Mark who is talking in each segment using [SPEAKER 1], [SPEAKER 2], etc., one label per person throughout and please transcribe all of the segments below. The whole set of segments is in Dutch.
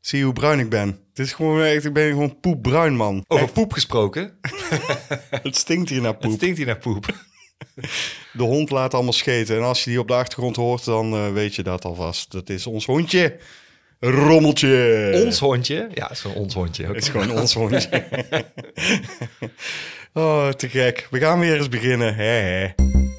[SPEAKER 1] Zie je hoe bruin ik ben? Het is gewoon echt, ik ben gewoon poepbruin, man.
[SPEAKER 2] Over poep gesproken.
[SPEAKER 1] Het stinkt hier naar poep.
[SPEAKER 2] Het stinkt hier naar poep.
[SPEAKER 1] De hond laat allemaal scheten. En als je die op de achtergrond hoort, dan weet je dat alvast. Dat is ons hondje. Rommeltje.
[SPEAKER 2] Ons hondje? Ja, zo'n ons hondje.
[SPEAKER 1] Het is gewoon ons hondje. Oh, te gek. We gaan weer eens beginnen. Hè.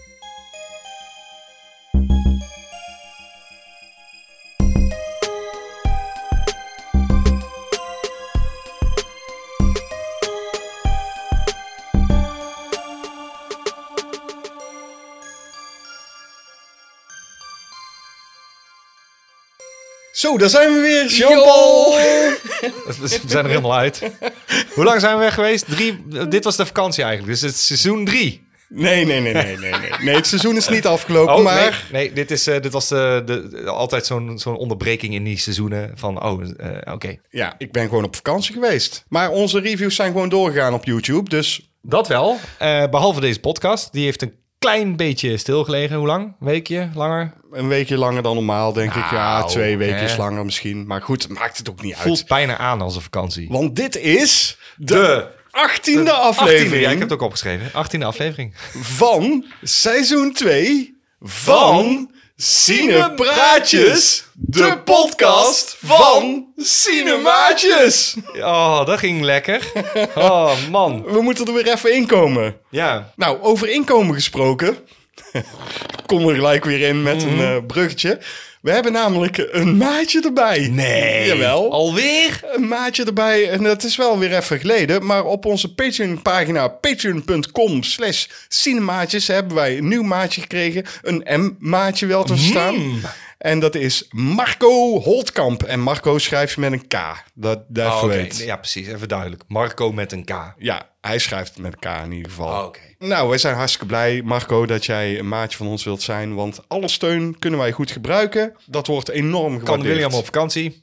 [SPEAKER 1] Zo, daar zijn we weer, Jean-Paul.
[SPEAKER 2] We zijn er helemaal uit. Hoe lang zijn we weg geweest? 3. Dit was de vakantie eigenlijk, dus het is seizoen 3.
[SPEAKER 1] Nee. Nee, het seizoen is niet afgelopen, maar...
[SPEAKER 2] Nee, dit was altijd zo'n onderbreking in die seizoenen van, oké.
[SPEAKER 1] Ja, ik ben gewoon op vakantie geweest. Maar onze reviews zijn gewoon doorgegaan op YouTube, dus...
[SPEAKER 2] Dat wel, behalve deze podcast. Die heeft een klein beetje stilgelegen. Hoe lang? Een weekje? Langer?
[SPEAKER 1] Een weekje langer dan normaal, denk ik. Ja, 2 weekjes
[SPEAKER 2] hè?
[SPEAKER 1] langer misschien. Maar goed, maakt het ook niet uit.
[SPEAKER 2] Voelt bijna aan als een vakantie.
[SPEAKER 1] Want dit is de 18e aflevering.
[SPEAKER 2] 18e, ja, ik heb het ook opgeschreven. 18e aflevering.
[SPEAKER 1] Van seizoen 2 van Cinepraatjes, de podcast van Cinemaatjes.
[SPEAKER 2] Oh, dat ging lekker. Oh, man.
[SPEAKER 1] We moeten er weer even inkomen.
[SPEAKER 2] Ja.
[SPEAKER 1] Nou, over inkomen gesproken. Kom er gelijk weer in met een bruggetje. We hebben namelijk een maatje erbij.
[SPEAKER 2] Nee.
[SPEAKER 1] Jawel.
[SPEAKER 2] Alweer?
[SPEAKER 1] Een maatje erbij. En dat is wel weer even geleden. Maar op onze Patreon-pagina patreon.com/cinemaatjes hebben wij een nieuw maatje gekregen. Een M-maatje wel te verstaan. En dat is Marco Holtkamp. En Marco schrijft met een K. Dat weet.
[SPEAKER 2] Ja, precies. Even duidelijk. Marco met een K.
[SPEAKER 1] Ja, hij schrijft het met een K in ieder geval.
[SPEAKER 2] Oké.
[SPEAKER 1] Nou, wij zijn hartstikke blij, Marco, dat jij een maatje van ons wilt zijn. Want alle steun kunnen wij goed gebruiken. Dat wordt enorm gewaardeerd.
[SPEAKER 2] Kan William op vakantie?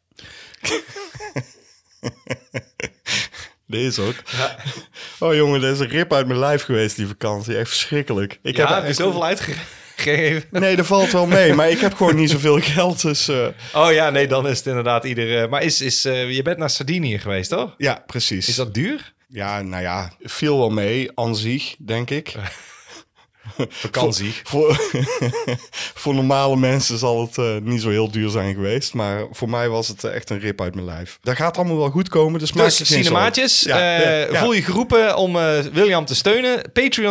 [SPEAKER 1] Deze ook. Ja. Oh jongen, dat is een rip uit mijn lijf geweest, die vakantie. Echt verschrikkelijk. Ik heb
[SPEAKER 2] er zoveel uitgegeven.
[SPEAKER 1] Nee, dat valt wel mee. Maar ik heb gewoon niet zoveel geld, dus...
[SPEAKER 2] Oh ja, nee, dan is het inderdaad ieder... Maar je bent naar Sardinië geweest, toch?
[SPEAKER 1] Ja, precies.
[SPEAKER 2] Is dat duur?
[SPEAKER 1] Ja, nou ja, viel wel mee, aan zich, denk ik.
[SPEAKER 2] Vakantie.
[SPEAKER 1] Voor normale mensen zal het niet zo heel duur zijn geweest. Maar voor mij was het echt een rip uit mijn lijf. Dat gaat allemaal wel goed komen. Dus maak je geen
[SPEAKER 2] Cinemaatjes, voel je geroepen om William te steunen.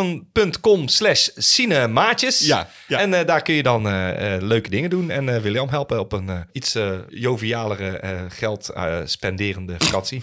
[SPEAKER 2] Patreon.com/cinemaatjes.
[SPEAKER 1] Ja.
[SPEAKER 2] En daar kun je dan leuke dingen doen. En William helpen op een iets jovialere, geld spenderende vakantie.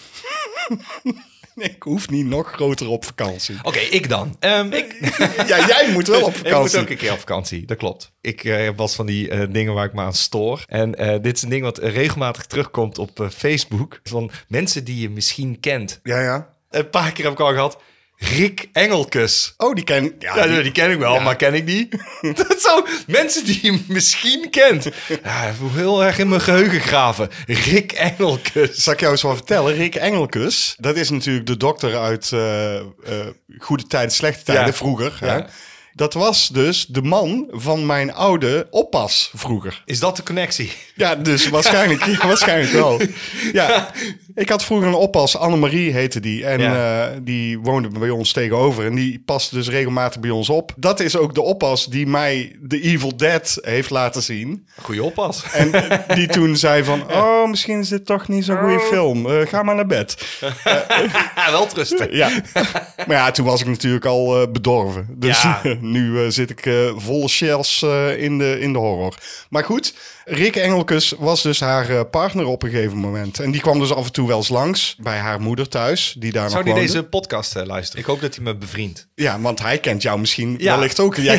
[SPEAKER 1] Nee, ik hoef niet nog groter op vakantie.
[SPEAKER 2] Oké, ik dan.
[SPEAKER 1] Ja, jij moet wel op vakantie.
[SPEAKER 2] Ik moet ook een keer op vakantie, dat klopt. Ik was van die dingen waar ik me aan stoor. En dit is een ding wat regelmatig terugkomt op Facebook. Van mensen die je misschien kent.
[SPEAKER 1] Ja.
[SPEAKER 2] Een paar keer heb ik al gehad. Rick Engelkes.
[SPEAKER 1] Oh, die ken ik.
[SPEAKER 2] Ja, die ken ik wel, maar ken ik die? Dat zo, mensen die je misschien kent. Ja, ik moet heel erg in mijn geheugen graven. Rick Engelkes.
[SPEAKER 1] Zal ik jou eens wat vertellen? Rick Engelkes, dat is natuurlijk de dokter uit Goede Tijden, Slechte Tijden vroeger.
[SPEAKER 2] Ja.
[SPEAKER 1] Hè? Dat was dus de man van mijn oude oppas vroeger.
[SPEAKER 2] Is dat de connectie?
[SPEAKER 1] Ja, dus waarschijnlijk wel. Ja, ik had vroeger een oppas, Annemarie heette die. En die woonde bij ons tegenover. En die paste dus regelmatig bij ons op. Dat is ook de oppas die mij The Evil Dead heeft laten zien.
[SPEAKER 2] Goeie oppas.
[SPEAKER 1] En die toen zei van... Oh, misschien is dit toch niet zo'n goede film. Ga maar naar bed.
[SPEAKER 2] Wel trusten.
[SPEAKER 1] Ja. Maar ja, toen was ik natuurlijk al bedorven. Dus nu zit ik volle shells in de horror. Maar goed... Rick Engelkes was dus haar partner op een gegeven moment. En die kwam dus af en toe wel eens langs bij haar moeder thuis. Die daar
[SPEAKER 2] Zou
[SPEAKER 1] nog
[SPEAKER 2] die
[SPEAKER 1] woonde.
[SPEAKER 2] deze podcast luisteren? Ik hoop dat hij me bevriend.
[SPEAKER 1] Ja, want hij kent jou misschien wellicht ook. Hij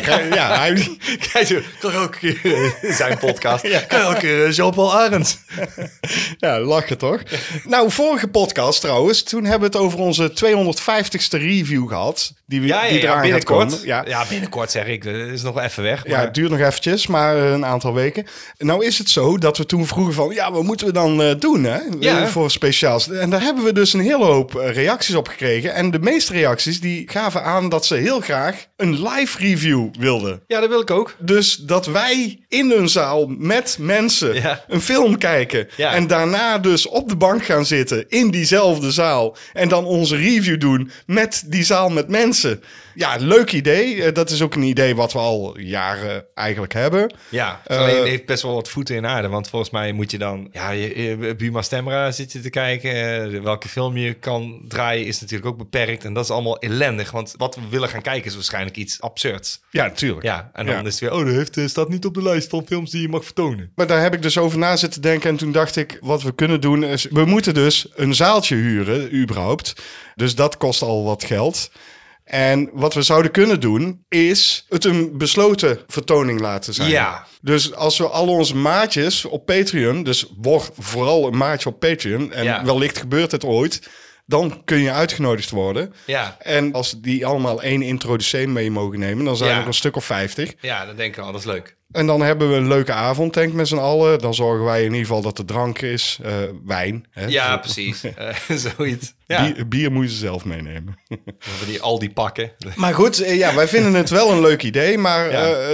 [SPEAKER 2] kan ook zijn podcast. Kan ook Jean-Paul Arends.
[SPEAKER 1] Ja, lachen toch? Nou, vorige podcast trouwens. Toen hebben we het over onze 250ste review gehad. Die eraan
[SPEAKER 2] binnenkort.
[SPEAKER 1] gaat komen.
[SPEAKER 2] Ja, binnenkort zeg ik. Het is nog wel even weg. Maar...
[SPEAKER 1] Ja, het duurt nog eventjes, maar een aantal weken. Nou is het zo dat we toen vroegen van... Ja, wat moeten we dan doen hè? Voor speciaals? En daar hebben we dus een hele hoop reacties op gekregen. En de meeste reacties die gaven aan dat ze heel graag een live review wilden.
[SPEAKER 2] Ja, dat wil ik ook.
[SPEAKER 1] Dus dat wij in een zaal met mensen een film kijken. Ja. En daarna dus op de bank gaan zitten in diezelfde zaal. En dan onze review doen met die zaal met mensen. Ja, leuk idee. Dat is ook een idee wat we al jaren eigenlijk hebben.
[SPEAKER 2] Ja, alleen het heeft best wel wat voeten in aarde. Want volgens mij moet je dan... Ja, Buma Stemra zit je te kijken. Welke film je kan draaien is natuurlijk ook beperkt. En dat is allemaal ellendig. Want wat we willen gaan kijken is waarschijnlijk iets absurds.
[SPEAKER 1] Ja, natuurlijk.
[SPEAKER 2] Ja, en dan is het weer... dat staat niet op de lijst van films die je mag vertonen.
[SPEAKER 1] Maar daar heb ik dus over na zitten denken. En toen dacht ik, wat we kunnen doen is... We moeten dus een zaaltje huren, überhaupt. Dus dat kost al wat geld. En wat we zouden kunnen doen, is het een besloten vertoning laten zijn.
[SPEAKER 2] Ja.
[SPEAKER 1] Dus als we al onze maatjes op Patreon... Dus word vooral een maatje op Patreon. En wellicht gebeurt het ooit... Dan kun je uitgenodigd worden. Ja. En als die allemaal 1 introducee mee mogen nemen... dan zijn er een stuk of 50.
[SPEAKER 2] Ja, dan denk ik al, dat is leuk.
[SPEAKER 1] En dan hebben we een leuke avond, denk ik, met z'n allen. Dan zorgen wij in ieder geval dat er drank is. Wijn. Hè?
[SPEAKER 2] Ja, precies. Zoiets. Ja.
[SPEAKER 1] Bier moet je zelf meenemen.
[SPEAKER 2] Al die pakken.
[SPEAKER 1] Maar goed, wij vinden het wel een leuk idee. Maar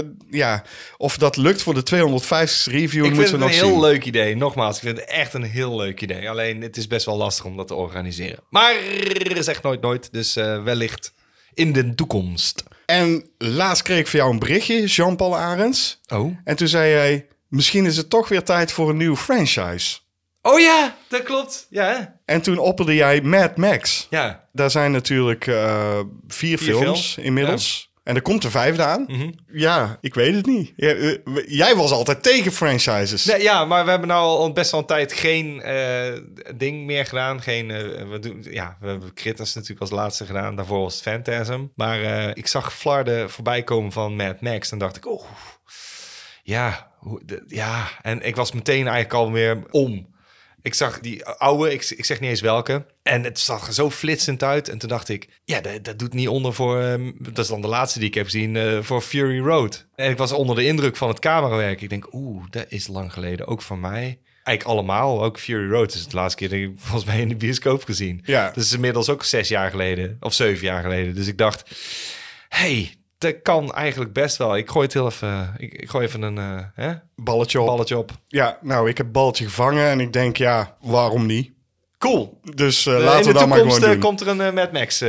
[SPEAKER 1] of dat lukt voor de 250 review, moeten we nog zien.
[SPEAKER 2] Ik vind het een heel leuk idee. Nogmaals, ik vind het echt een heel leuk idee. Alleen, het is best wel lastig om dat te organiseren. Maar zeg nooit. Dus wellicht in de toekomst.
[SPEAKER 1] En laatst kreeg ik van jou een berichtje, Jean-Paul Arends.
[SPEAKER 2] Oh.
[SPEAKER 1] En toen zei jij, misschien is het toch weer tijd voor een nieuwe franchise.
[SPEAKER 2] Oh ja, dat klopt. Ja.
[SPEAKER 1] En toen opperde jij Mad Max.
[SPEAKER 2] Ja.
[SPEAKER 1] Daar zijn natuurlijk 4 films inmiddels. Ja. En er komt de 5e aan. Mm-hmm. Ja, ik weet het niet. Jij was altijd tegen franchises.
[SPEAKER 2] Nee, ja, maar we hebben nou al best wel een tijd geen ding meer gedaan. We hebben Critters natuurlijk als laatste gedaan. Daarvoor was het Phantasm. Maar ik zag Flarden voorbij komen van Mad Max. En dacht ik, En ik was meteen eigenlijk alweer om. Ik zag die oude, ik zeg niet eens welke. En het zag er zo flitsend uit. En toen dacht ik, dat doet niet onder voor... dat is dan de laatste die ik heb gezien, voor Fury Road. En ik was onder de indruk van het camerawerk. Ik denk, dat is lang geleden, ook van mij. Eigenlijk allemaal, ook Fury Road is het laatste keer... dat ik volgens mij in de bioscoop gezien. Ja. Dat is inmiddels ook 6 jaar geleden, of 7 jaar geleden. Dus ik dacht, dat kan eigenlijk best wel. Ik gooi het heel even... Ik gooi even een
[SPEAKER 1] balletje op. Ja, nou, ik heb balletje gevangen en ik denk, waarom niet?
[SPEAKER 2] Cool.
[SPEAKER 1] Dus laten we dat maar gewoon doen.
[SPEAKER 2] Komt er een Mad Max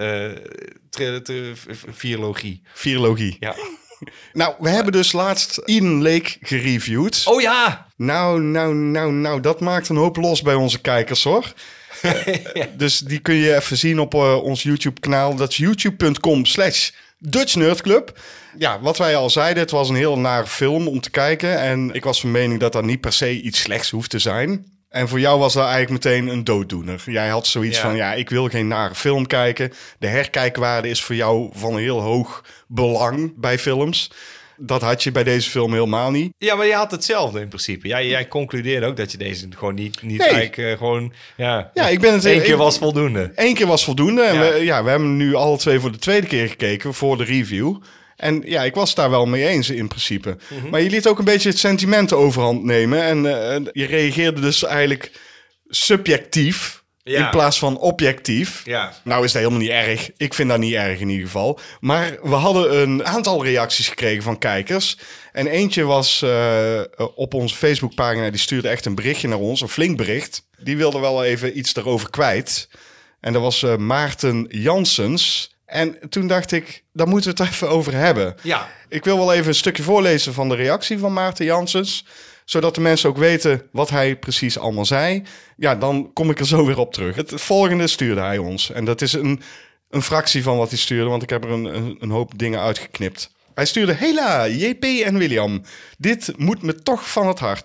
[SPEAKER 2] virologie.
[SPEAKER 1] Virologie.
[SPEAKER 2] Ja.
[SPEAKER 1] Nou, we hebben dus laatst Eden Lake gereviewd.
[SPEAKER 2] Oh ja!
[SPEAKER 1] Nou, dat maakt een hoop los bij onze kijkers, hoor. Dus die kun je even zien op ons YouTube-kanaal. Dat is youtube.com/Dutch Nerd Club. Ja, wat wij al zeiden, het was een heel nare film om te kijken. En ik was van mening dat dat niet per se iets slechts hoeft te zijn. En voor jou was dat eigenlijk meteen een dooddoener. Jij had zoiets van, ik wil geen nare film kijken. De herkijkwaarde is voor jou van een heel hoog belang bij films. Dat had je bij deze film helemaal niet.
[SPEAKER 2] Ja, maar je had hetzelfde in principe. Jij concludeerde ook dat je deze gewoon niet eigenlijk gewoon... Ja,
[SPEAKER 1] ik ben het...
[SPEAKER 2] 1 keer was voldoende.
[SPEAKER 1] 1 keer was voldoende. En we hebben nu alle 2 voor de 2e keer gekeken voor de review. En ik was het daar wel mee eens in principe. Mm-hmm. Maar je liet ook een beetje het sentiment overhand nemen. En je reageerde dus eigenlijk subjectief... Ja. In plaats van objectief. Ja. Nou is dat helemaal niet erg. Ik vind dat niet erg in ieder geval. Maar we hadden een aantal reacties gekregen van kijkers. En eentje was op onze Facebookpagina. Die stuurde echt een berichtje naar ons. Een flink bericht. Die wilde wel even iets erover kwijt. En dat was Maarten Janssens. En toen dacht ik, daar moeten we het even over hebben. Ja. Ik wil wel even een stukje voorlezen van de reactie van Maarten Janssens. Zodat de mensen ook weten wat hij precies allemaal zei. Ja, dan kom ik er zo weer op terug. Het volgende stuurde hij ons. En dat is een fractie van wat hij stuurde, want ik heb er een hoop dingen uitgeknipt. Hij stuurde, hela, JP en William. Dit moet me toch van het hart.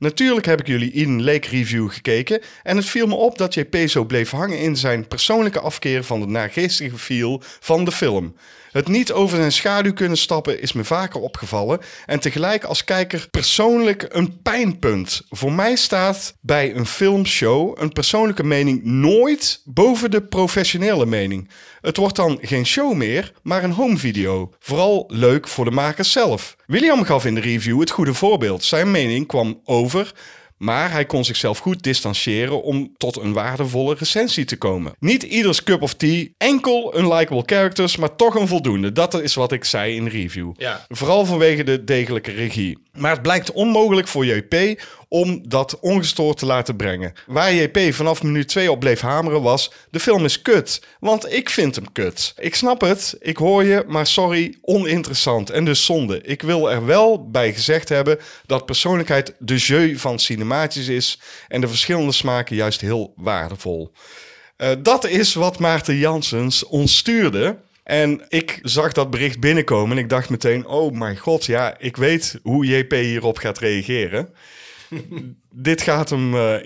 [SPEAKER 1] Natuurlijk heb ik jullie Eden Lake review gekeken en het viel me op dat JP zo bleef hangen in zijn persoonlijke afkeer van de naargeestige feel van de film. Het niet over zijn schaduw kunnen stappen is me vaker opgevallen en tegelijk als kijker persoonlijk een pijnpunt. Voor mij staat bij een filmshow een persoonlijke mening nooit boven de professionele mening. Het wordt dan geen show meer, maar een home video. Vooral leuk voor de makers zelf. William gaf in de review het goede voorbeeld. Zijn mening kwam over, maar hij kon zichzelf goed distancieren om tot een waardevolle recensie te komen. Niet ieders cup of tea, enkel unlikable characters, maar toch een voldoende. Dat is wat ik zei in de review.
[SPEAKER 2] Ja.
[SPEAKER 1] Vooral vanwege de degelijke regie. Maar het blijkt onmogelijk voor JP om dat ongestoord te laten brengen. Waar JP vanaf minuut 2 op bleef hameren was, de film is kut. Want ik vind hem kut. Ik snap het, ik hoor je, maar sorry, oninteressant en dus zonde. Ik wil er wel bij gezegd hebben dat persoonlijkheid de jeu van cinematisch is en de verschillende smaken juist heel waardevol. Dat is wat Maarten Janssens ons stuurde. En ik zag dat bericht binnenkomen en ik dacht meteen, oh mijn god, ja, ik weet hoe JP hierop gaat reageren. Dit gaat hem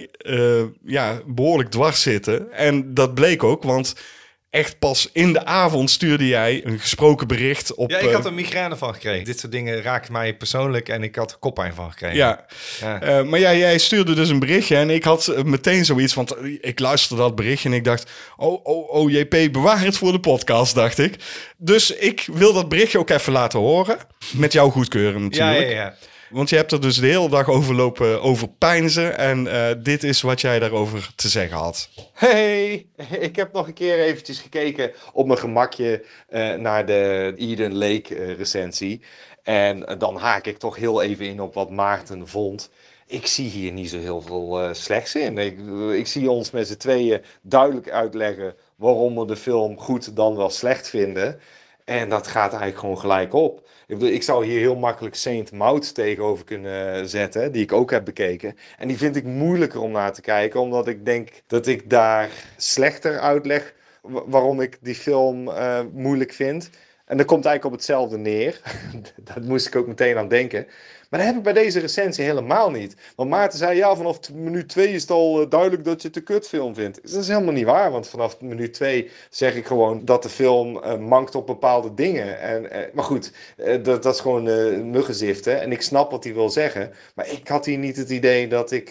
[SPEAKER 1] behoorlijk dwars zitten. En dat bleek ook, want echt pas in de avond stuurde jij een gesproken bericht op...
[SPEAKER 2] Ja, ik had er migraine van gekregen. Dit soort dingen raken mij persoonlijk en ik had er koppijn van gekregen.
[SPEAKER 1] Ja, maar jij stuurde dus een berichtje en ik had meteen zoiets, want ik luisterde dat berichtje en ik dacht, oh, JP, bewaar het voor de podcast, dacht ik. Dus ik wil dat berichtje ook even laten horen, met jouw goedkeuren natuurlijk.
[SPEAKER 2] Ja.
[SPEAKER 1] Want je hebt er dus de hele dag over lopen overpeinzen en dit is wat jij daarover te zeggen had.
[SPEAKER 3] Hey, ik heb nog een keer eventjes gekeken op mijn gemakje naar de Eden Lake recensie. En dan haak ik toch heel even in op wat Maarten vond. Ik zie hier niet zo heel veel slechts in. Ik zie ons met z'n tweeën duidelijk uitleggen waarom we de film goed dan wel slecht vinden. En dat gaat eigenlijk gewoon gelijk op. Ik zou hier heel makkelijk Saint Maud tegenover kunnen zetten, die ik ook heb bekeken. En die vind ik moeilijker om naar te kijken, omdat ik denk dat ik daar slechter uitleg waarom ik die film moeilijk vind. En dat komt eigenlijk op hetzelfde neer. Daar moest ik ook meteen aan denken. Maar dat heb ik bij deze recensie helemaal niet. Want Maarten zei, ja, vanaf minuut 2 is het al duidelijk dat je het een kutfilm vindt. Dat is helemaal niet waar, want vanaf minuut 2 zeg ik gewoon dat de film mankt op bepaalde dingen. Maar goed, dat is gewoon muggenziften. En ik snap wat hij wil zeggen. Maar ik had hier niet het idee dat ik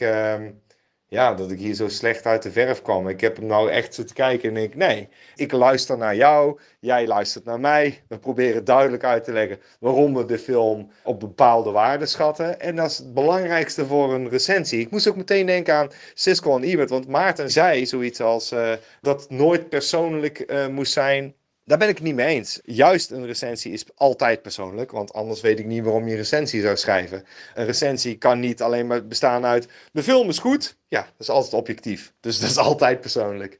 [SPEAKER 3] hier zo slecht uit de verf kwam. Ik heb hem nou echt zitten kijken en denk, nee, ik luister naar jou, jij luistert naar mij. We proberen duidelijk uit te leggen waarom we de film op bepaalde waarden schatten. En dat is het belangrijkste voor een recensie. Ik moest ook meteen denken aan Siskel en Ebert, want Maarten zei zoiets als dat het nooit persoonlijk moest zijn. Daar ben ik het niet mee eens. Juist een recensie is altijd persoonlijk, want anders weet ik niet waarom je een recensie zou schrijven. Een recensie kan niet alleen maar bestaan uit, de film is goed. Ja, dat is altijd objectief. Dus dat is altijd persoonlijk.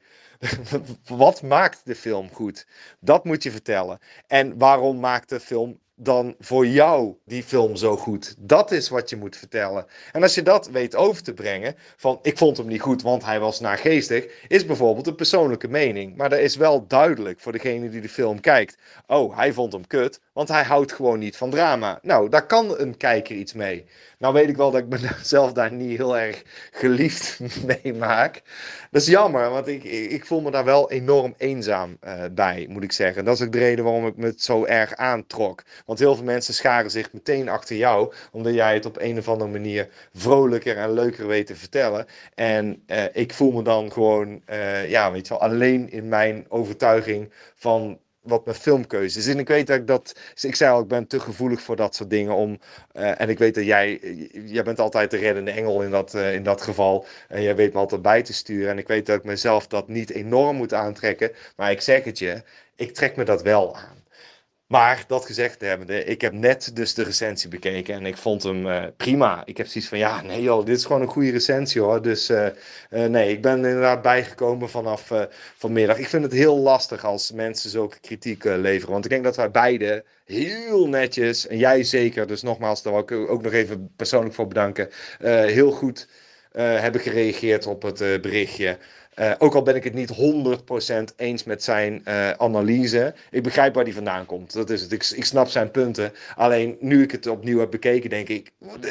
[SPEAKER 3] Wat maakt de film goed? Dat moet je vertellen. En waarom maakt de film dan voor jou die film zo goed? Dat is wat je moet vertellen. En als je dat weet over te brengen, van ik vond hem niet goed, want hij was naargeestig, is bijvoorbeeld een persoonlijke mening. Maar dat is wel duidelijk voor degene die de film kijkt. Oh, hij vond hem kut, want hij houdt gewoon niet van drama. Nou, daar kan een kijker iets mee. Nou weet ik wel dat ik mezelf daar niet heel erg geliefd mee maak. Dat is jammer, want ik voel me daar wel enorm eenzaam bij, moet ik zeggen. Dat is ook de reden waarom ik me het zo erg aantrok. Want heel veel mensen scharen zich meteen achter jou, omdat jij het op een of andere manier vrolijker en leuker weet te vertellen. En ik voel me dan gewoon, weet je wel, alleen in mijn overtuiging van wat mijn filmkeuze is. En ik weet ik zei al, ik ben te gevoelig voor dat soort dingen en ik weet dat jij bent altijd de reddende engel in dat geval. En jij weet me altijd bij te sturen. En ik weet dat ik mezelf dat niet enorm moet aantrekken. Maar ik zeg het je, ik trek me dat wel aan. Maar dat gezegd hebbende, ik heb net dus de recensie bekeken en ik vond hem prima. Ik heb zoiets van, ja, nee joh, dit is gewoon een goede recensie hoor. Dus nee, ik ben inderdaad bijgekomen vanaf vanmiddag. Ik vind het heel lastig als mensen zulke kritiek leveren. Want ik denk dat wij beide heel netjes, en jij zeker, dus nogmaals, daar wil ik ook nog even persoonlijk voor bedanken, heel goed hebben gereageerd op het berichtje. Ook al ben ik het niet 100% eens met zijn analyse. Ik begrijp waar hij vandaan komt. Dat is het. Ik snap zijn punten. Alleen nu ik het opnieuw heb bekeken, denk ik...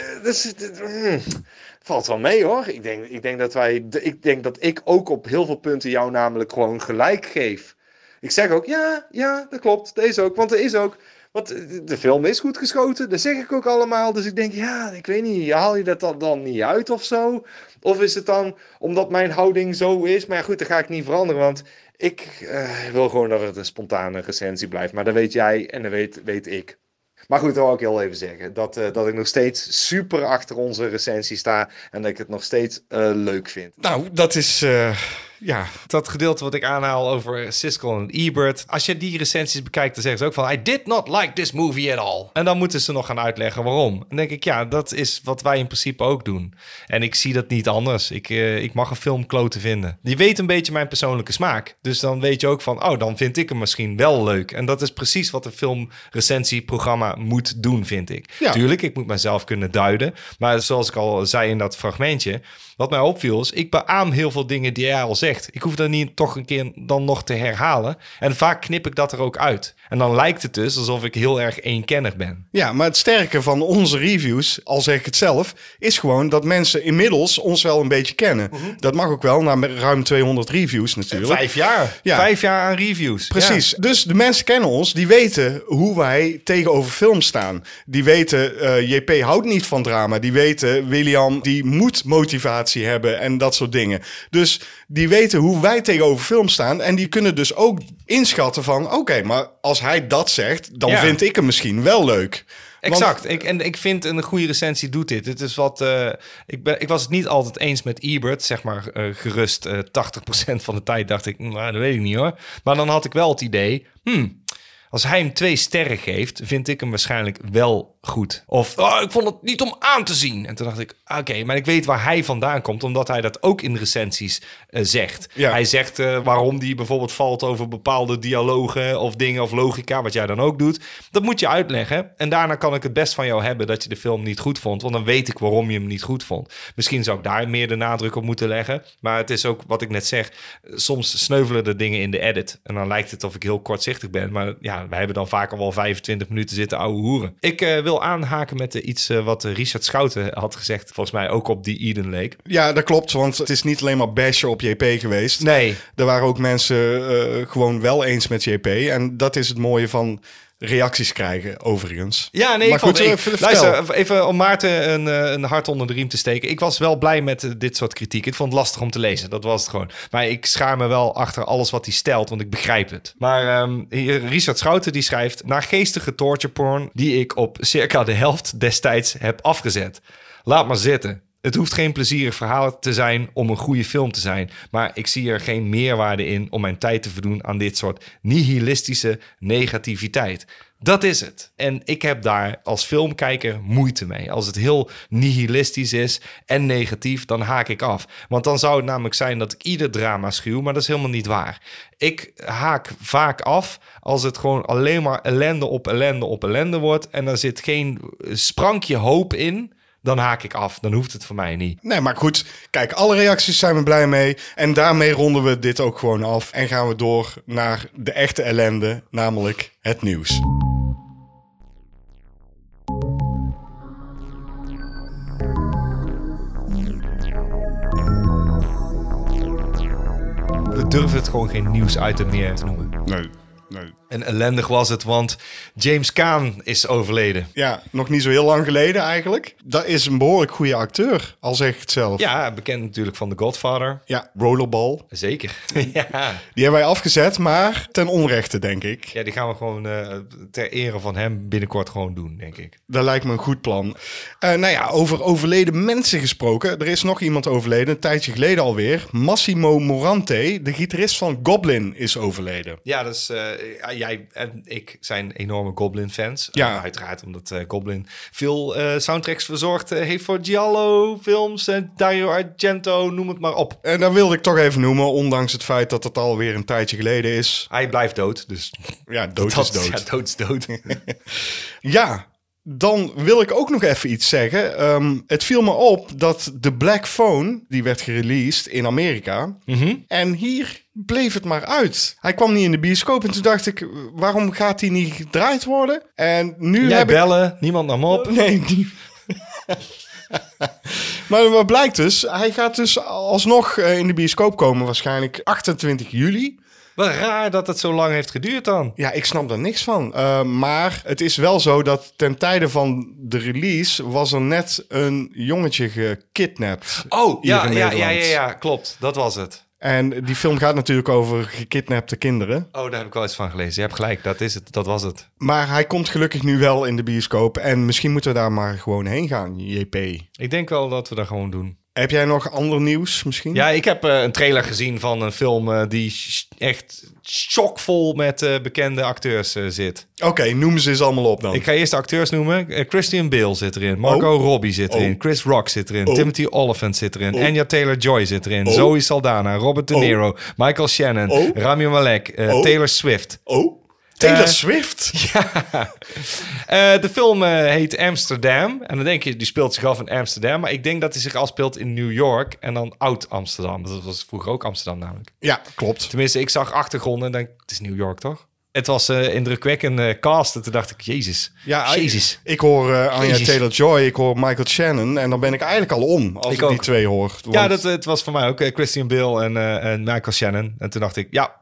[SPEAKER 3] valt wel mee hoor. Ik denk dat ik ook op heel veel punten jou namelijk gewoon gelijk geef. Ik zeg ook, ja, dat klopt. Deze ook. Want er is ook... Want de film is goed geschoten, dat zeg ik ook allemaal. Dus ik denk, ik weet niet, haal je dat dan niet uit of zo? Of is het dan omdat mijn houding zo is? Maar ja, goed, dat ga ik niet veranderen, want ik wil gewoon dat het een spontane recensie blijft. Maar dat weet jij en dat weet ik. Maar goed, dat wil ik heel even zeggen. Dat ik nog steeds super achter onze recensie sta en dat ik het nog steeds leuk vind.
[SPEAKER 1] Nou, dat is...
[SPEAKER 2] Dat gedeelte wat ik aanhaal over Siskel en Ebert. Als je die recensies bekijkt, dan zeggen ze ook van... I did not like this movie at all. En dan moeten ze nog gaan uitleggen waarom. En denk ik, dat is wat wij in principe ook doen. En ik zie dat niet anders. Ik mag een film kloten vinden. Die weet een beetje mijn persoonlijke smaak. Dus dan weet je ook van, dan vind ik hem misschien wel leuk. En dat is precies wat een filmrecensieprogramma moet doen, vind ik. Ja. Tuurlijk, ik moet mezelf kunnen duiden. Maar zoals ik al zei in dat fragmentje... Wat mij opviel is, ik beaam heel veel dingen die hij al zegt. Ik hoef dat niet toch een keer dan nog te herhalen. En vaak knip ik dat er ook uit. En dan lijkt het dus alsof ik heel erg eenkennig ben.
[SPEAKER 1] Ja, maar het sterke van onze reviews, al zeg ik het zelf... is gewoon dat mensen inmiddels ons wel een beetje kennen. Mm-hmm. Dat mag ook wel, na ruim 200 reviews natuurlijk.
[SPEAKER 2] 5 jaar. Ja. 5 jaar aan reviews.
[SPEAKER 1] Precies. Ja. Dus de mensen kennen ons, die weten hoe wij tegenover film staan. Die weten, JP houdt niet van drama. Die weten, William, die moet motivatie hebben en dat soort dingen. Dus die weten hoe wij tegenover film staan en die kunnen dus ook inschatten van oké, maar als hij dat zegt, dan vind ik hem misschien wel leuk.
[SPEAKER 2] Exact. Ik vind een goede recensie doet dit. Het is wat... Ik was het niet altijd eens met Ebert. Zeg maar gerust 80% van de tijd dacht ik... dat weet ik niet hoor. Maar dan had ik wel het idee... Als hij hem 2 sterren geeft, vind ik hem waarschijnlijk wel goed. Of, ik vond het niet om aan te zien. En toen dacht ik, oké, maar ik weet waar hij vandaan komt... omdat hij dat ook in recensies zegt. Ja. Hij zegt waarom hij bijvoorbeeld valt over bepaalde dialogen... of dingen of logica, wat jij dan ook doet. Dat moet je uitleggen. En daarna kan ik het best van jou hebben dat je de film niet goed vond. Want dan weet ik waarom je hem niet goed vond. Misschien zou ik daar meer de nadruk op moeten leggen. Maar het is ook wat ik net zeg. Soms sneuvelen de dingen in de edit. En dan lijkt het of ik heel kortzichtig ben. Maar ja... Wij hebben dan vaak al wel 25 minuten zitten ouwe hoeren. Ik wil aanhaken met iets wat Richard Schouten had gezegd. Volgens mij ook op die Eden Lake.
[SPEAKER 1] Ja, dat klopt. Want het is niet alleen maar bashen op JP geweest.
[SPEAKER 2] Nee.
[SPEAKER 1] Er waren ook mensen gewoon wel eens met JP. En dat is het mooie van... reacties krijgen, overigens.
[SPEAKER 2] Ja, nee, maar goed, luister, even om Maarten een hart onder de riem te steken. Ik was wel blij met dit soort kritiek. Ik vond het lastig om te lezen, dat was het gewoon. Maar ik schaar me wel achter alles wat hij stelt, want ik begrijp het. Maar hier, Richard Schouten die schrijft... naargeestige torture porn die ik op circa de helft destijds heb afgezet. Laat maar zitten. Het hoeft geen plezierig verhaal te zijn om een goede film te zijn. Maar ik zie er geen meerwaarde in om mijn tijd te verdoen aan dit soort nihilistische negativiteit. Dat is het. En ik heb daar als filmkijker moeite mee. Als het heel nihilistisch is en negatief, dan haak ik af. Want dan zou het namelijk zijn dat ik ieder drama schuw, maar dat is helemaal niet waar. Ik haak vaak af als het gewoon alleen maar ellende op ellende op ellende wordt. En er zit geen sprankje hoop in. Dan haak ik af. Dan hoeft het voor mij niet.
[SPEAKER 1] Nee, maar goed. Kijk, alle reacties zijn we blij mee. En daarmee ronden we dit ook gewoon af. En gaan we door naar de echte ellende, namelijk het nieuws.
[SPEAKER 2] We durven het gewoon geen nieuwsitem meer te noemen.
[SPEAKER 1] Nee.
[SPEAKER 2] En ellendig was het, want James Caan is overleden.
[SPEAKER 1] Ja, nog niet zo heel lang geleden eigenlijk. Dat is een behoorlijk goede acteur, al zeg ik het zelf.
[SPEAKER 2] Ja, bekend natuurlijk van The Godfather.
[SPEAKER 1] Ja, Rollerball.
[SPEAKER 2] Zeker. Ja.
[SPEAKER 1] Die hebben wij afgezet, maar ten onrechte, denk ik.
[SPEAKER 2] Ja, die gaan we gewoon ter ere van hem binnenkort gewoon doen, denk ik.
[SPEAKER 1] Dat lijkt me een goed plan. Nou ja, over overleden mensen gesproken. Er is nog iemand overleden, een tijdje geleden alweer. Massimo Morante, de gitarist van Goblin, is overleden.
[SPEAKER 2] Ja, dat is... jij en ik zijn enorme Goblin-fans.
[SPEAKER 1] Ja.
[SPEAKER 2] Uiteraard omdat Goblin veel soundtracks verzorgd heeft voor Giallo-films, Dario Argento, noem het maar op.
[SPEAKER 1] En dat wilde ik toch even noemen, ondanks het feit dat het alweer een tijdje geleden is.
[SPEAKER 2] Hij blijft dood, dus...
[SPEAKER 1] Ja, dood is dood.
[SPEAKER 2] Ja, dood is dood.
[SPEAKER 1] Ja, Dan wil ik ook nog even iets zeggen. Het viel me op dat The Black Phone, die werd gereleased in Amerika. En hier bleef het maar uit. Hij kwam niet in de bioscoop en toen dacht ik, waarom gaat hij niet gedraaid worden? En nu
[SPEAKER 2] Jij bellen, niemand nam op.
[SPEAKER 1] Nee, niet. Maar wat blijkt dus, hij gaat dus alsnog in de bioscoop komen, waarschijnlijk 28 juli.
[SPEAKER 2] Wat raar dat het zo lang heeft geduurd dan.
[SPEAKER 1] Ja, ik snap daar niks van. Maar het is wel zo dat ten tijde van de release was er net een jongetje gekidnapt.
[SPEAKER 2] Oh, ja, klopt. Dat was het.
[SPEAKER 1] En die film gaat natuurlijk over gekidnapte kinderen.
[SPEAKER 2] Oh, daar heb ik wel eens van gelezen. Je hebt gelijk, dat was het.
[SPEAKER 1] Maar hij komt gelukkig nu wel in de bioscoop. En misschien moeten we daar maar gewoon heen gaan, JP.
[SPEAKER 2] Ik denk wel dat we dat gewoon doen.
[SPEAKER 1] Heb jij nog ander nieuws misschien?
[SPEAKER 2] Ja, ik heb een trailer gezien van een film die echt chockvol met bekende acteurs zit.
[SPEAKER 1] Oké, noem ze eens allemaal op dan.
[SPEAKER 2] Ik ga eerst de acteurs noemen. Christian Bale zit erin. Margot Robbie zit erin. Chris Rock zit erin. Timothy Olyphant zit erin. Anya Taylor-Joy zit erin. Zoe Saldana. Robert De Niro. Michael Shannon. Rami Malek. Taylor Swift.
[SPEAKER 1] Taylor Swift?
[SPEAKER 2] Ja. De film heet Amsterdam. En dan denk je, die speelt zich af in Amsterdam. Maar ik denk dat hij zich afspeelt in New York. En dan Oud-Amsterdam. Dat was vroeger ook Amsterdam namelijk.
[SPEAKER 1] Ja, klopt.
[SPEAKER 2] Tenminste, ik zag achtergronden en denk, het is New York, toch? Het was indrukwekkende cast. En toen dacht ik, Jezus.
[SPEAKER 1] Ik hoor Anya Taylor-Joy, ik hoor Michael Shannon. En dan ben ik eigenlijk al om als ik die twee hoor. Want...
[SPEAKER 2] Ja, het was voor mij ook Christian Bale en Michael Shannon. En toen dacht ik, ja,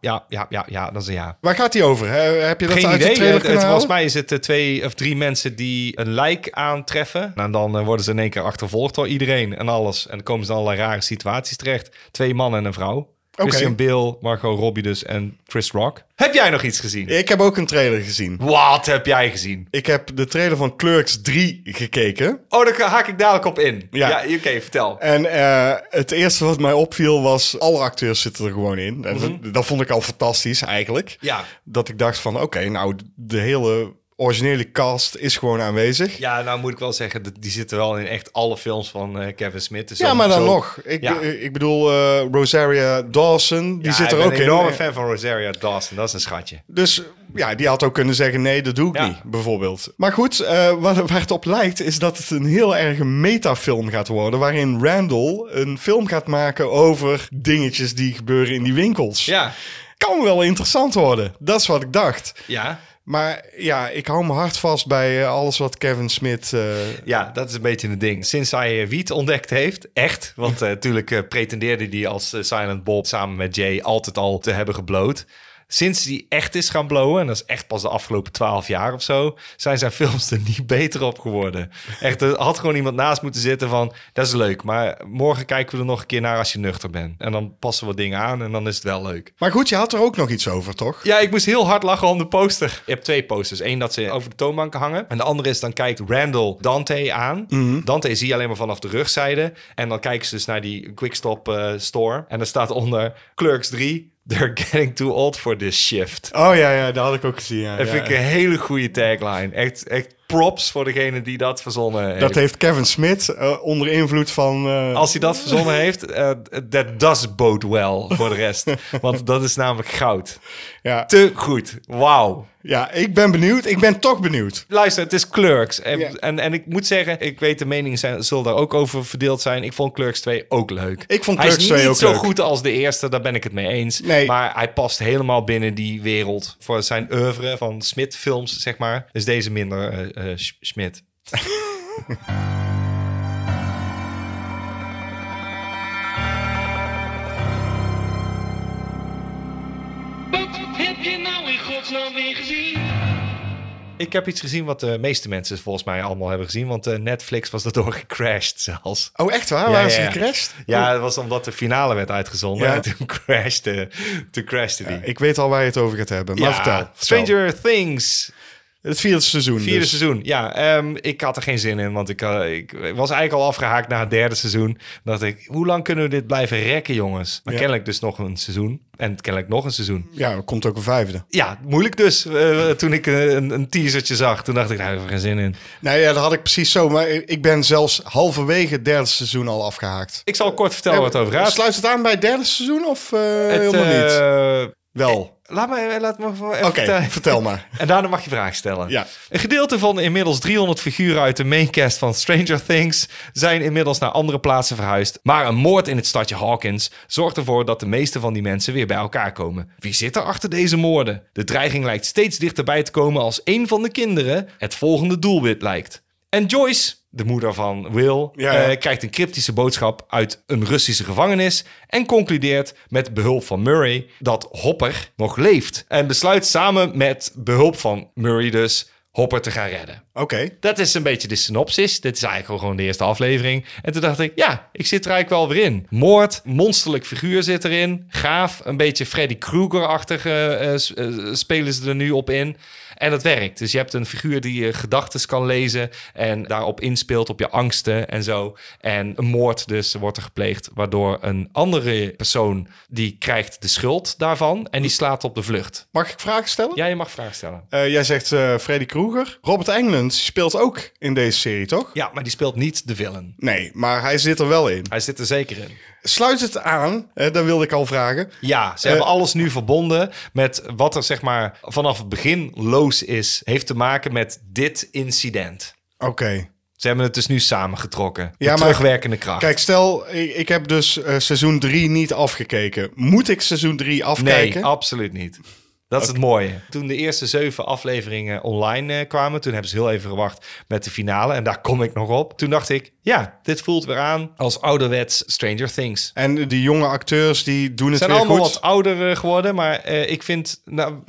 [SPEAKER 2] dat is een ja.
[SPEAKER 1] Waar gaat hij over? Heb je dat
[SPEAKER 2] Geen
[SPEAKER 1] uit
[SPEAKER 2] idee.
[SPEAKER 1] de trailer kunnen halen?
[SPEAKER 2] Volgens mij is het 2 of 3 mensen die een lijk aantreffen. En dan worden ze in één keer achtervolgd door iedereen en alles. En dan komen ze in allerlei rare situaties terecht. 2 mannen en een vrouw. Christian Bale, Margot Robbie dus en Chris Rock. Heb jij nog iets gezien?
[SPEAKER 1] Ik heb ook een trailer gezien.
[SPEAKER 2] Wat heb jij gezien?
[SPEAKER 1] Ik heb de trailer van Clerks 3 gekeken.
[SPEAKER 2] Oh, daar haak ik dadelijk op in.
[SPEAKER 1] Ja.
[SPEAKER 2] Oké, vertel.
[SPEAKER 1] En het eerste wat mij opviel was... alle acteurs zitten er gewoon in. En dat vond ik al fantastisch eigenlijk.
[SPEAKER 2] Ja.
[SPEAKER 1] Dat ik dacht van, oké, nou, de hele... originele cast is gewoon aanwezig.
[SPEAKER 2] Ja, nou moet ik wel zeggen, die zitten wel in echt alle films van Kevin Smith. Dus
[SPEAKER 1] ja, maar dan nog. Ik bedoel, Rosaria Dawson, die zit er ook in.
[SPEAKER 2] Ik ben een enorme fan van Rosaria Dawson, dat is een schatje.
[SPEAKER 1] Dus ja, die had ook kunnen zeggen, nee, dat doe ik niet, bijvoorbeeld. Maar goed, waar het op lijkt, is dat het een heel erg metafilm gaat worden, waarin Randall een film gaat maken over dingetjes die gebeuren in die winkels.
[SPEAKER 2] Ja.
[SPEAKER 1] Kan wel interessant worden. Dat is wat ik dacht.
[SPEAKER 2] Ja.
[SPEAKER 1] Maar ja, ik hou me hard vast bij alles wat Kevin Smith...
[SPEAKER 2] Ja, dat is een beetje het ding. Sinds hij wiet ontdekt heeft, echt... want natuurlijk pretendeerde hij als Silent Bob samen met Jay altijd al te hebben gebloot. Sinds hij echt is gaan blowen, en dat is echt pas de afgelopen 12 jaar of zo... zijn zijn films er niet beter op geworden. Echt, er had gewoon iemand naast moeten zitten van... dat is leuk, maar morgen kijken we er nog een keer naar als je nuchter bent. En dan passen we dingen aan en dan is het wel leuk.
[SPEAKER 1] Maar goed, je had er ook nog iets over, toch?
[SPEAKER 2] Ja, ik moest heel hard lachen om de poster. Je hebt 2 posters. Eén dat ze over de toonbanken hangen. En de andere is, dan kijkt Randall Dante aan. Dante zie je alleen maar vanaf de rugzijde. En dan kijken ze dus naar die Quickstop store. En er staat onder Clerks 3... They're getting too old for this shift.
[SPEAKER 1] Oh ja, dat had ik ook gezien. Ja,
[SPEAKER 2] dat vind ik een hele goede tagline. Echt props voor degene die dat verzonnen heeft.
[SPEAKER 1] Dat heeft Kevin Smith onder invloed van...
[SPEAKER 2] Als hij dat verzonnen heeft, that does bode well voor de rest. Want dat is namelijk goud.
[SPEAKER 1] Ja.
[SPEAKER 2] Te goed. Wauw.
[SPEAKER 1] Ja, ik ben benieuwd. Ik ben toch benieuwd.
[SPEAKER 2] Luister, het is Clerks. En,
[SPEAKER 1] Ja.
[SPEAKER 2] en ik moet zeggen, ik weet de meningen zullen daar ook over verdeeld zijn. Ik vond Clerks 2 ook leuk.
[SPEAKER 1] Ik vond Clerks 2
[SPEAKER 2] Hij is
[SPEAKER 1] ook
[SPEAKER 2] niet zo
[SPEAKER 1] leuk.
[SPEAKER 2] goed als de eerste, daar ben ik het mee eens.
[SPEAKER 1] Nee.
[SPEAKER 2] Maar hij past helemaal binnen die wereld. Voor zijn oeuvre van Smith-films, zeg maar, is deze minder Smith.
[SPEAKER 4] Wat heb je nou in godsnaam weer gezien?
[SPEAKER 2] Ik heb iets gezien wat de meeste mensen volgens mij allemaal hebben gezien. Want Netflix was erdoor gecrashed zelfs.
[SPEAKER 1] Oh, echt waar?
[SPEAKER 2] Ja,
[SPEAKER 1] Waren ze
[SPEAKER 2] ja.
[SPEAKER 1] gecrashed?
[SPEAKER 2] Ja, dat was omdat de finale werd uitgezonden.
[SPEAKER 1] Ja.
[SPEAKER 2] En toen crashte die.
[SPEAKER 1] Ik weet al waar je het over gaat hebben. Maar vertel.
[SPEAKER 2] Stranger Things.
[SPEAKER 1] Het 4e seizoen.
[SPEAKER 2] Vierde
[SPEAKER 1] dus.
[SPEAKER 2] seizoen, ja. Ik had er geen zin in, want ik was eigenlijk al afgehaakt na het 3e seizoen. Dacht ik, hoe lang kunnen we dit blijven rekken, jongens? Maar
[SPEAKER 1] Ja.
[SPEAKER 2] kennelijk dus nog een seizoen. En kennelijk nog een seizoen.
[SPEAKER 1] Ja, er komt ook een 5e.
[SPEAKER 2] Ja, moeilijk dus. Toen ik een teasertje zag, toen dacht ik, daar heb ik geen zin in.
[SPEAKER 1] Nou ja, dat had ik precies zo. Maar ik ben zelfs halverwege het 3e seizoen al afgehaakt.
[SPEAKER 2] Ik zal kort vertellen wat het over gaat.
[SPEAKER 1] Sluit het aan bij het 3e seizoen of helemaal niet? Wel.
[SPEAKER 2] Laat me even
[SPEAKER 1] Oké,
[SPEAKER 2] vertellen.
[SPEAKER 1] vertel maar.
[SPEAKER 2] En daarna mag je vragen stellen.
[SPEAKER 1] Ja.
[SPEAKER 2] Een gedeelte van de inmiddels 300 figuren uit de maincast van Stranger Things zijn inmiddels naar andere plaatsen verhuisd. Maar een moord in het stadje Hawkins zorgt ervoor dat de meeste van die mensen weer bij elkaar komen. Wie zit er achter deze moorden? De dreiging lijkt steeds dichterbij te komen als een van de kinderen het volgende doelwit lijkt. En Joyce, de moeder van Will, krijgt een cryptische boodschap uit een Russische gevangenis en concludeert met behulp van Murray dat Hopper nog leeft. En besluit samen met behulp van Murray dus Hopper te gaan redden.
[SPEAKER 1] Oké.
[SPEAKER 2] Dat is een beetje de synopsis. Dit is eigenlijk gewoon de eerste aflevering. En toen dacht ik, ja, ik zit er eigenlijk wel weer in. Moord, monsterlijk figuur zit erin. Gaaf, een beetje Freddy Krueger-achtige spelen ze er nu op in. En dat werkt. Dus je hebt een figuur die je gedachten kan lezen en daarop inspeelt op je angsten en zo. En een moord dus wordt er gepleegd, waardoor een andere persoon die krijgt de schuld daarvan en die slaat op de vlucht.
[SPEAKER 1] Mag ik vragen stellen?
[SPEAKER 2] Ja, je mag vragen stellen.
[SPEAKER 1] Jij zegt Freddy Krueger. Robert Englund speelt ook in deze serie, toch?
[SPEAKER 2] Ja, maar die speelt niet de villain.
[SPEAKER 1] Nee, maar hij zit er wel in.
[SPEAKER 2] Hij zit er zeker in.
[SPEAKER 1] Sluit het aan, dat wilde ik al vragen.
[SPEAKER 2] Ja, ze hebben alles nu verbonden met wat er zeg maar vanaf het begin loos is. Heeft te maken met dit incident.
[SPEAKER 1] Oké.
[SPEAKER 2] Ze hebben het dus nu samengetrokken. Met
[SPEAKER 1] Ja, maar
[SPEAKER 2] terugwerkende kracht.
[SPEAKER 1] Kijk, stel, ik heb dus seizoen 3 niet afgekeken. Moet ik seizoen 3 afkijken?
[SPEAKER 2] Nee, absoluut niet. Dat is het mooie. Toen de eerste 7 afleveringen online kwamen, toen hebben ze heel even gewacht met de finale. En daar kom ik nog op. Toen dacht ik, ja, dit voelt weer aan als ouderwets Stranger Things.
[SPEAKER 1] En die jonge acteurs, die doen het
[SPEAKER 2] Ze zijn
[SPEAKER 1] weer
[SPEAKER 2] allemaal
[SPEAKER 1] goed.
[SPEAKER 2] wat ouder geworden, maar ik vind,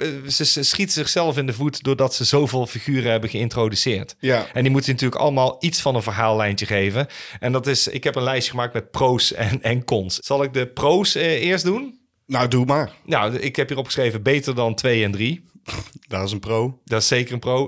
[SPEAKER 2] ze schieten zichzelf in de voet doordat ze zoveel figuren hebben geïntroduceerd.
[SPEAKER 1] Ja.
[SPEAKER 2] En die moeten natuurlijk allemaal iets van een verhaallijntje geven. En dat is, ik heb een lijstje gemaakt met pro's en cons. Zal ik de pro's eerst doen?
[SPEAKER 1] Nou, doe maar.
[SPEAKER 2] Nou, ik heb hier opgeschreven beter dan 2 en 3.
[SPEAKER 1] Dat is een pro.
[SPEAKER 2] Dat is zeker een pro.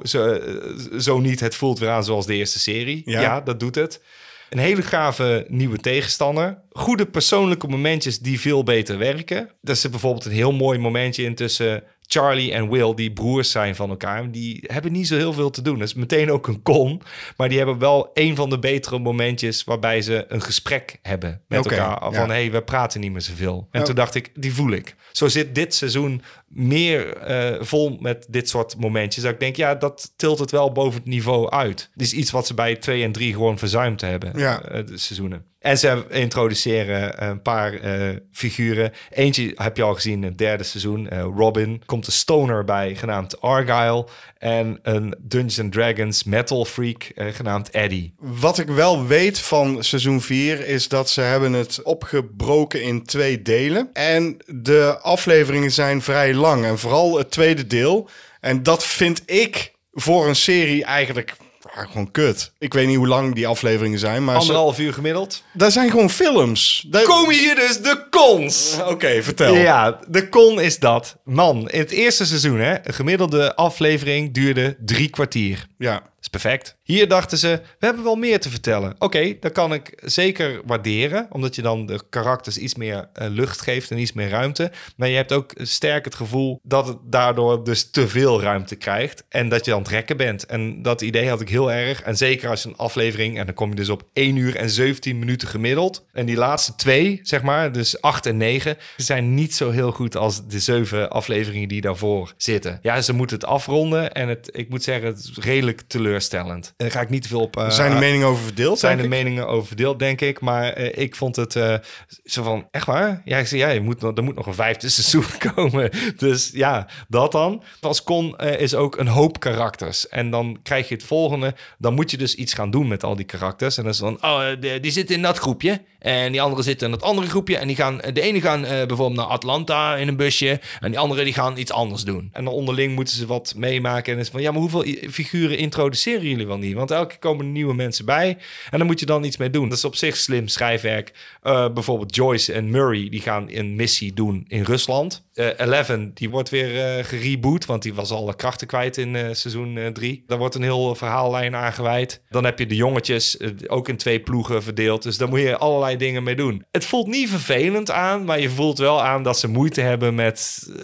[SPEAKER 2] Zo niet, het voelt weer aan zoals de eerste serie.
[SPEAKER 1] Ja.
[SPEAKER 2] Ja, dat doet het. Een hele gave nieuwe tegenstander. Goede persoonlijke momentjes die veel beter werken. Er zit bijvoorbeeld een heel mooi momentje in tussen Charlie en Will, die broers zijn van elkaar. Die hebben niet zo heel veel te doen. Dat is meteen ook een con. Maar die hebben wel een van de betere momentjes waarbij ze een gesprek hebben met elkaar. Van, hey, we praten niet meer zoveel. En toen dacht ik, die voel ik. Zo zit dit seizoen meer vol met dit soort momentjes. Dat ik denk, ja, dat tilt het wel boven het niveau uit. Dit is iets wat ze bij 2 en 3 gewoon verzuimd hebben. De seizoenen. En ze introduceren een paar figuren. Eentje heb je al gezien in het 3e seizoen. Robin. Komt een stoner bij, genaamd Argyle. En een Dungeons & Dragons metal freak, genaamd Eddie.
[SPEAKER 1] Wat ik wel weet van seizoen 4 is dat ze hebben het opgebroken in 2 delen. En de afleveringen zijn vrij lang. En vooral het tweede deel. En dat vind ik voor een serie eigenlijk gewoon kut. Ik weet niet hoe lang die afleveringen zijn, maar
[SPEAKER 2] 1,5 uur gemiddeld.
[SPEAKER 1] dat zijn gewoon films.
[SPEAKER 2] Komen hier dus de cons.
[SPEAKER 1] Oké, vertel.
[SPEAKER 2] Ja, de con is dat. Man, in het eerste seizoen, hè, een gemiddelde aflevering duurde 3 kwartier.
[SPEAKER 1] Ja.
[SPEAKER 2] Dat is perfect. Hier dachten ze, we hebben wel meer te vertellen. Oké, dat kan ik zeker waarderen. Omdat je dan de karakters iets meer lucht geeft en iets meer ruimte. Maar je hebt ook sterk het gevoel dat het daardoor dus te veel ruimte krijgt. En dat je aan het rekken bent. En dat idee had ik heel erg. En zeker als je een aflevering, en dan kom je dus op 1 uur en 17 minuten gemiddeld. En die laatste 2, zeg maar, dus 8 en 9, zijn niet zo heel goed als de 7 afleveringen die daarvoor zitten. Ja, ze moeten het afronden. En ik moet zeggen, het is redelijk teleurstellend. En daar ga ik niet te veel op...
[SPEAKER 1] Zijn de meningen over verdeeld?
[SPEAKER 2] Zijn de meningen over verdeeld, denk ik. Maar ik vond het zo van, echt waar? Ja, ik zei, ja, er moet nog een 5e seizoen komen. Dus ja, dat dan. Als con is ook een hoop karakters. En dan krijg je het volgende. Dan moet je dus iets gaan doen met al die karakters. En dan is dan, die zitten in dat groepje. En die andere zitten in dat andere groepje. En de ene gaan bijvoorbeeld naar Atlanta in een busje. En die andere die gaan iets anders doen. En dan onderling moeten ze wat meemaken. En dan is van, ja, maar hoeveel figuren introduceren jullie wel niet? Want elke keer komen er nieuwe mensen bij. En dan moet je dan iets mee doen. Dat is op zich slim schrijfwerk. Bijvoorbeeld Joyce en Murray, die gaan een missie doen in Rusland. Eleven, die wordt weer gereboot. Want die was al krachten kwijt in seizoen 3. Daar wordt een heel verhaallijn aangeweid. Dan heb je de jongetjes ook in 2 ploegen verdeeld. Dus daar moet je allerlei dingen mee doen. Het voelt niet vervelend aan, maar je voelt wel aan dat ze moeite hebben met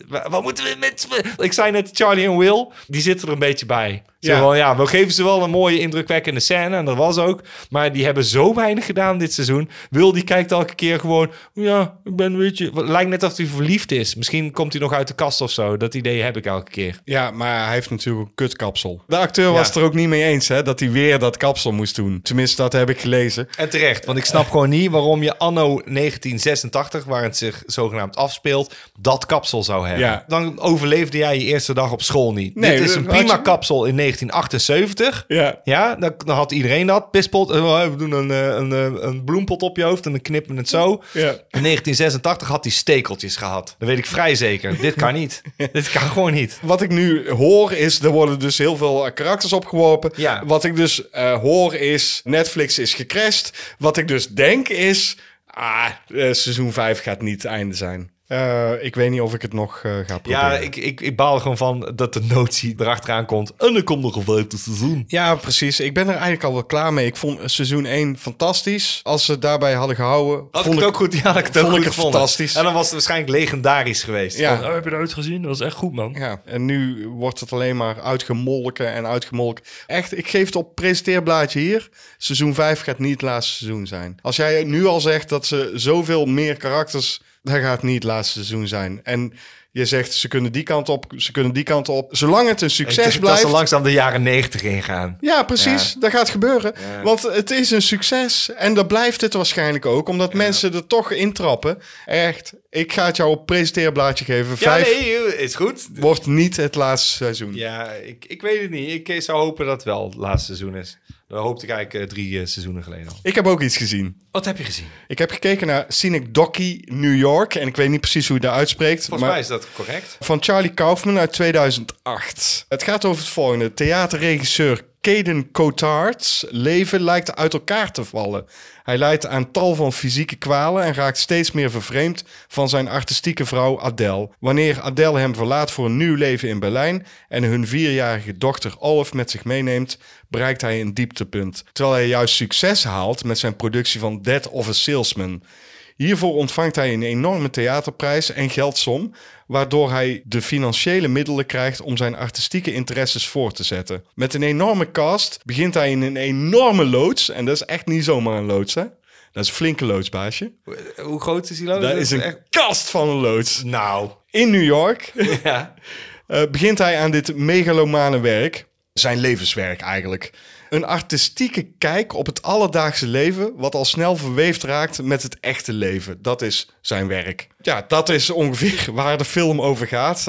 [SPEAKER 2] Wat moeten we met... Ik zei net, Charlie en Will, die zitten er een beetje bij.
[SPEAKER 1] Ja.
[SPEAKER 2] Ja, we geven ze wel een mooie, indrukwekkende scène. En dat was ook. Maar die hebben zo weinig gedaan dit seizoen. Will, die kijkt elke keer gewoon... Ja, ik ben een beetje... Het lijkt net alsof hij verliefd is. Misschien komt hij nog uit de kast of zo. Dat idee heb ik elke keer.
[SPEAKER 1] Ja, maar hij heeft natuurlijk een kutkapsel. De acteur was het er ook niet mee eens, hè, dat hij weer dat kapsel moest doen. Tenminste, dat heb ik gelezen.
[SPEAKER 2] En terecht, want ik snap gewoon niet waarom je anno 1986, waar het zich zogenaamd afspeelt, dat kapsel zou hebben.
[SPEAKER 1] Ja.
[SPEAKER 2] Dan overleefde jij je eerste dag op school niet.
[SPEAKER 1] Nee,
[SPEAKER 2] Dit is een
[SPEAKER 1] had
[SPEAKER 2] prima
[SPEAKER 1] je-
[SPEAKER 2] kapsel in 1978.
[SPEAKER 1] Ja.
[SPEAKER 2] Ja, dan had iedereen dat. Pispot, we doen een bloempot op je hoofd en dan knippen we het zo.
[SPEAKER 1] Ja.
[SPEAKER 2] In 1986 had hij stekeltjes gehad. Dat weet ik vrij zeker. Dit kan niet. Dit kan gewoon niet.
[SPEAKER 1] Wat ik nu hoor is, er worden dus heel veel karakters opgeworpen.
[SPEAKER 2] Ja.
[SPEAKER 1] Wat ik dus hoor is, Netflix is gecrashed. Wat ik dus denk is, seizoen 5 gaat niet het einde zijn. Ik weet niet of ik het nog ga proberen.
[SPEAKER 2] Ja, ik baal er gewoon van dat de notie erachteraan komt. En er komt nog een 5e seizoen.
[SPEAKER 1] Ja, precies. Ik ben er eigenlijk al wel klaar mee. Ik vond seizoen 1 fantastisch. Als ze daarbij hadden gehouden...
[SPEAKER 2] Had ik het ook goed? Ja, had ik het ook
[SPEAKER 1] vond
[SPEAKER 2] goed
[SPEAKER 1] ik het
[SPEAKER 2] gevonden.
[SPEAKER 1] fantastisch.
[SPEAKER 2] En dan was het waarschijnlijk legendarisch geweest.
[SPEAKER 1] Ja.
[SPEAKER 2] Van, heb je eruit gezien? Dat was echt goed, man.
[SPEAKER 1] Ja, en nu wordt het alleen maar uitgemolken en uitgemolken. Echt, ik geef het op presenteerblaadje hier. Seizoen 5 gaat niet het laatste seizoen zijn. Als jij nu al zegt dat ze zoveel meer karakters... dat gaat niet het laatste seizoen zijn. En je zegt, ze kunnen die kant op, ze kunnen die kant op. Zolang het een succes
[SPEAKER 2] Dat
[SPEAKER 1] blijft...
[SPEAKER 2] ze langzaam de jaren 90 ingaan.
[SPEAKER 1] Ja, precies.
[SPEAKER 2] Ja.
[SPEAKER 1] Dat gaat gebeuren.
[SPEAKER 2] Ja.
[SPEAKER 1] Want het is een succes. En dat blijft het waarschijnlijk ook. Omdat mensen er toch intrappen. Echt, ik ga het jou op presenteerblaadje geven. 5
[SPEAKER 2] is goed.
[SPEAKER 1] wordt niet het laatste seizoen.
[SPEAKER 2] Ja, ik weet het niet. Ik zou hopen dat het wel het laatste seizoen is. Dat hoopte ik eigenlijk 3 seizoenen geleden al.
[SPEAKER 1] Ik heb ook iets gezien.
[SPEAKER 2] Wat heb je gezien?
[SPEAKER 1] Ik heb gekeken naar Synecdoche New York. En ik weet niet precies hoe je dat uitspreekt.
[SPEAKER 2] Volgens
[SPEAKER 1] maar
[SPEAKER 2] mij is dat correct.
[SPEAKER 1] van Charlie Kaufman uit 2008. Het gaat over het volgende. Theaterregisseur Caden Cotard's leven lijkt uit elkaar te vallen. Hij lijdt aan tal van fysieke kwalen en raakt steeds meer vervreemd van zijn artistieke vrouw Adele. Wanneer Adele hem verlaat voor een nieuw leven in Berlijn en hun 4-jarige dochter Olive met zich meeneemt, bereikt hij een dieptepunt. Terwijl hij juist succes haalt met zijn productie van Death of a Salesman. Hiervoor ontvangt hij een enorme theaterprijs en geldsom, waardoor hij de financiële middelen krijgt om zijn artistieke interesses voor te zetten. Met een enorme cast begint hij in een enorme loods, en dat is echt niet zomaar een loods, hè? Dat is een flinke loods, baasje.
[SPEAKER 2] Hoe groot is die lood?
[SPEAKER 1] Dat is een kast van een loods.
[SPEAKER 2] Nou,
[SPEAKER 1] In New York
[SPEAKER 2] ja.
[SPEAKER 1] begint hij aan dit megalomane werk. Zijn levenswerk eigenlijk. Een artistieke kijk op het alledaagse leven, wat al snel verweefd raakt met het echte leven. Dat is zijn werk. Ja, dat is ongeveer waar de film over gaat.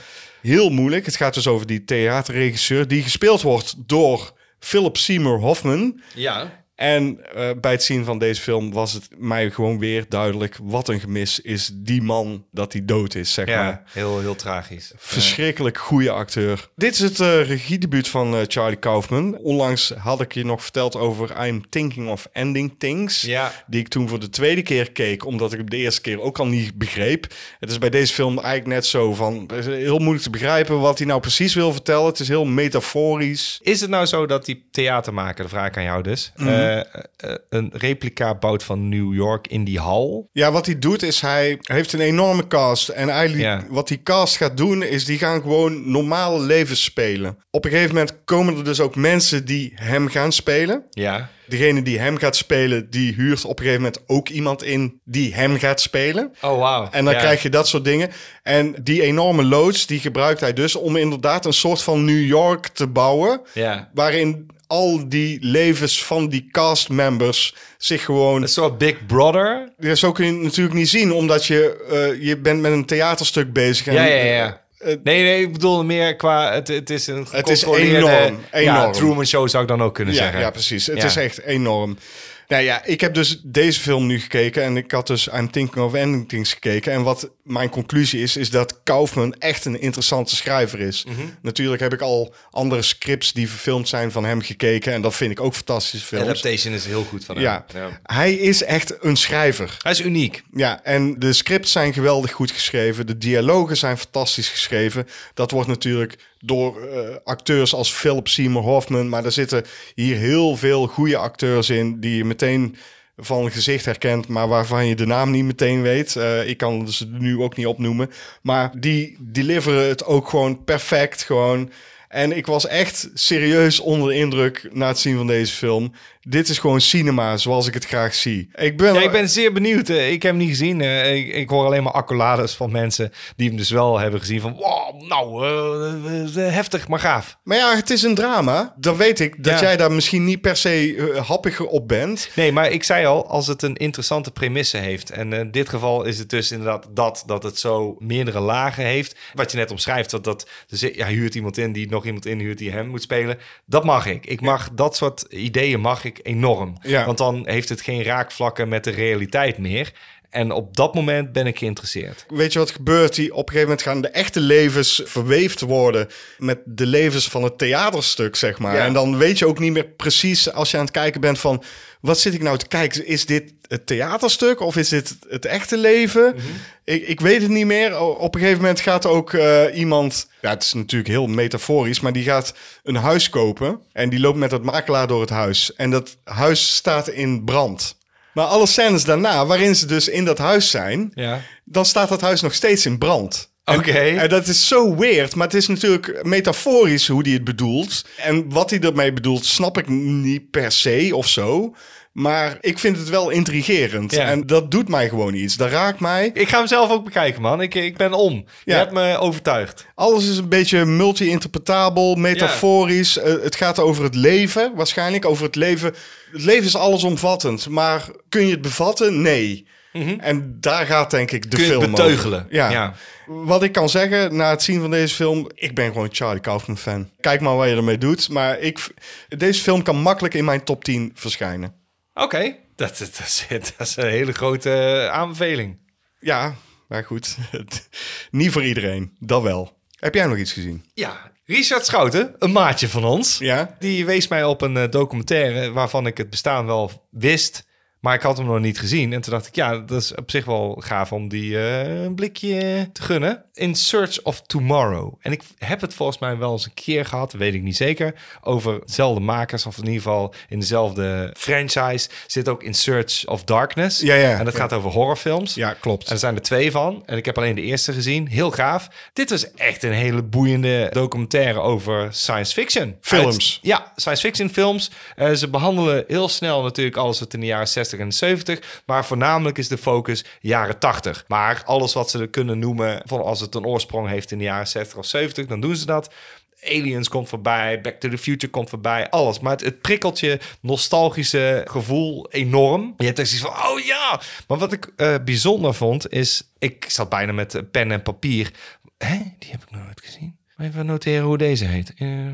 [SPEAKER 1] Heel moeilijk. Het gaat dus over die theaterregisseur die gespeeld wordt door Philip Seymour Hoffman.
[SPEAKER 2] Ja.
[SPEAKER 1] En bij het zien van deze film was het mij gewoon weer duidelijk wat een gemis is die man dat hij dood is, zeg maar.
[SPEAKER 2] Ja, heel tragisch.
[SPEAKER 1] Verschrikkelijk goede acteur. Dit is het regiedebuut van Charlie Kaufman. Onlangs had ik je nog verteld over I'm Thinking of Ending Things.
[SPEAKER 2] Ja.
[SPEAKER 1] Die ik toen voor de tweede keer keek, omdat ik hem de eerste keer ook al niet begreep. Het is bij deze film eigenlijk net zo van... Het is heel moeilijk te begrijpen wat hij nou precies wil vertellen. Het is heel metaforisch.
[SPEAKER 2] Is het nou zo dat die theatermaker, de vraag ik aan jou dus, een replica bouwt van New York in die hal?
[SPEAKER 1] Ja, wat hij doet is hij heeft een enorme cast. En eigenlijk wat die cast gaat doen is die gaan gewoon normale levens spelen. Op een gegeven moment komen er dus ook mensen die hem gaan spelen.
[SPEAKER 2] Ja.
[SPEAKER 1] Degene die hem gaat spelen, die huurt op een gegeven moment ook iemand in die hem gaat spelen.
[SPEAKER 2] Oh, wauw.
[SPEAKER 1] En dan krijg je dat soort dingen. En die enorme loods, die gebruikt hij dus om inderdaad een soort van New York te bouwen.
[SPEAKER 2] Ja.
[SPEAKER 1] Waarin al die levens van die castmembers zich gewoon...
[SPEAKER 2] Een soort Big Brother.
[SPEAKER 1] Ja, zo kun je het natuurlijk niet zien, omdat je bent met een theaterstuk bezig. En,
[SPEAKER 2] Ja. Nee, ik bedoel meer qua... Het is een
[SPEAKER 1] enorm.
[SPEAKER 2] Ja, Truman Show zou ik dan ook kunnen zeggen.
[SPEAKER 1] Ja, precies. Het is echt enorm. Nou ja, ik heb dus deze film nu gekeken en ik had dus I'm Thinking of Ending Things gekeken. En wat mijn conclusie is dat Kaufman echt een interessante schrijver is. Mm-hmm. Natuurlijk heb ik al andere scripts die verfilmd zijn van hem gekeken en dat vind ik ook fantastische films.
[SPEAKER 2] Adaptation is heel goed van hem.
[SPEAKER 1] Ja, hij is echt een schrijver.
[SPEAKER 2] Hij is uniek.
[SPEAKER 1] Ja, en de scripts zijn geweldig goed geschreven. De dialogen zijn fantastisch geschreven. Dat wordt natuurlijk door acteurs als Philip Seymour Hoffman. Maar er zitten hier heel veel goede acteurs in die je meteen van gezicht herkent, maar waarvan je de naam niet meteen weet. Ik kan ze nu ook niet opnoemen. Maar die deliveren het ook gewoon perfect. Gewoon. En ik was echt serieus onder de indruk na het zien van deze film. Dit is gewoon cinema zoals ik het graag zie. Ik ben
[SPEAKER 2] zeer benieuwd. Ik heb hem niet gezien. Ik hoor alleen maar accolades van mensen die hem dus wel hebben gezien. Van wow, nou, heftig, maar gaaf.
[SPEAKER 1] Maar ja, het is een drama. Dan weet ik dat jij daar misschien niet per se happig op bent.
[SPEAKER 2] Nee, maar ik zei al, als het een interessante premisse heeft. En in dit geval is het dus inderdaad dat het zo meerdere lagen heeft. Wat je net omschrijft, dus hij huurt iemand in die nog iemand inhuurt die hem moet spelen. Dat mag ik. Ik mag dat soort ideeën mag ik enorm. Ja. Want dan heeft het geen raakvlakken met de realiteit meer. En op dat moment ben ik geïnteresseerd.
[SPEAKER 1] Weet je wat gebeurt? Op een gegeven moment gaan de echte levens verweefd worden met de levens van het theaterstuk, zeg maar. Ja. En dan weet je ook niet meer precies als je aan het kijken bent van, wat zit ik nou te kijken? Is dit het theaterstuk of is dit het echte leven? Mm-hmm. Ik weet het niet meer. Op een gegeven moment gaat ook iemand, ja, het is natuurlijk heel metaforisch, maar die gaat een huis kopen en die loopt met dat makelaar door het huis. En dat huis staat in brand. Maar alle scènes daarna, waarin ze dus in dat huis zijn, dan staat dat huis nog steeds in brand.
[SPEAKER 2] Oké.
[SPEAKER 1] En dat is zo weird, maar het is natuurlijk metaforisch hoe hij het bedoelt. En wat hij ermee bedoelt, snap ik niet per se of zo. Maar ik vind het wel intrigerend. Ja. En dat doet mij gewoon iets. Dat raakt mij.
[SPEAKER 2] Ik ga hem zelf ook bekijken, man. Ik ben om. Je hebt me overtuigd.
[SPEAKER 1] Alles is een beetje multi-interpretabel, metaforisch. Het gaat over het leven, waarschijnlijk. Over het leven. Het leven is allesomvattend. Maar kun je het bevatten? Nee. Mm-hmm. En daar gaat denk ik de film over.
[SPEAKER 2] Kun je het beteugelen.
[SPEAKER 1] Ja. Wat ik kan zeggen na het zien van deze film, ik ben gewoon Charlie Kaufman fan. Kijk maar wat je ermee doet. Maar deze film kan makkelijk in mijn top 10 verschijnen.
[SPEAKER 2] Oké, dat is een hele grote aanbeveling.
[SPEAKER 1] Ja, maar goed. Niet voor iedereen, dat wel. Heb jij nog iets gezien?
[SPEAKER 2] Ja, Richard Schouten, een maatje van ons.
[SPEAKER 1] Ja?
[SPEAKER 2] Die wees mij op een documentaire waarvan ik het bestaan wel wist, maar ik had hem nog niet gezien. En toen dacht ik, ja, dat is op zich wel gaaf om die een blikje te gunnen. In Search of Tomorrow. En ik heb het volgens mij wel eens een keer gehad, weet ik niet zeker, over dezelfde makers, of in ieder geval in dezelfde franchise. Zit ook In Search of Darkness.
[SPEAKER 1] Ja.
[SPEAKER 2] En dat gaat over horrorfilms.
[SPEAKER 1] Ja, klopt.
[SPEAKER 2] En er zijn er 2 van. En ik heb alleen de eerste gezien. Heel gaaf. Dit was echt een hele boeiende documentaire over science fiction.
[SPEAKER 1] Films.
[SPEAKER 2] Science fiction films. Ze behandelen heel snel natuurlijk alles wat in de jaren 60 en 70. Maar voornamelijk is de focus jaren 80. Maar alles wat ze kunnen noemen, van als het een oorsprong heeft in de jaren 60 of 70, dan doen ze dat. Aliens komt voorbij, Back to the Future komt voorbij, alles. Maar het prikkelt je nostalgische gevoel enorm. Je hebt echt zoiets van, oh ja! Maar wat ik bijzonder vond, is, ik zat bijna met pen en papier. Die heb ik nog nooit gezien. Even noteren hoe deze heet.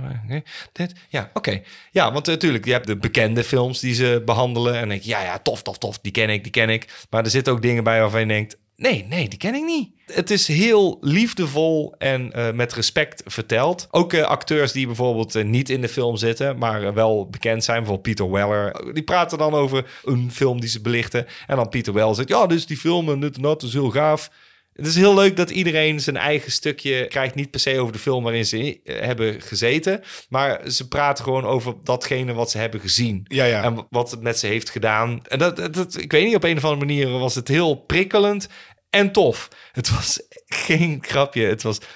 [SPEAKER 2] Dit? Ja, oké. Ja, want natuurlijk, je hebt de bekende films die ze behandelen. En dan denk je, ja, tof, die ken ik. Maar er zitten ook dingen bij waarvan je denkt, nee, die ken ik niet. Het is heel liefdevol en met respect verteld. Ook acteurs die bijvoorbeeld niet in de film zitten, maar wel bekend zijn. Bijvoorbeeld Peter Weller. Die praten dan over een film die ze belichten. En dan Peter Weller zegt, ja, dus die film en dit en dat is heel gaaf. Het is heel leuk dat iedereen zijn eigen stukje krijgt. Niet per se over de film waarin ze hebben gezeten. Maar ze praten gewoon over datgene wat ze hebben gezien.
[SPEAKER 1] Ja.
[SPEAKER 2] En wat het met ze heeft gedaan. En dat, ik weet niet, op een of andere manier was het heel prikkelend en tof. Het was geen grapje. Het was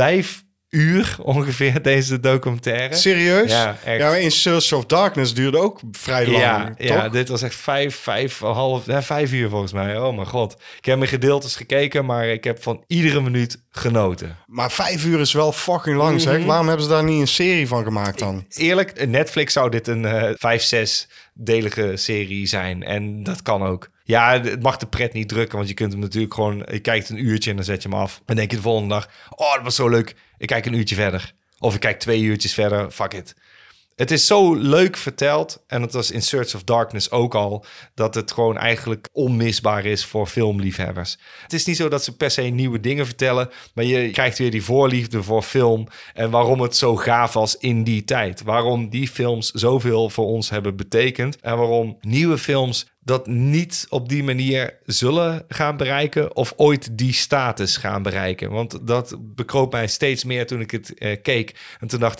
[SPEAKER 2] 5 uur ongeveer, deze documentaire.
[SPEAKER 1] Serieus?
[SPEAKER 2] Ja, echt.
[SPEAKER 1] Ja, In Search of Darkness duurde ook vrij lang, toch?
[SPEAKER 2] Ja, dit was echt 5 uur volgens mij. Oh mijn god. Ik heb in gedeeltes gekeken, maar ik heb van iedere minuut genoten.
[SPEAKER 1] Maar 5 uur is wel fucking lang, zeg. Waarom hebben ze daar niet een serie van gemaakt dan?
[SPEAKER 2] Eerlijk, Netflix zou dit een 5-6-delige serie zijn. En dat kan ook. Ja, het mag de pret niet drukken, want je kunt hem natuurlijk gewoon... Je kijkt een uurtje en dan zet je hem af. En denk je de volgende dag, oh, dat was zo leuk. Ik kijk een uurtje verder. Of ik kijk 2 uurtjes verder. Fuck it. Het is zo leuk verteld. En het was in Search of Darkness ook al. Dat het gewoon eigenlijk onmisbaar is voor filmliefhebbers. Het is niet zo dat ze per se nieuwe dingen vertellen. Maar je krijgt weer die voorliefde voor film. En waarom het zo gaaf was in die tijd. Waarom die films zoveel voor ons hebben betekend. En waarom nieuwe films dat niet op die manier zullen gaan bereiken of ooit die status gaan bereiken. Want dat bekroop mij steeds meer toen ik het keek. En toen dacht ik,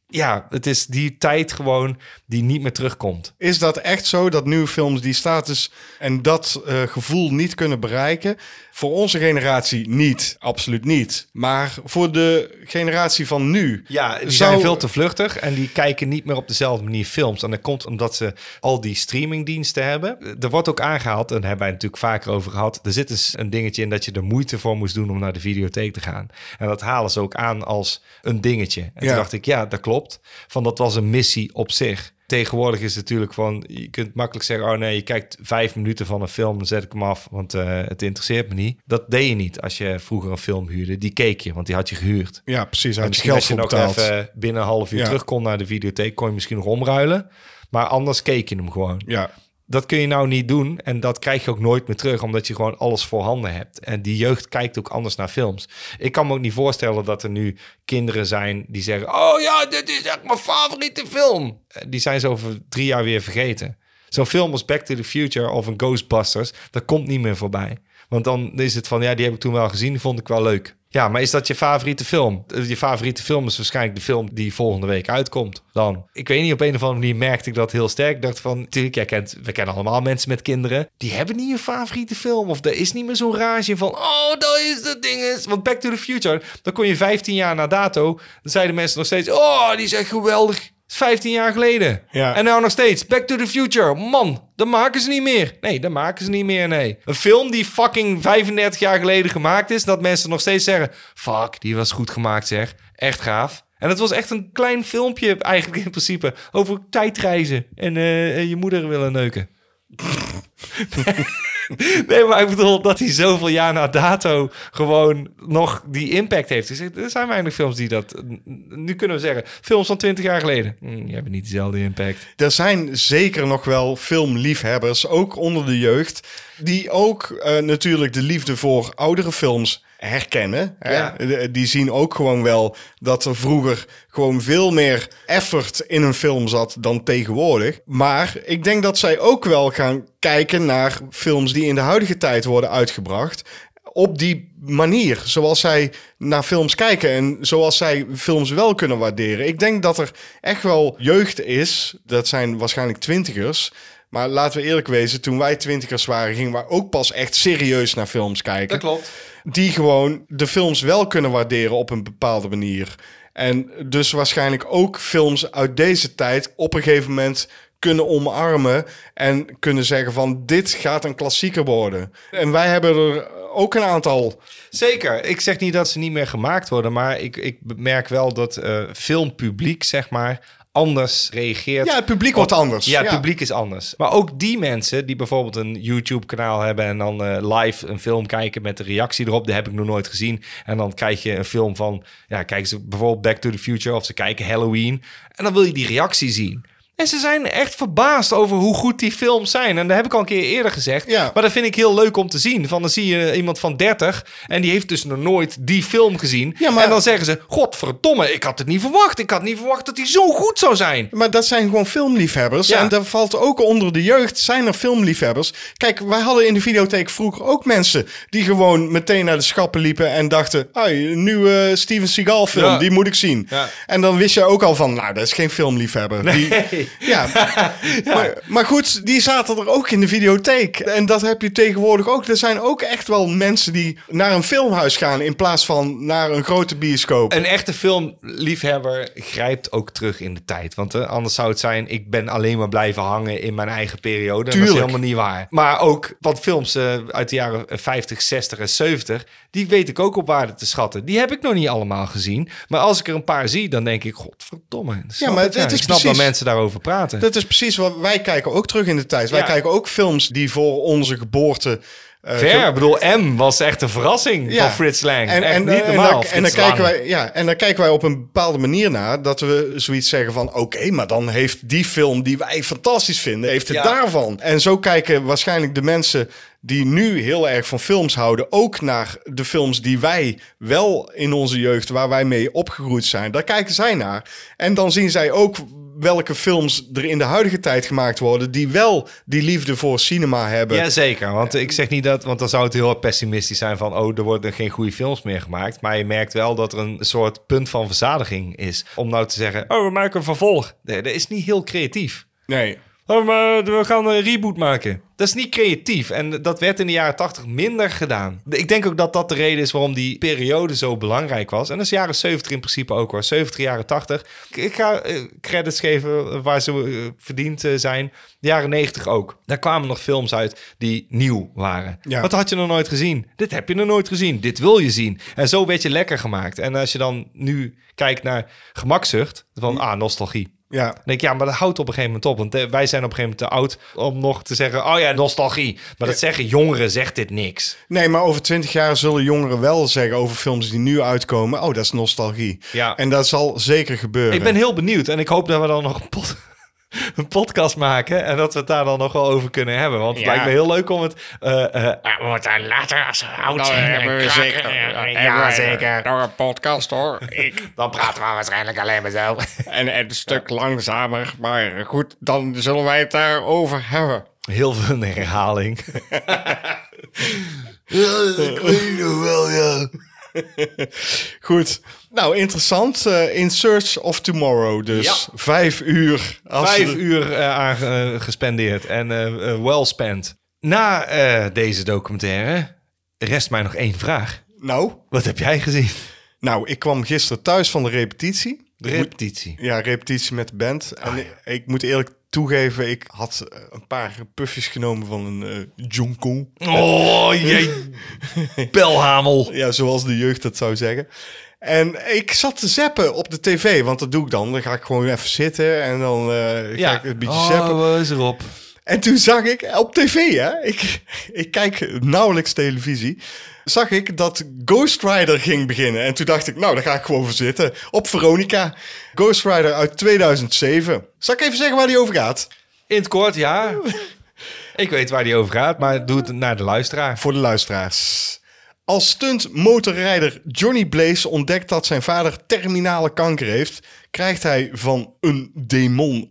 [SPEAKER 2] Ja, het is die tijd gewoon die niet meer terugkomt.
[SPEAKER 1] Is dat echt zo, dat nieuwe films die status en dat gevoel niet kunnen bereiken? Voor onze generatie niet, absoluut niet. Maar voor de generatie van nu...
[SPEAKER 2] Ja, die zijn veel te vluchtig en die kijken niet meer op dezelfde manier films. En dat komt omdat ze al die streamingdiensten hebben. Er wordt ook aangehaald, en daar hebben wij natuurlijk vaker over gehad. Er zit dus een dingetje in dat je er moeite voor moest doen om naar de videotheek te gaan. En dat halen ze ook aan als een dingetje. En toen dacht ik, ja, dat klopt. Van dat was een missie op zich. Tegenwoordig is het natuurlijk van, je kunt makkelijk zeggen, oh nee, je kijkt 5 minuten van een film, dan zet ik hem af, want het interesseert me niet. Dat deed je niet als je vroeger een film huurde. Die keek je, want die had je gehuurd.
[SPEAKER 1] Ja, precies.
[SPEAKER 2] En misschien als je nog even binnen een half uur terug kon naar de videotheek, kon je misschien nog omruilen. Maar anders keek je hem gewoon.
[SPEAKER 1] Ja.
[SPEAKER 2] Dat kun je nou niet doen en dat krijg je ook nooit meer terug, omdat je gewoon alles voorhanden hebt. En die jeugd kijkt ook anders naar films. Ik kan me ook niet voorstellen dat er nu kinderen zijn die zeggen, oh ja, dit is echt mijn favoriete film. Die zijn ze over 3 jaar weer vergeten. Zo'n film als Back to the Future of een Ghostbusters, dat komt niet meer voorbij. Want dan is het van, ja, die heb ik toen wel gezien, die vond ik wel leuk. Ja, maar is dat je favoriete film? Je favoriete film is waarschijnlijk de film die volgende week uitkomt dan. Ik weet niet, op een of andere manier merkte ik dat heel sterk. Ik dacht van, natuurlijk, we kennen allemaal mensen met kinderen. Die hebben niet een favoriete film. Of er is niet meer zo'n rage van, oh, dat is dat ding is. Want Back to the Future, dan kon je 15 jaar na dato, dan zeiden mensen nog steeds, oh, die is echt geweldig. 15 jaar geleden.
[SPEAKER 1] Ja.
[SPEAKER 2] En nou nog steeds. Back to the Future. Man, dat maken ze niet meer. Nee, dat maken ze niet meer, nee. Een film die fucking 35 jaar geleden gemaakt is, dat mensen nog steeds zeggen, fuck, die was goed gemaakt zeg. Echt gaaf. En het was echt een klein filmpje eigenlijk in principe over tijdreizen en je moeder willen neuken. Nee, maar ik bedoel dat hij zoveel jaar na dato gewoon nog die impact heeft. Dus er zijn weinig films die dat... Nu kunnen we zeggen, films van 20 jaar geleden. Die hebben niet dezelfde impact.
[SPEAKER 1] Er zijn zeker nog wel filmliefhebbers, ook onder de jeugd, die ook natuurlijk de liefde voor oudere films herkennen.
[SPEAKER 2] Ja.
[SPEAKER 1] Die zien ook gewoon wel dat er vroeger gewoon veel meer effort in een film zat dan tegenwoordig. Maar ik denk dat zij ook wel gaan kijken naar films die in de huidige tijd worden uitgebracht op die manier, zoals zij naar films kijken en zoals zij films wel kunnen waarderen. Ik denk dat er echt wel jeugd is, dat zijn waarschijnlijk 20ers, maar laten we eerlijk wezen, toen wij 20ers waren, gingen we ook pas echt serieus naar films kijken.
[SPEAKER 2] Dat klopt.
[SPEAKER 1] Die gewoon de films wel kunnen waarderen op een bepaalde manier. En dus waarschijnlijk ook films uit deze tijd op een gegeven moment kunnen omarmen en kunnen zeggen van, dit gaat een klassieker worden. En wij hebben er ook een aantal.
[SPEAKER 2] Zeker. Ik zeg niet dat ze niet meer gemaakt worden, maar ik merk wel dat filmpubliek, zeg maar, anders reageert.
[SPEAKER 1] Ja, het publiek wordt anders.
[SPEAKER 2] Ja, het publiek is anders. Maar ook die mensen die bijvoorbeeld een YouTube-kanaal hebben en dan live een film kijken met de reactie erop, die heb ik nog nooit gezien. En dan krijg je een film van, ja, kijken ze bijvoorbeeld Back to the Future of ze kijken Halloween. En dan wil je die reactie zien. En ze zijn echt verbaasd over hoe goed die films zijn. En dat heb ik al een keer eerder gezegd.
[SPEAKER 1] Ja.
[SPEAKER 2] Maar dat vind ik heel leuk om te zien. Van dan zie je iemand van 30 en die heeft dus nog nooit die film gezien.
[SPEAKER 1] Ja, maar...
[SPEAKER 2] En dan zeggen ze, godverdomme, ik had het niet verwacht. Ik had niet verwacht dat die zo goed zou zijn.
[SPEAKER 1] Maar dat zijn gewoon filmliefhebbers.
[SPEAKER 2] Ja.
[SPEAKER 1] En daar valt ook onder de jeugd, zijn er filmliefhebbers. Kijk, wij hadden in de videotheek vroeger ook mensen die gewoon meteen naar de schappen liepen en dachten, een nieuwe Steven Seagal film,
[SPEAKER 2] Ja.
[SPEAKER 1] die moet ik zien.
[SPEAKER 2] Ja.
[SPEAKER 1] En dan wist je ook al van, nou, dat is geen filmliefhebber.
[SPEAKER 2] Nee.
[SPEAKER 1] Ja. Maar goed, die zaten er ook in de videotheek. En dat heb je tegenwoordig ook. Er zijn ook echt wel mensen die naar een filmhuis gaan in plaats van naar een grote bioscoop.
[SPEAKER 2] Een echte filmliefhebber grijpt ook terug in de tijd. Want anders zou het zijn, ik ben alleen maar blijven hangen in mijn eigen periode. En dat is helemaal niet waar. Maar ook wat films uit de jaren 50, 60 en 70... die weet ik ook op waarde te schatten. Die heb ik nog niet allemaal gezien. Maar als ik er een paar zie, dan denk ik, godverdomme.
[SPEAKER 1] Ja, maar het is
[SPEAKER 2] ik snap
[SPEAKER 1] precies,
[SPEAKER 2] dat mensen daarover praten.
[SPEAKER 1] Dat is precies wat wij kijken ook terug in de tijd. Wij kijken ook films die voor onze geboorte...
[SPEAKER 2] Ik bedoel, M was echt een verrassing van Fritz Lang. En niet normaal.
[SPEAKER 1] En dan kijken wij op een bepaalde manier naar dat we zoiets zeggen van, oké, maar dan heeft die film die wij fantastisch vinden, heeft het daarvan. En zo kijken waarschijnlijk de mensen die nu heel erg van films houden ook naar de films die wij wel in onze jeugd, waar wij mee opgegroeid zijn. Daar kijken zij naar. En dan zien zij ook welke films er in de huidige tijd gemaakt worden... die wel die liefde voor cinema hebben.
[SPEAKER 2] Jazeker, want ik zeg niet dat... want dan zou het heel pessimistisch zijn van... er worden geen goede films meer gemaakt. Maar je merkt wel dat er een soort punt van verzadiging is. Om nou te zeggen, we maken een vervolg. Nee, dat is niet heel creatief.
[SPEAKER 1] Nee.
[SPEAKER 2] Maar we gaan een reboot maken. Dat is niet creatief. En dat werd in de jaren 80 minder gedaan. Ik denk ook dat dat de reden is waarom die periode zo belangrijk was. En dat is jaren 70 in principe ook hoor. 70, jaren 80. Ik ga credits geven waar ze verdiend zijn. De jaren 90 ook. Daar kwamen nog films uit die nieuw waren.
[SPEAKER 1] Ja.
[SPEAKER 2] Wat had je nog nooit gezien? Dit heb je nog nooit gezien. Dit wil je zien. En zo werd je lekker gemaakt. En als je dan nu kijkt naar gemakzucht. Van nostalgie.
[SPEAKER 1] Ja.
[SPEAKER 2] Dan denk ik, maar dat houdt op een gegeven moment op. Want wij zijn op een gegeven moment te oud om nog te zeggen... nostalgie. Maar dat zeggen jongeren, zegt dit niks.
[SPEAKER 1] Nee, maar over 20 jaar zullen jongeren wel zeggen over films die nu uitkomen... dat is nostalgie.
[SPEAKER 2] Ja.
[SPEAKER 1] En dat zal zeker gebeuren.
[SPEAKER 2] Ik ben heel benieuwd en ik hoop dat we dan nog een podcast maken... en dat we het daar dan nog wel over kunnen hebben. Want het lijkt me heel leuk om het...
[SPEAKER 5] we moeten later als we oud zijn...
[SPEAKER 3] hebben we zeker.
[SPEAKER 5] Ja, zeker.
[SPEAKER 3] Nog een podcast hoor.
[SPEAKER 5] Dan praten we waarschijnlijk alleen maar zo.
[SPEAKER 3] En een stuk langzamer. Maar goed, dan zullen wij het daarover hebben.
[SPEAKER 2] Heel veel herhaling. Ik weet nog wel, ja.
[SPEAKER 1] Goed. Nou, interessant. In Search of Tomorrow dus.
[SPEAKER 2] Ja.
[SPEAKER 1] 5 uur.
[SPEAKER 2] 5 uur aan gespendeerd en well spent. Na deze documentaire rest mij nog 1 vraag.
[SPEAKER 1] Nou?
[SPEAKER 2] Wat heb jij gezien?
[SPEAKER 1] Nou, ik kwam gisteren thuis van de repetitie.
[SPEAKER 2] De repetitie.
[SPEAKER 1] Ja, repetitie met de band. En ik moet eerlijk toegeven, ik had een paar puffjes genomen van een jonko.
[SPEAKER 2] Oh, jee. Belhamel.
[SPEAKER 1] Ja, zoals de jeugd dat zou zeggen. En ik zat te zappen op de tv, want dat doe ik dan. Dan ga ik gewoon even zitten en dan ga ik een beetje zappen.
[SPEAKER 2] Wat is erop?
[SPEAKER 1] En toen zag ik op tv, hè, ik kijk nauwelijks televisie, zag ik dat Ghost Rider ging beginnen. En toen dacht ik, nou, daar ga ik gewoon voor zitten. Op Veronica. Ghost Rider uit 2007. Zal ik even zeggen waar die over gaat?
[SPEAKER 2] In het kort, ja. Ik weet waar die over gaat, maar doe het naar de luisteraar.
[SPEAKER 1] Voor de luisteraars. Als stuntmotorrijder Johnny Blaze ontdekt dat zijn vader terminale kanker heeft, krijgt hij van een demon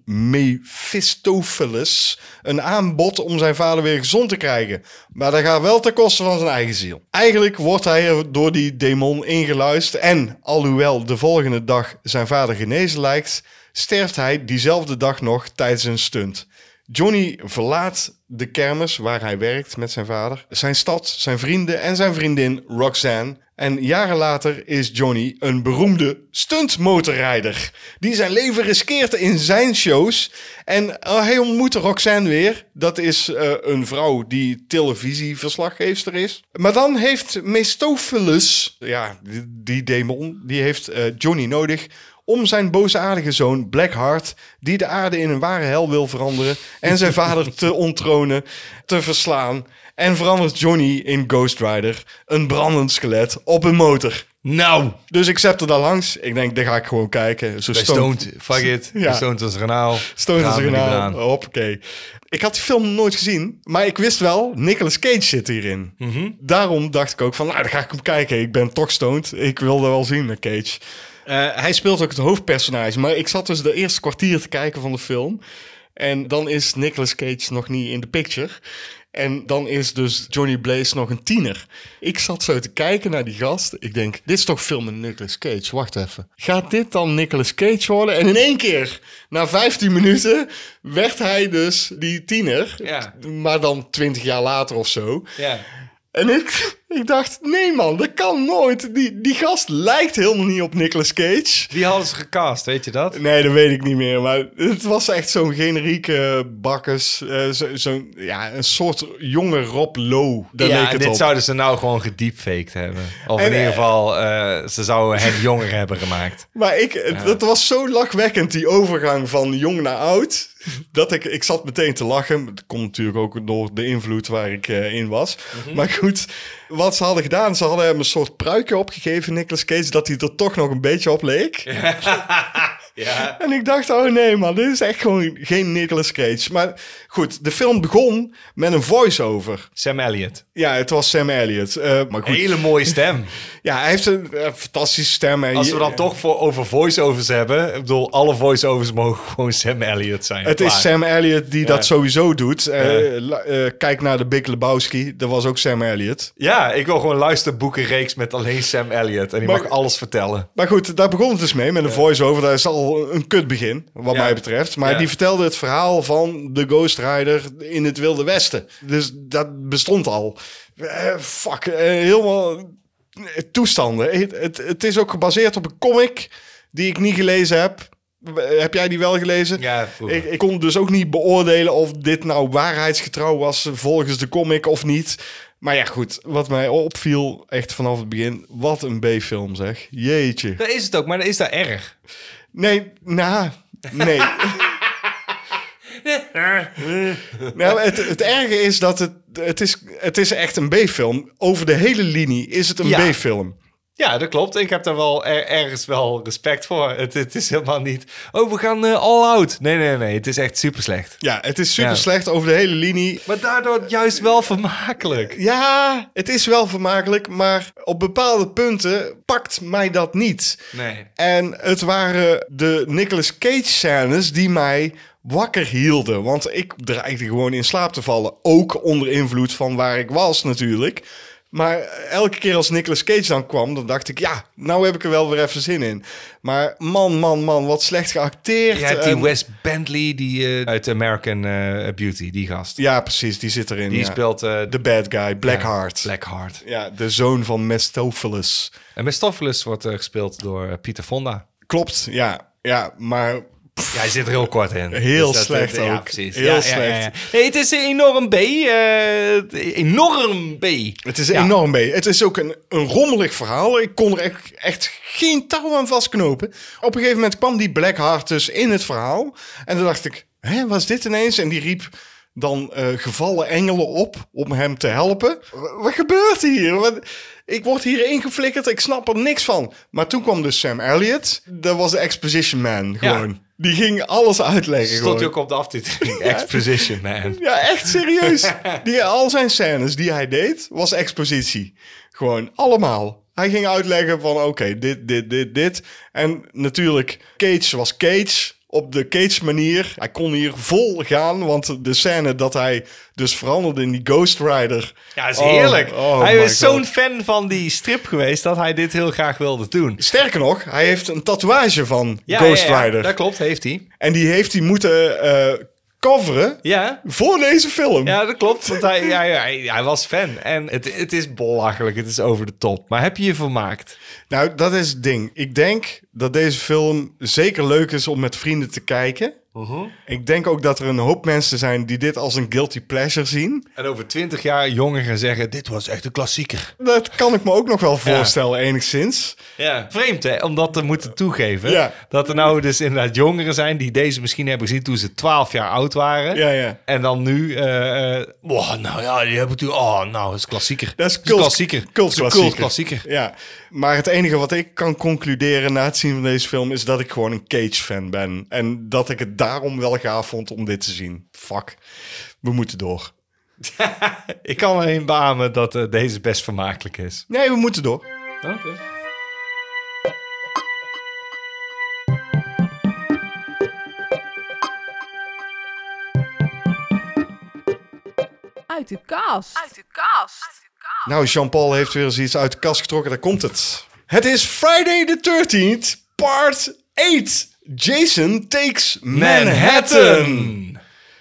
[SPEAKER 1] Mephistopheles een aanbod om zijn vader weer gezond te krijgen. Maar dat gaat wel ten koste van zijn eigen ziel. Eigenlijk wordt hij er door die demon ingeluisterd en alhoewel de volgende dag zijn vader genezen lijkt, sterft hij diezelfde dag nog tijdens een stunt. Johnny verlaat de kermis waar hij werkt met zijn vader, zijn stad, zijn vrienden en zijn vriendin Roxanne. En jaren later is Johnny een beroemde stuntmotorrijder die zijn leven riskeert in zijn shows. En hij ontmoet Roxanne weer. Dat is een vrouw die televisieverslaggeefster is. Maar dan heeft Mephistopheles, ja, die demon, die heeft Johnny nodig om zijn boosaardige zoon Blackheart, die de aarde in een ware hel wil veranderen en zijn vader te onttronen, te verslaan. En verandert Johnny in Ghost Rider, een brandend skelet op een motor.
[SPEAKER 2] Nou,
[SPEAKER 1] Dus ik zette daar langs. Ik denk, daar ga ik gewoon kijken. Zo
[SPEAKER 2] bij Stoned, fuck it.
[SPEAKER 1] Ja.
[SPEAKER 2] Stoned als Renaal.
[SPEAKER 1] Stoned
[SPEAKER 2] Gaan
[SPEAKER 1] als
[SPEAKER 2] we niet meer
[SPEAKER 1] Renaal.
[SPEAKER 2] aan.
[SPEAKER 1] Hoppakee. Ik had die film nooit gezien, maar ik wist wel, Nicolas Cage zit hierin. Daarom dacht ik ook van, nou, dan ga ik hem kijken. Ik ben toch stoned. Ik wilde wel zien met Cage. Hij speelt ook het hoofdpersonage, maar ik zat dus de eerste kwartier te kijken van de film. En dan is Nicolas Cage nog niet in de picture. En dan is dus Johnny Blaze nog een tiener. Ik zat zo te kijken naar die gast. Ik denk, dit is toch film met Nicolas Cage? Wacht even. Gaat dit dan Nicolas Cage worden? En in één keer, na 15 minuten, werd hij dus die tiener.
[SPEAKER 2] Ja.
[SPEAKER 1] Maar dan 20 jaar later of zo.
[SPEAKER 2] Ja.
[SPEAKER 1] En ik dacht, nee man, dat kan nooit. Die gast lijkt helemaal niet op Nicolas Cage.
[SPEAKER 2] Wie hadden ze gecast, weet je dat?
[SPEAKER 1] Nee, dat weet ik niet meer. Maar het was echt zo'n generieke bakkes. Een soort jonge Rob Lowe. Daar leek het
[SPEAKER 2] dit
[SPEAKER 1] op.
[SPEAKER 2] zouden ze nou gewoon gediepfaked hebben. Of
[SPEAKER 1] En,
[SPEAKER 2] in ieder geval, ze zouden hem jonger hebben gemaakt.
[SPEAKER 1] Maar het was zo lachwekkend, die overgang van jong naar oud. Dat ik zat meteen te lachen. Dat komt natuurlijk ook door de invloed waar ik in was. Maar goed, wat ze hadden gedaan, ze hadden hem een soort pruikje opgegeven, Nicolas Cage, dat hij er toch nog een beetje op leek.
[SPEAKER 2] Ja.
[SPEAKER 1] En ik dacht, oh nee man, dit is echt gewoon geen Nicolas Cage. Maar goed, de film begon met een voice-over.
[SPEAKER 2] Sam Elliott.
[SPEAKER 1] Ja, het was Sam Elliott. Maar goed,
[SPEAKER 2] Hele mooie stem.
[SPEAKER 1] ja, hij heeft een fantastische stem. En
[SPEAKER 2] Als we dan toch over voice-overs hebben... Ik bedoel, alle voice-overs mogen gewoon Sam Elliott zijn.
[SPEAKER 1] Het is
[SPEAKER 2] Klaar.
[SPEAKER 1] Sam Elliott die dat sowieso doet. Kijk naar de Big Lebowski, dat was ook Sam Elliott.
[SPEAKER 2] Ja, ik wil gewoon luisterboekenreeks met alleen Sam Elliott. En die
[SPEAKER 1] Maar-
[SPEAKER 2] mag alles vertellen.
[SPEAKER 1] Maar goed, daar begon het dus mee, met een voice-over. Dat is al een kut begin, wat
[SPEAKER 2] Ja.
[SPEAKER 1] mij betreft. Maar
[SPEAKER 2] Ja.
[SPEAKER 1] die vertelde het verhaal van de Ghost Rider in het Wilde Westen. Dus dat bestond al. Helemaal toestanden. Het is ook gebaseerd op een comic die ik niet gelezen heb. Heb jij die wel gelezen?
[SPEAKER 2] Ja, vroeger.
[SPEAKER 1] Ik kon dus ook niet beoordelen of dit nou waarheidsgetrouw was volgens de comic of niet. Maar ja, goed. Wat mij opviel, echt vanaf het begin, wat een B-film zeg. Jeetje.
[SPEAKER 2] Dat is het ook, maar dat is dat erg.
[SPEAKER 1] Nee. Nou, het erge is dat het is echt een B-film. Over de hele linie is het een
[SPEAKER 2] Ja.
[SPEAKER 1] B-film.
[SPEAKER 2] Ja, dat klopt. Ik heb daar wel ergens wel respect voor. Het is helemaal niet... Oh, we gaan all out. Nee. Het is echt super slecht.
[SPEAKER 1] Ja, het is super
[SPEAKER 2] Ja.
[SPEAKER 1] slecht over de hele linie.
[SPEAKER 2] Maar daardoor juist wel vermakelijk.
[SPEAKER 1] Ja, het is wel vermakelijk, maar op bepaalde punten pakt mij dat niet.
[SPEAKER 2] Nee.
[SPEAKER 1] En het waren de Nicolas Cage scènes die mij wakker hielden. Want ik dreigde gewoon in slaap te vallen. Ook onder invloed van waar ik was natuurlijk. Maar elke keer als Nicolas Cage dan kwam, dan dacht ik... ja, nou heb ik er wel weer even zin in. Maar man, wat slecht geacteerd.
[SPEAKER 2] Je hebt die
[SPEAKER 1] En-
[SPEAKER 2] Wes Bentley die, uit American Beauty, die gast.
[SPEAKER 1] Ja, precies, die zit erin.
[SPEAKER 2] Die
[SPEAKER 1] ja.
[SPEAKER 2] speelt...
[SPEAKER 1] de bad guy, Blackheart.
[SPEAKER 2] Blackheart.
[SPEAKER 1] Ja, de zoon van Mephistopheles.
[SPEAKER 2] En Mephistopheles wordt gespeeld door Pieter Fonda.
[SPEAKER 1] Klopt, ja, maar...
[SPEAKER 2] Ja, hij zit er heel kort in.
[SPEAKER 1] Heel
[SPEAKER 2] Dus
[SPEAKER 1] slecht
[SPEAKER 2] Ja,
[SPEAKER 1] ook.
[SPEAKER 2] precies.
[SPEAKER 1] Heel slecht.
[SPEAKER 2] Nee, het is enorm B. Enorm B.
[SPEAKER 1] Het is
[SPEAKER 2] Ja.
[SPEAKER 1] enorm mee. Het is ook een rommelig verhaal. Ik kon er echt geen touw aan vastknopen. Op een gegeven moment kwam die Blackheart dus in het verhaal. En toen dacht ik, hè, wat is dit ineens? En die riep dan gevallen engelen op om hem te helpen. Wat gebeurt hier? Ik word hier ingeflikkerd, ik snap er niks van. Maar toen kwam dus Sam Elliott. Dat was de exposition man gewoon.
[SPEAKER 2] Ja.
[SPEAKER 1] Die ging alles uitleggen
[SPEAKER 2] Stond
[SPEAKER 1] gewoon.
[SPEAKER 2] hij ook op de aftiteling. Exposition, man.
[SPEAKER 1] Ja, echt serieus. Al zijn scènes die hij deed, was expositie. Gewoon allemaal. Hij ging uitleggen van oké, dit. En natuurlijk, Cage was Cage op de Cage manier. Hij kon hier vol gaan, want de scène dat hij dus veranderde in die Ghost Rider.
[SPEAKER 2] Ja, dat is heerlijk.
[SPEAKER 1] Oh
[SPEAKER 2] Hij
[SPEAKER 1] my
[SPEAKER 2] is zo'n
[SPEAKER 1] God.
[SPEAKER 2] fan van die strip geweest dat hij dit heel graag wilde doen.
[SPEAKER 1] Sterker nog, hij heeft een tatoeage van Ghost Rider.
[SPEAKER 2] Dat klopt, heeft hij.
[SPEAKER 1] En die heeft hij moeten coveren
[SPEAKER 2] Ja.
[SPEAKER 1] voor deze film.
[SPEAKER 2] Ja, dat klopt. Want hij was fan. En het is belachelijk. Het is over de top. Maar heb je je vermaakt?
[SPEAKER 1] Nou, dat is het ding. Ik denk dat deze film zeker leuk is om met vrienden te kijken. Ik denk ook dat er een hoop mensen zijn die dit als een guilty pleasure zien.
[SPEAKER 2] En over 20 jaar jongeren gaan zeggen... dit was echt een klassieker.
[SPEAKER 1] Dat kan ik me ook nog wel voorstellen, enigszins.
[SPEAKER 2] Ja. Vreemd, hè? Om dat te moeten toegeven.
[SPEAKER 1] Ja.
[SPEAKER 2] Dat er nou dus inderdaad jongeren zijn... die deze misschien hebben gezien toen ze 12 jaar oud waren.
[SPEAKER 1] Ja.
[SPEAKER 2] En dan nu... nou ja, die hebben toen... Oh, nou, dat is klassieker.
[SPEAKER 1] Dat is
[SPEAKER 2] een klassieker.
[SPEAKER 1] cultklassieker.
[SPEAKER 2] Cultklassieker.
[SPEAKER 1] Ja, maar het enige wat ik kan concluderen na het zien van deze film... is dat ik gewoon een Cage-fan ben. En dat ik het daarom wel gaaf vond om dit te zien. Fuck, we moeten door.
[SPEAKER 2] Ik kan alleen beamen dat deze best vermakelijk is.
[SPEAKER 1] Nee, we moeten door.
[SPEAKER 2] Oké.
[SPEAKER 6] Uit de kast.
[SPEAKER 1] Nou, Jean-Paul heeft weer eens iets uit de kast getrokken. Daar komt het. Het is Friday the 13th, part 8. Jason Takes Manhattan.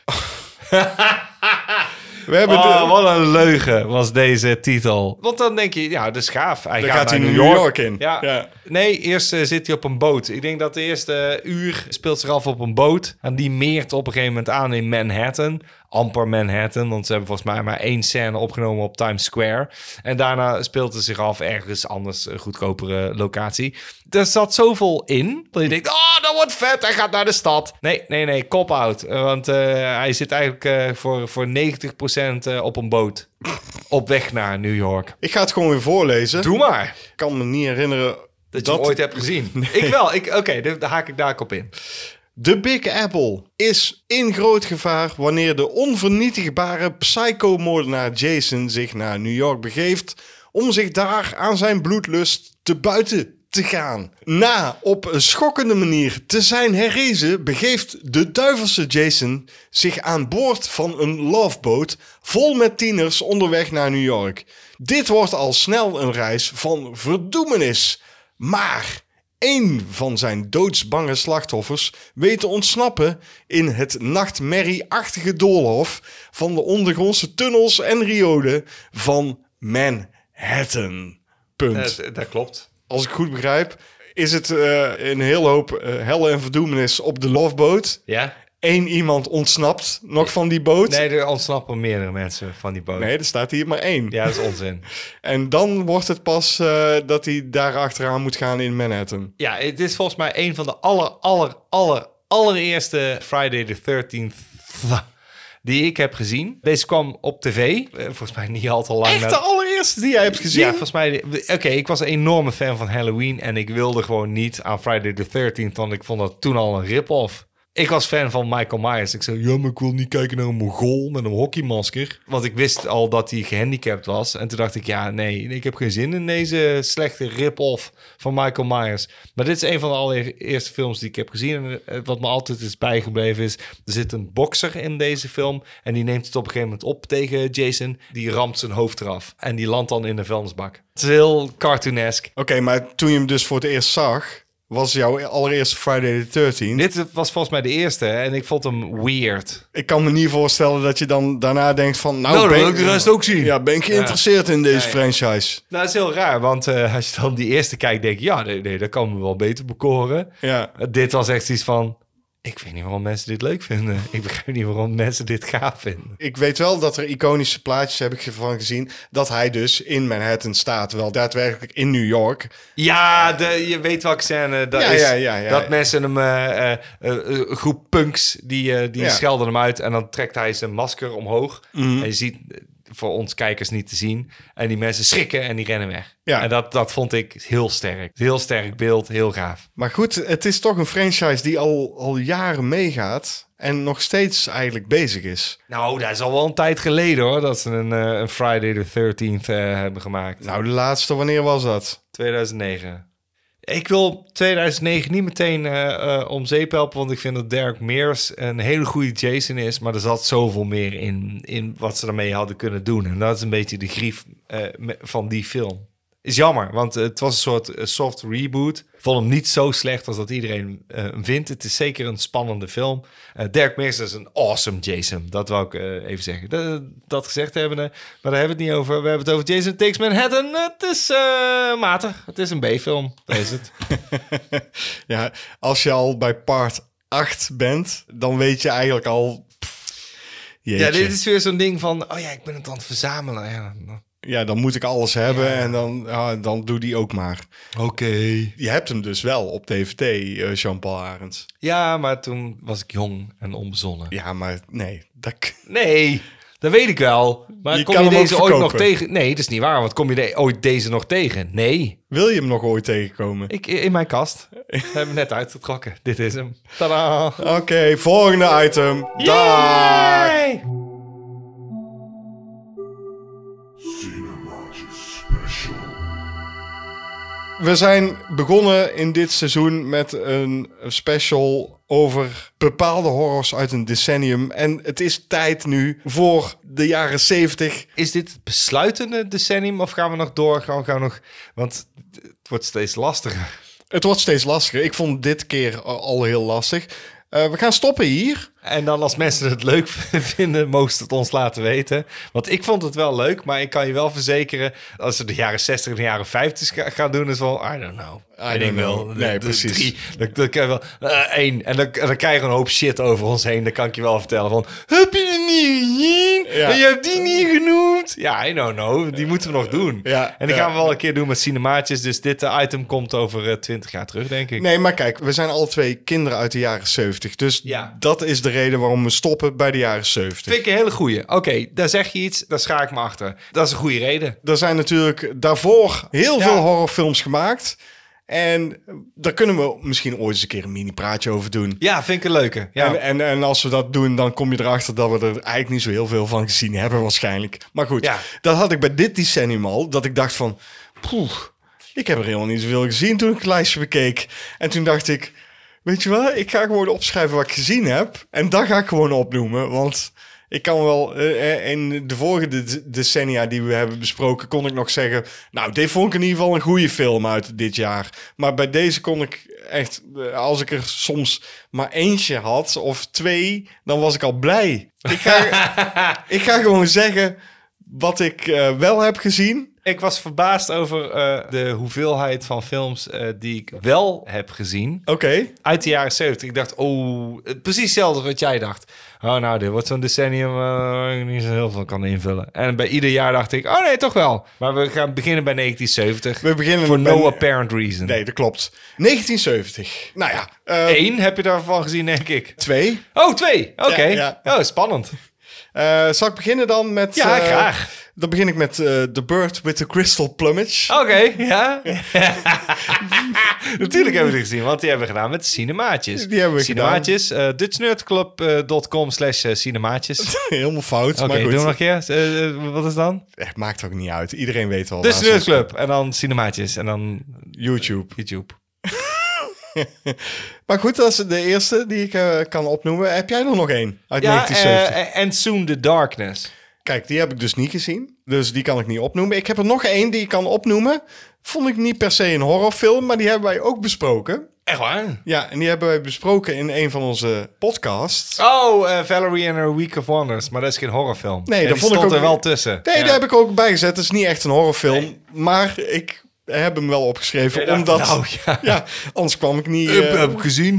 [SPEAKER 1] We hebben
[SPEAKER 2] Oh, wat een leugen was deze titel. Want dan denk je, ja, dat is gaaf.
[SPEAKER 1] Daar gaat hij New York in.
[SPEAKER 2] Ja.
[SPEAKER 1] Ja.
[SPEAKER 2] Nee, eerst zit hij op een boot. Ik denk dat de eerste uur speelt zich af op een boot. En die meert op een gegeven moment aan in Manhattan. Amper Manhattan, want ze hebben volgens mij maar 1 scène opgenomen op Times Square. En daarna speelt het zich af ergens anders, een goedkopere locatie. Er zat zoveel in, dat je denkt, oh, dat wordt vet, hij gaat naar de stad. Nee, cop-out. Want hij zit eigenlijk voor 90% op een boot. Op weg naar New York.
[SPEAKER 1] Ik ga het gewoon weer voorlezen.
[SPEAKER 2] Doe maar.
[SPEAKER 1] Ik kan me niet herinneren
[SPEAKER 2] Dat je hem ooit hebt gezien. Nee. Ik wel. Oké, daar haak ik daar op in.
[SPEAKER 1] De Big Apple is in groot gevaar wanneer de onvernietigbare psychomoordenaar Jason zich naar New York begeeft om zich daar aan zijn bloedlust te buiten te gaan. Na op een schokkende manier te zijn herrezen, begeeft de duivelse Jason zich aan boord van een loveboat vol met tieners onderweg naar New York. Dit wordt al snel een reis van verdoemenis. Maar één van zijn doodsbange slachtoffers weet te ontsnappen in het nachtmerrieachtige doolhof van de ondergrondse tunnels en riolen van Manhattan. Punt.
[SPEAKER 2] Dat klopt.
[SPEAKER 1] Als ik goed begrijp, is het een heel hoop hel en verdoemenis op de loveboat.
[SPEAKER 2] Ja?
[SPEAKER 1] Eén iemand ontsnapt nog van die boot.
[SPEAKER 2] Nee, er ontsnappen meerdere mensen van die boot.
[SPEAKER 1] Nee, er staat hier maar één.
[SPEAKER 2] Ja, dat is onzin.
[SPEAKER 1] En dan wordt het pas dat hij daar achteraan moet gaan in Manhattan.
[SPEAKER 2] Ja, het is volgens mij een van de allereerste Friday the 13th die ik heb gezien. Deze kwam op tv. Volgens mij niet al te lang.
[SPEAKER 1] Echt de allereerste die jij hebt gezien?
[SPEAKER 2] Ja, volgens mij. Oké, ik was een enorme fan van Halloween en ik wilde gewoon niet aan Friday the 13th, want ik vond dat toen al een rip-off. Ik was fan van Michael Myers. Ik zei, ja, maar ik wil niet kijken naar een Mongool met een hockeymasker. Want ik wist al dat hij gehandicapt was. En toen dacht ik, ja, nee, ik heb geen zin in deze slechte rip-off van Michael Myers. Maar dit is een van de allereerste films die ik heb gezien. En wat me altijd is bijgebleven is, er zit een bokser in deze film. En die neemt het op een gegeven moment op tegen Jason. Die ramt zijn hoofd eraf. En die landt dan in de vuilnisbak. Het is heel cartoonesk.
[SPEAKER 1] Oké, maar toen je hem dus voor het eerst zag, was jouw allereerste Friday the 13th.
[SPEAKER 2] Dit was volgens mij de eerste hè? En ik vond hem weird.
[SPEAKER 1] Ik kan me niet voorstellen dat je dan daarna denkt van, nou
[SPEAKER 2] dan
[SPEAKER 1] ben
[SPEAKER 2] wil ik de rest ook zien.
[SPEAKER 1] Ja, ben ik geïnteresseerd in deze franchise.
[SPEAKER 2] Nou, dat is heel raar, want als je dan die eerste kijkt, denk je, ja, nee, dat kan me wel beter bekoren.
[SPEAKER 1] Ja.
[SPEAKER 2] Dit was echt iets van, ik weet niet waarom mensen dit leuk vinden. Ik begrijp niet waarom mensen dit gaaf vinden.
[SPEAKER 1] Ik weet wel dat er iconische plaatjes heb ik van gezien dat hij dus in Manhattan staat. Wel daadwerkelijk in New York.
[SPEAKER 2] Ja, je weet welke scène dat is.
[SPEAKER 1] Ja.
[SPEAKER 2] Dat mensen hem, een groep punks, die schelden hem uit. En dan trekt hij zijn masker omhoog. En je ziet, voor ons kijkers niet te zien. En die mensen schrikken en die rennen weg.
[SPEAKER 1] Ja.
[SPEAKER 2] En dat vond ik heel sterk. Heel sterk beeld, heel gaaf.
[SPEAKER 1] Maar goed, het is toch een franchise die al jaren meegaat en nog steeds eigenlijk bezig is.
[SPEAKER 2] Nou, dat is al wel een tijd geleden hoor, dat ze een Friday the 13th hebben gemaakt.
[SPEAKER 1] Nou, de laatste, wanneer was dat?
[SPEAKER 2] 2009. Ik wil 2009 niet meteen om zeep helpen, want ik vind dat Derek Mears een hele goede Jason is, maar er zat zoveel meer in wat ze daarmee hadden kunnen doen. En dat is een beetje de grief van die film. Is jammer, want het was een soort soft reboot. Ik vond hem niet zo slecht als dat iedereen hem vindt. Het is zeker een spannende film. Derek Mears is een awesome Jason. Dat wou ik even zeggen. Dat gezegd hebben, maar daar hebben we het niet over. We hebben het over Jason Takes Manhattan. Het is matig. Het is een B-film. Dat is het.
[SPEAKER 1] Ja, als je al bij part 8 bent, dan weet je eigenlijk al... Jeetje.
[SPEAKER 2] Ja, dit is weer zo'n ding van... Oh ja, ik ben het aan het verzamelen.
[SPEAKER 1] Ja, dan moet ik alles hebben en dan doe die ook maar.
[SPEAKER 2] Oké.
[SPEAKER 1] Je hebt hem dus wel op DVD, Jean-Paul Arends.
[SPEAKER 2] Ja, maar toen was ik jong en onbezonnen.
[SPEAKER 1] Ja, maar nee.
[SPEAKER 2] Nee, dat weet ik wel. Maar
[SPEAKER 1] Je
[SPEAKER 2] kom
[SPEAKER 1] kan
[SPEAKER 2] je
[SPEAKER 1] hem
[SPEAKER 2] deze
[SPEAKER 1] ook
[SPEAKER 2] ooit nog
[SPEAKER 1] verkopen.
[SPEAKER 2] tegen? Nee, dat is niet waar. Want kom je ooit deze nog tegen? Nee.
[SPEAKER 1] Wil je hem nog ooit tegenkomen?
[SPEAKER 2] In mijn kast. We hebben net uitgetrokken. Dit is hem. Tadaa.
[SPEAKER 1] Oké, volgende item. Dag!
[SPEAKER 2] Yay!
[SPEAKER 1] We zijn begonnen in dit seizoen met een special over bepaalde horrors uit een decennium. En het is tijd nu voor de jaren 70.
[SPEAKER 2] Is dit het besluitende decennium of gaan we nog door? Gaan we nog... Want het wordt steeds lastiger.
[SPEAKER 1] Het wordt steeds lastiger. Ik vond dit keer al heel lastig. We gaan stoppen hier.
[SPEAKER 2] En dan als mensen het leuk vinden, mogen ze het ons laten weten. Want ik vond het wel leuk, maar ik kan je wel verzekeren... als ze de jaren 60 en de jaren 50 gaan doen, is wel... I don't know.
[SPEAKER 1] I don't know. Nee, precies.
[SPEAKER 2] 3, dan kan je wel... 1. En dan krijg je een hoop shit over ons heen. Dan kan ik je wel vertellen van... Heb je het niet gezien?
[SPEAKER 1] Ja.
[SPEAKER 2] En je hebt die niet genoemd? Ja, I don't know. Die moeten we nog doen.
[SPEAKER 1] Ja,
[SPEAKER 2] en die gaan we wel een keer doen met cinemaatjes. Dus dit item komt over 20 jaar terug, denk ik.
[SPEAKER 1] Nee, maar kijk, we zijn alle twee kinderen uit de jaren 70. Dus
[SPEAKER 2] Ja.
[SPEAKER 1] dat is de reden waarom we stoppen bij de jaren 70.
[SPEAKER 2] Vind ik een hele goeie. Oké, daar zeg je iets, daar schaak ik me achter. Dat is een goede reden.
[SPEAKER 1] Er zijn natuurlijk daarvoor heel veel horrorfilms gemaakt. En daar kunnen we misschien ooit eens een keer een mini-praatje over doen.
[SPEAKER 2] Ja, vind ik een leuke. Ja.
[SPEAKER 1] En als we dat doen, dan kom je erachter dat we er eigenlijk niet zo heel veel van gezien hebben waarschijnlijk. Maar goed, dat had ik bij dit decennium al, dat ik dacht van... ik heb er helemaal niet zoveel gezien toen ik het lijstje bekeek. En toen dacht ik, weet je wat, ik ga gewoon opschrijven wat ik gezien heb. En dat ga ik gewoon opnoemen, want... Ik kan wel, in de vorige decennia die we hebben besproken, kon ik nog zeggen... Nou, dit vond ik in ieder geval een goede film uit dit jaar. Maar bij deze kon ik echt, als ik er soms maar eentje had of 2, dan was ik al blij. Ik ga gewoon zeggen wat ik wel heb gezien.
[SPEAKER 2] Ik was verbaasd over de hoeveelheid van films die ik wel heb gezien.
[SPEAKER 1] Oké.
[SPEAKER 2] Uit de jaren 70. Ik dacht, precies hetzelfde wat jij dacht. Oh, nou, dit wordt zo'n decennium waar ik niet zo heel veel kan invullen. En bij ieder jaar dacht ik, oh nee, toch wel. Maar we gaan beginnen bij 1970.
[SPEAKER 1] We beginnen
[SPEAKER 2] For
[SPEAKER 1] bij...
[SPEAKER 2] no apparent reason.
[SPEAKER 1] Nee, dat klopt. 1970. Nou ja.
[SPEAKER 2] 1 heb je daarvan gezien, denk ik.
[SPEAKER 1] 2.
[SPEAKER 2] Oh, 2. Oké.
[SPEAKER 1] Ja.
[SPEAKER 2] Oh, spannend.
[SPEAKER 1] Zal ik beginnen dan met...
[SPEAKER 2] Ja, graag.
[SPEAKER 1] Dan begin ik met The Bird with the Crystal Plumage.
[SPEAKER 2] Oké, ja. Natuurlijk hebben we die gezien, want die hebben we gedaan met cinemaatjes.
[SPEAKER 1] Die hebben we
[SPEAKER 2] cinemaatjes, dutchnerdclub.com/cinemaatjes.
[SPEAKER 1] Helemaal fout,
[SPEAKER 2] Oké,
[SPEAKER 1] maar goed.
[SPEAKER 2] doe nog een keer. Wat is dan?
[SPEAKER 1] Maakt ook niet uit. Iedereen weet wel.
[SPEAKER 2] Dutch Nerd Club en dan cinemaatjes en dan
[SPEAKER 1] YouTube.
[SPEAKER 2] Maar
[SPEAKER 1] goed, dat is de eerste die ik kan opnoemen. Heb jij er nog één uit 1970?
[SPEAKER 2] And Soon the Darkness.
[SPEAKER 1] Kijk, die heb ik dus niet gezien. Dus die kan ik niet opnoemen. Ik heb er nog één die ik kan opnoemen. Vond ik niet per se een horrorfilm, maar die hebben wij ook besproken.
[SPEAKER 2] Echt waar?
[SPEAKER 1] Ja, en die hebben wij besproken in een van onze podcasts.
[SPEAKER 2] Oh, Valerie and her Week of Wonders. Maar dat is geen horrorfilm.
[SPEAKER 1] Nee, dat
[SPEAKER 2] vond
[SPEAKER 1] ik
[SPEAKER 2] ik
[SPEAKER 1] ook
[SPEAKER 2] er wel tussen.
[SPEAKER 1] Nee, daar heb ik ook bij gezet. Het is niet echt een horrorfilm. Maar ik heb hem wel opgeschreven. Omdat...
[SPEAKER 2] Nou,
[SPEAKER 1] ja, anders kwam ik niet...
[SPEAKER 2] heb ik gezien.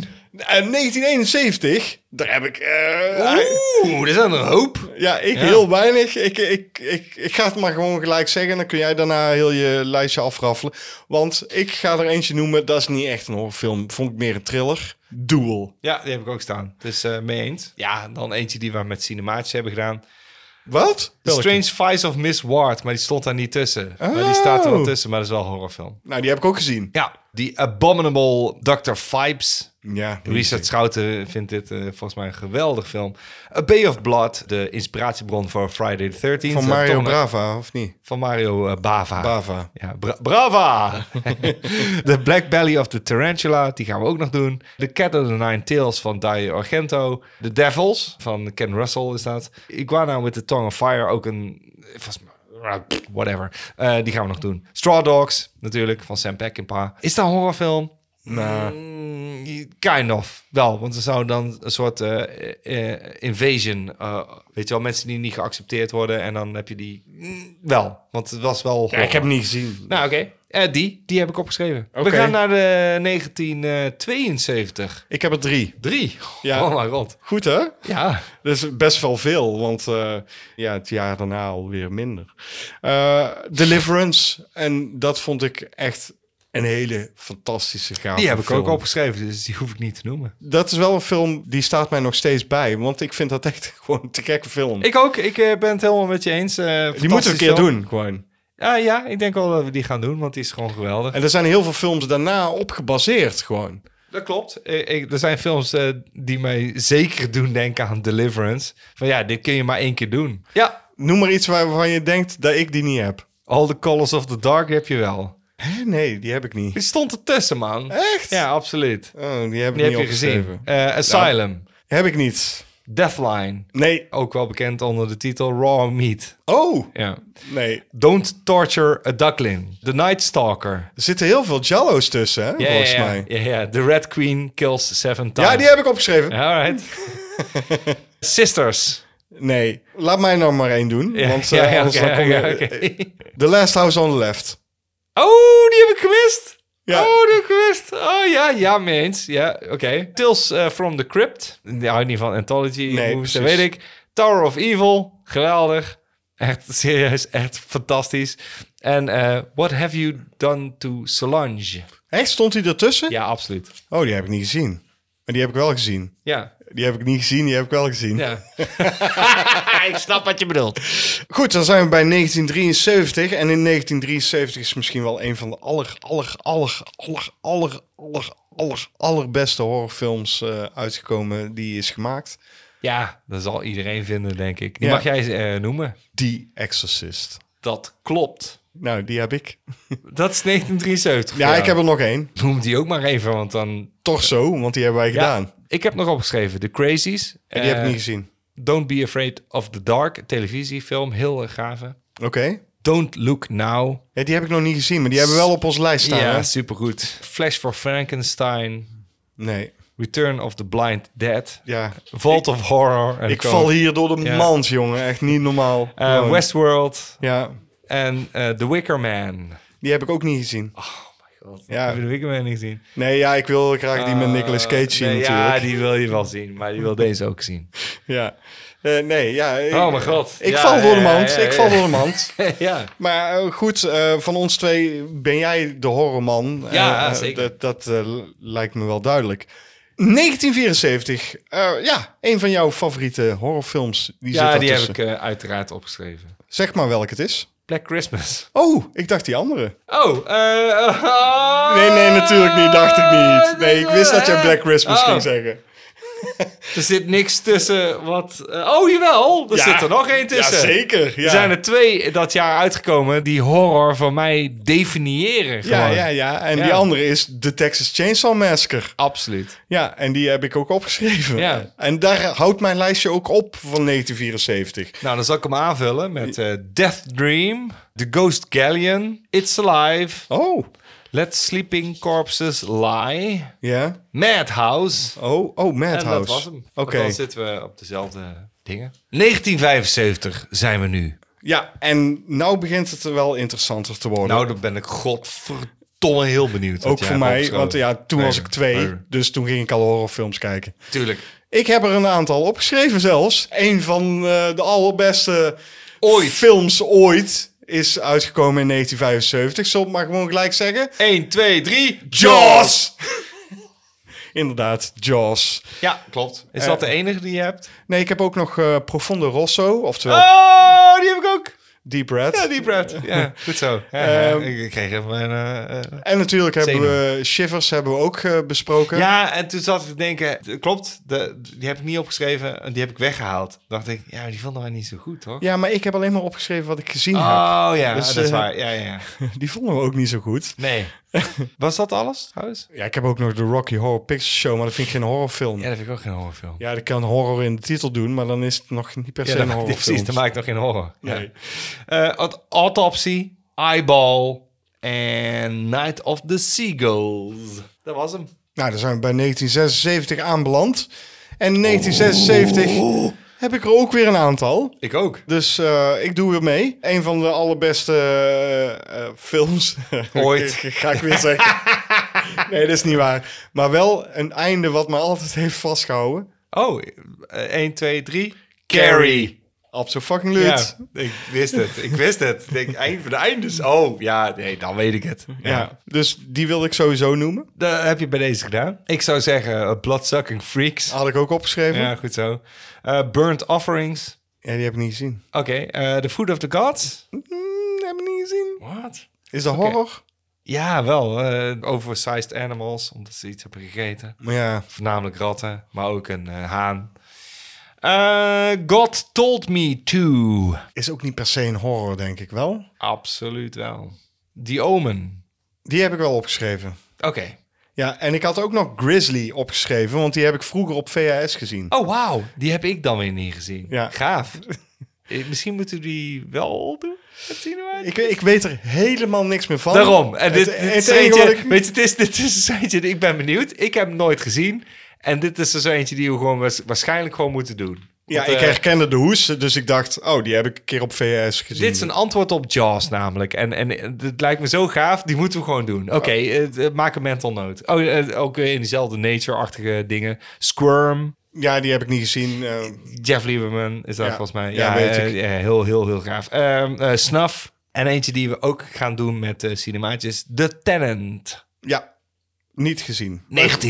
[SPEAKER 1] 1971, daar heb ik...
[SPEAKER 2] er zijn er een hoop.
[SPEAKER 1] Ja, heel weinig. Ik ga het maar gewoon gelijk zeggen. Dan kun jij daarna heel je lijstje afraffelen. Want ik ga er eentje noemen. Dat is niet echt een horrorfilm. Vond ik meer een thriller. Duel.
[SPEAKER 2] Ja, die heb ik ook staan. Dus mee eens. Ja, dan eentje die we met cinemaatjes hebben gedaan.
[SPEAKER 1] Wat?
[SPEAKER 2] The Strange Vice of Miss Ward, maar die stond daar niet tussen. Maar die staat er wel tussen, maar dat is wel een horrorfilm.
[SPEAKER 1] Nou, die heb ik ook gezien.
[SPEAKER 2] Ja, The Abominable Dr. Vibes.
[SPEAKER 1] Ja.
[SPEAKER 2] Richard Schouten vindt dit volgens mij een geweldig film. A Bay of Blood, de inspiratiebron voor Friday the 13th.
[SPEAKER 1] Van Mario Brava, of niet?
[SPEAKER 2] Van Mario Bava.
[SPEAKER 1] Bava.
[SPEAKER 2] Ja, Brava! The Black Belly of the Tarantula, die gaan we ook nog doen. The Cat of the Nine Tails van Dario Argento. The Devils van Ken Russell is dat. Iguana with the Tongue of Fire, ook een... whatever. Die gaan we nog doen. Straw Dogs, natuurlijk, van Sam Peckinpah. Is dat een horrorfilm?
[SPEAKER 1] Nou...
[SPEAKER 2] Kind of, wel. Want er zou dan een soort invasion... weet je wel, mensen die niet geaccepteerd worden. En dan heb je die... wel, want het was wel horror.
[SPEAKER 1] Ja, ik heb hem niet gezien.
[SPEAKER 2] Nou, oké. Die heb ik opgeschreven.
[SPEAKER 1] Okay.
[SPEAKER 2] We gaan naar de 1972.
[SPEAKER 1] Ik heb er 3.
[SPEAKER 2] 3?
[SPEAKER 1] Ja.
[SPEAKER 2] Oh mijn god.
[SPEAKER 1] Goed, hè?
[SPEAKER 2] Ja.
[SPEAKER 1] Dat is best wel veel, want het jaar daarna alweer minder. Deliverance. En dat vond ik echt een hele fantastische gave
[SPEAKER 2] Die heb ik
[SPEAKER 1] film.
[SPEAKER 2] ook opgeschreven, dus die hoef ik niet te noemen.
[SPEAKER 1] Dat is wel een film die staat mij nog steeds bij, want ik vind dat echt gewoon een te gekke film.
[SPEAKER 2] Ik ook. Ik ben het helemaal met je eens.
[SPEAKER 1] Die moeten we een keer doen, gewoon.
[SPEAKER 2] Ja, ik denk wel dat we die gaan doen, want die is gewoon geweldig.
[SPEAKER 1] En er zijn heel veel films daarna op gebaseerd, gewoon.
[SPEAKER 2] Dat klopt. Er zijn films die mij zeker doen denken aan Deliverance. Van ja, dit kun je maar 1 keer doen. Ja.
[SPEAKER 1] Noem maar iets waarvan je denkt dat ik die niet heb.
[SPEAKER 2] All the Colors of the Dark heb je wel.
[SPEAKER 1] Hè? Nee, die heb ik niet.
[SPEAKER 2] Die stond ertussen, man.
[SPEAKER 1] Echt?
[SPEAKER 2] Ja, absoluut.
[SPEAKER 1] Oh, die heb ik
[SPEAKER 2] Die
[SPEAKER 1] niet
[SPEAKER 2] heb je gezien.
[SPEAKER 1] opgeschreven.
[SPEAKER 2] Asylum.
[SPEAKER 1] Heb ik niet.
[SPEAKER 2] Deathline.
[SPEAKER 1] Nee.
[SPEAKER 2] Ook wel bekend onder de titel Raw Meat.
[SPEAKER 1] Oh.
[SPEAKER 2] Ja.
[SPEAKER 1] Nee.
[SPEAKER 2] Don't Torture a Duckling. The Night Stalker.
[SPEAKER 1] Er zitten heel veel Jallo's tussen, hè? Volgens mij.
[SPEAKER 2] Ja. The Red Queen Kills 7 Times.
[SPEAKER 1] Ja, die heb ik opgeschreven.
[SPEAKER 2] Alright. Sisters.
[SPEAKER 1] Nee. Laat mij nou maar 1 doen. Want anders dan kom je...
[SPEAKER 2] oké.
[SPEAKER 1] The Last House on the Left.
[SPEAKER 2] Oh, die heb ik gemist.
[SPEAKER 1] Ja.
[SPEAKER 2] Oh, die heb ik gemist. Oh ja, mee eens. Ja, oké. Tales from the Crypt. Die houdt niet van Anthology.
[SPEAKER 1] Nee,
[SPEAKER 2] movies, dat
[SPEAKER 1] precies.
[SPEAKER 2] weet ik. Tower of Evil. Geweldig. Echt serieus. Echt fantastisch. En What Have You Done to Solange?
[SPEAKER 1] Echt? Stond hij ertussen?
[SPEAKER 2] Ja, absoluut.
[SPEAKER 1] Oh, die heb ik niet gezien. Maar die heb ik wel gezien.
[SPEAKER 2] Ja.
[SPEAKER 1] Die heb ik niet gezien, die heb ik wel gezien.
[SPEAKER 2] Ja. Ik snap wat je bedoelt.
[SPEAKER 1] Goed, dan zijn we bij 1973. En in 1973 is misschien wel een van de allerbeste horrorfilms uitgekomen die is gemaakt.
[SPEAKER 2] Ja, dat zal iedereen vinden, denk ik. Die
[SPEAKER 1] Ja.
[SPEAKER 2] mag jij noemen.
[SPEAKER 1] The Exorcist.
[SPEAKER 2] Dat klopt.
[SPEAKER 1] Nou, die heb ik.
[SPEAKER 2] Dat is 1973.
[SPEAKER 1] Ja, ik heb er nog één.
[SPEAKER 2] Noem die ook maar even, want dan...
[SPEAKER 1] Toch zo, want die hebben wij gedaan.
[SPEAKER 2] Ik heb nog opgeschreven. The Crazies.
[SPEAKER 1] En die heb ik niet gezien.
[SPEAKER 2] Don't Be Afraid of the Dark. Televisiefilm. Heel erg gave.
[SPEAKER 1] Oké.
[SPEAKER 2] Don't Look Now.
[SPEAKER 1] Ja, die heb ik nog niet gezien, maar die hebben we wel op onze lijst staan.
[SPEAKER 2] Ja,
[SPEAKER 1] Hè?
[SPEAKER 2] supergoed. Flash for Frankenstein.
[SPEAKER 1] Nee.
[SPEAKER 2] Return of the Blind Dead.
[SPEAKER 1] Ja.
[SPEAKER 2] Vault of Horror. En
[SPEAKER 1] Ik val hier door de
[SPEAKER 2] Ja.
[SPEAKER 1] mand, jongen. Echt niet normaal. Gewoon.
[SPEAKER 2] Westworld.
[SPEAKER 1] Ja,
[SPEAKER 2] En The Wicker Man.
[SPEAKER 1] die heb ik ook niet gezien.
[SPEAKER 2] God,
[SPEAKER 1] Ja.
[SPEAKER 2] heb je The Wicker Man niet gezien?
[SPEAKER 1] Nee, ja, ik wil graag die met Nicolas Cage zien
[SPEAKER 2] nee,
[SPEAKER 1] natuurlijk.
[SPEAKER 2] Ja, die wil je wel zien. Maar die wil deze ook zien.
[SPEAKER 1] Ja. Nee, ja.
[SPEAKER 2] Oh mijn god.
[SPEAKER 1] Ik
[SPEAKER 2] Ja,
[SPEAKER 1] val door de
[SPEAKER 2] ja,
[SPEAKER 1] mand.
[SPEAKER 2] ja,
[SPEAKER 1] Ik val door de mand.
[SPEAKER 2] Ja.
[SPEAKER 1] Maar goed, van ons twee ben jij de horrorman.
[SPEAKER 2] Ja, zeker.
[SPEAKER 1] Dat lijkt me wel duidelijk. 1974. Ja, een van jouw favoriete horrorfilms. Die zit
[SPEAKER 2] Ja,
[SPEAKER 1] daar
[SPEAKER 2] die heb
[SPEAKER 1] tussen.
[SPEAKER 2] ik uiteraard opgeschreven.
[SPEAKER 1] Zeg maar welk het is.
[SPEAKER 2] Black Christmas.
[SPEAKER 1] Oh, ik dacht die andere.
[SPEAKER 2] Oh,
[SPEAKER 1] Nee, natuurlijk niet. Dacht ik niet. Nee, ik wist dat jij Black Christmas ging zeggen.
[SPEAKER 2] Er zit niks tussen wat... oh, jawel. Er zit er nog één tussen.
[SPEAKER 1] Ja, zeker. Ja.
[SPEAKER 2] Er zijn er 2 dat jaar uitgekomen die horror voor mij definiëren. Gewoon.
[SPEAKER 1] Ja. En
[SPEAKER 2] Ja.
[SPEAKER 1] die andere is The Texas Chainsaw Massacre.
[SPEAKER 2] Absoluut.
[SPEAKER 1] Ja, en die heb ik ook opgeschreven.
[SPEAKER 2] Ja.
[SPEAKER 1] En daar houdt mijn lijstje ook op van 1974.
[SPEAKER 2] Nou, dan zal ik hem aanvullen met Death Dream, The Ghost Galleon, It's Alive,
[SPEAKER 1] Oh,
[SPEAKER 2] Let Sleeping Corpses Lie,
[SPEAKER 1] ja.
[SPEAKER 2] Madhouse.
[SPEAKER 1] Oh, Madhouse.
[SPEAKER 2] En dat was hem.
[SPEAKER 1] Oké.
[SPEAKER 2] Dan zitten we op dezelfde dingen. 1975 zijn we nu.
[SPEAKER 1] Ja, en nou begint het wel interessanter te worden.
[SPEAKER 2] Nou, dan ben ik godverdomme heel benieuwd. wat
[SPEAKER 1] ook
[SPEAKER 2] jij
[SPEAKER 1] voor
[SPEAKER 2] hebt
[SPEAKER 1] mij,
[SPEAKER 2] opgeschoven.
[SPEAKER 1] want ja, toen was ik 2,
[SPEAKER 2] Nee.
[SPEAKER 1] dus toen ging ik al horrorfilms kijken.
[SPEAKER 2] Tuurlijk.
[SPEAKER 1] Ik heb er een aantal opgeschreven zelfs. Een van de allerbeste
[SPEAKER 2] Ooit.
[SPEAKER 1] films ooit is uitgekomen in 1975. Zal ik maar gewoon gelijk zeggen?
[SPEAKER 2] 1, 2, 3.
[SPEAKER 1] Jaws! Inderdaad, Jaws.
[SPEAKER 2] Ja, klopt. Is dat de enige die je hebt?
[SPEAKER 1] Nee, ik heb ook nog Profondo Rosso, oftewel
[SPEAKER 2] Oh, die heb ik ook.
[SPEAKER 1] Deep Red.
[SPEAKER 2] Ja, die Brad. Ja, goed zo. Ja, ik kreeg even mijn...
[SPEAKER 1] En natuurlijk hebben
[SPEAKER 2] Zenuw.
[SPEAKER 1] we Shivers hebben we ook besproken.
[SPEAKER 2] Ja, en toen zat ik te denken, klopt, die heb ik niet opgeschreven en die heb ik weggehaald. Dacht ik, ja, die vonden wij niet zo goed, hoor.
[SPEAKER 1] Ja, maar ik heb alleen maar opgeschreven wat ik gezien heb.
[SPEAKER 2] Oh ja,
[SPEAKER 1] Dus,
[SPEAKER 2] dat is waar. Ja.
[SPEAKER 1] Die vonden we ook niet zo goed.
[SPEAKER 2] Nee. Was dat alles, trouwens?
[SPEAKER 1] Ja, ik heb ook nog de Rocky Horror Picture Show, maar dat vind ik geen horrorfilm.
[SPEAKER 2] Ja, dat vind ik ook geen horrorfilm.
[SPEAKER 1] Ja, dat kan horror in de titel doen, maar dan is het nog niet per se een horrorfilm.
[SPEAKER 2] precies, dan maak ik nog geen horror.
[SPEAKER 1] Nee.
[SPEAKER 2] Autopsy, Eyeball en Night of the Seagulls. Dat was hem.
[SPEAKER 1] Nou, dan zijn we bij 1976 aanbeland. En in 1976 heb ik er ook weer een aantal.
[SPEAKER 2] Ik ook.
[SPEAKER 1] Dus ik doe weer mee. Een van de allerbeste films.
[SPEAKER 2] Ooit.
[SPEAKER 1] Ga ik weer zeggen. Nee, dat is niet waar. Maar wel een einde wat me altijd heeft vastgehouden.
[SPEAKER 2] Oh, 1, 2, 3. Carrie.
[SPEAKER 1] Absoluut.
[SPEAKER 2] Ja, ik wist het. Ik wist het. Ik denk, eind van de eindes. Oh, ja, nee, dan weet ik het.
[SPEAKER 1] Ja, dus die wilde ik sowieso noemen.
[SPEAKER 2] Dat heb je bij deze gedaan. Ik zou zeggen Bloodsucking Freaks.
[SPEAKER 1] Had ik ook opgeschreven.
[SPEAKER 2] Ja, goed zo. Burnt Offerings.
[SPEAKER 1] Ja, die heb ik niet gezien.
[SPEAKER 2] Oké, The Food of the Gods.
[SPEAKER 1] Heb ik niet gezien.
[SPEAKER 2] Wat?
[SPEAKER 1] Is dat horror?
[SPEAKER 2] Ja, wel. Oversized animals, omdat ze iets hebben gegeten.
[SPEAKER 1] Maar ja,
[SPEAKER 2] Voornamelijk ratten, maar ook een haan. God Told Me To.
[SPEAKER 1] is ook niet per se een horror, denk ik wel.
[SPEAKER 2] Absoluut wel. The Omen.
[SPEAKER 1] Die heb ik wel opgeschreven.
[SPEAKER 2] Oké.
[SPEAKER 1] Ja, en ik had ook nog Grizzly opgeschreven, want die heb ik vroeger op VHS gezien.
[SPEAKER 2] Oh, wauw. Die heb ik dan weer niet gezien.
[SPEAKER 1] Ja.
[SPEAKER 2] Gaaf. Misschien moeten we die wel doen. Dat zien we.
[SPEAKER 1] Ik weet er helemaal niks meer van.
[SPEAKER 2] Daarom. En dit
[SPEAKER 1] Het
[SPEAKER 2] is
[SPEAKER 1] enige
[SPEAKER 2] eentje,
[SPEAKER 1] wat ik-
[SPEAKER 2] weet je, dit is een eentje, ik ben benieuwd. Ik heb hem nooit gezien. En dit is er zo eentje die we gewoon waarschijnlijk gewoon moeten doen.
[SPEAKER 1] Ja,
[SPEAKER 2] Want,
[SPEAKER 1] ik herkende de hoes, dus ik dacht, oh, die heb ik een keer op VHS gezien.
[SPEAKER 2] dit is een antwoord op Jaws namelijk. En het lijkt me zo gaaf, die moeten we gewoon doen. Oké, maak een mental note. Oh, ook in diezelfde nature-achtige dingen. Squirm.
[SPEAKER 1] Ja, die heb ik niet gezien.
[SPEAKER 2] Jeff Lieberman is dat
[SPEAKER 1] Ja.
[SPEAKER 2] volgens mij.
[SPEAKER 1] Ja, weet ik.
[SPEAKER 2] Heel gaaf. Snuff. En eentje die we ook gaan doen met cinemaatjes. The Tenant.
[SPEAKER 1] Ja, Niet gezien.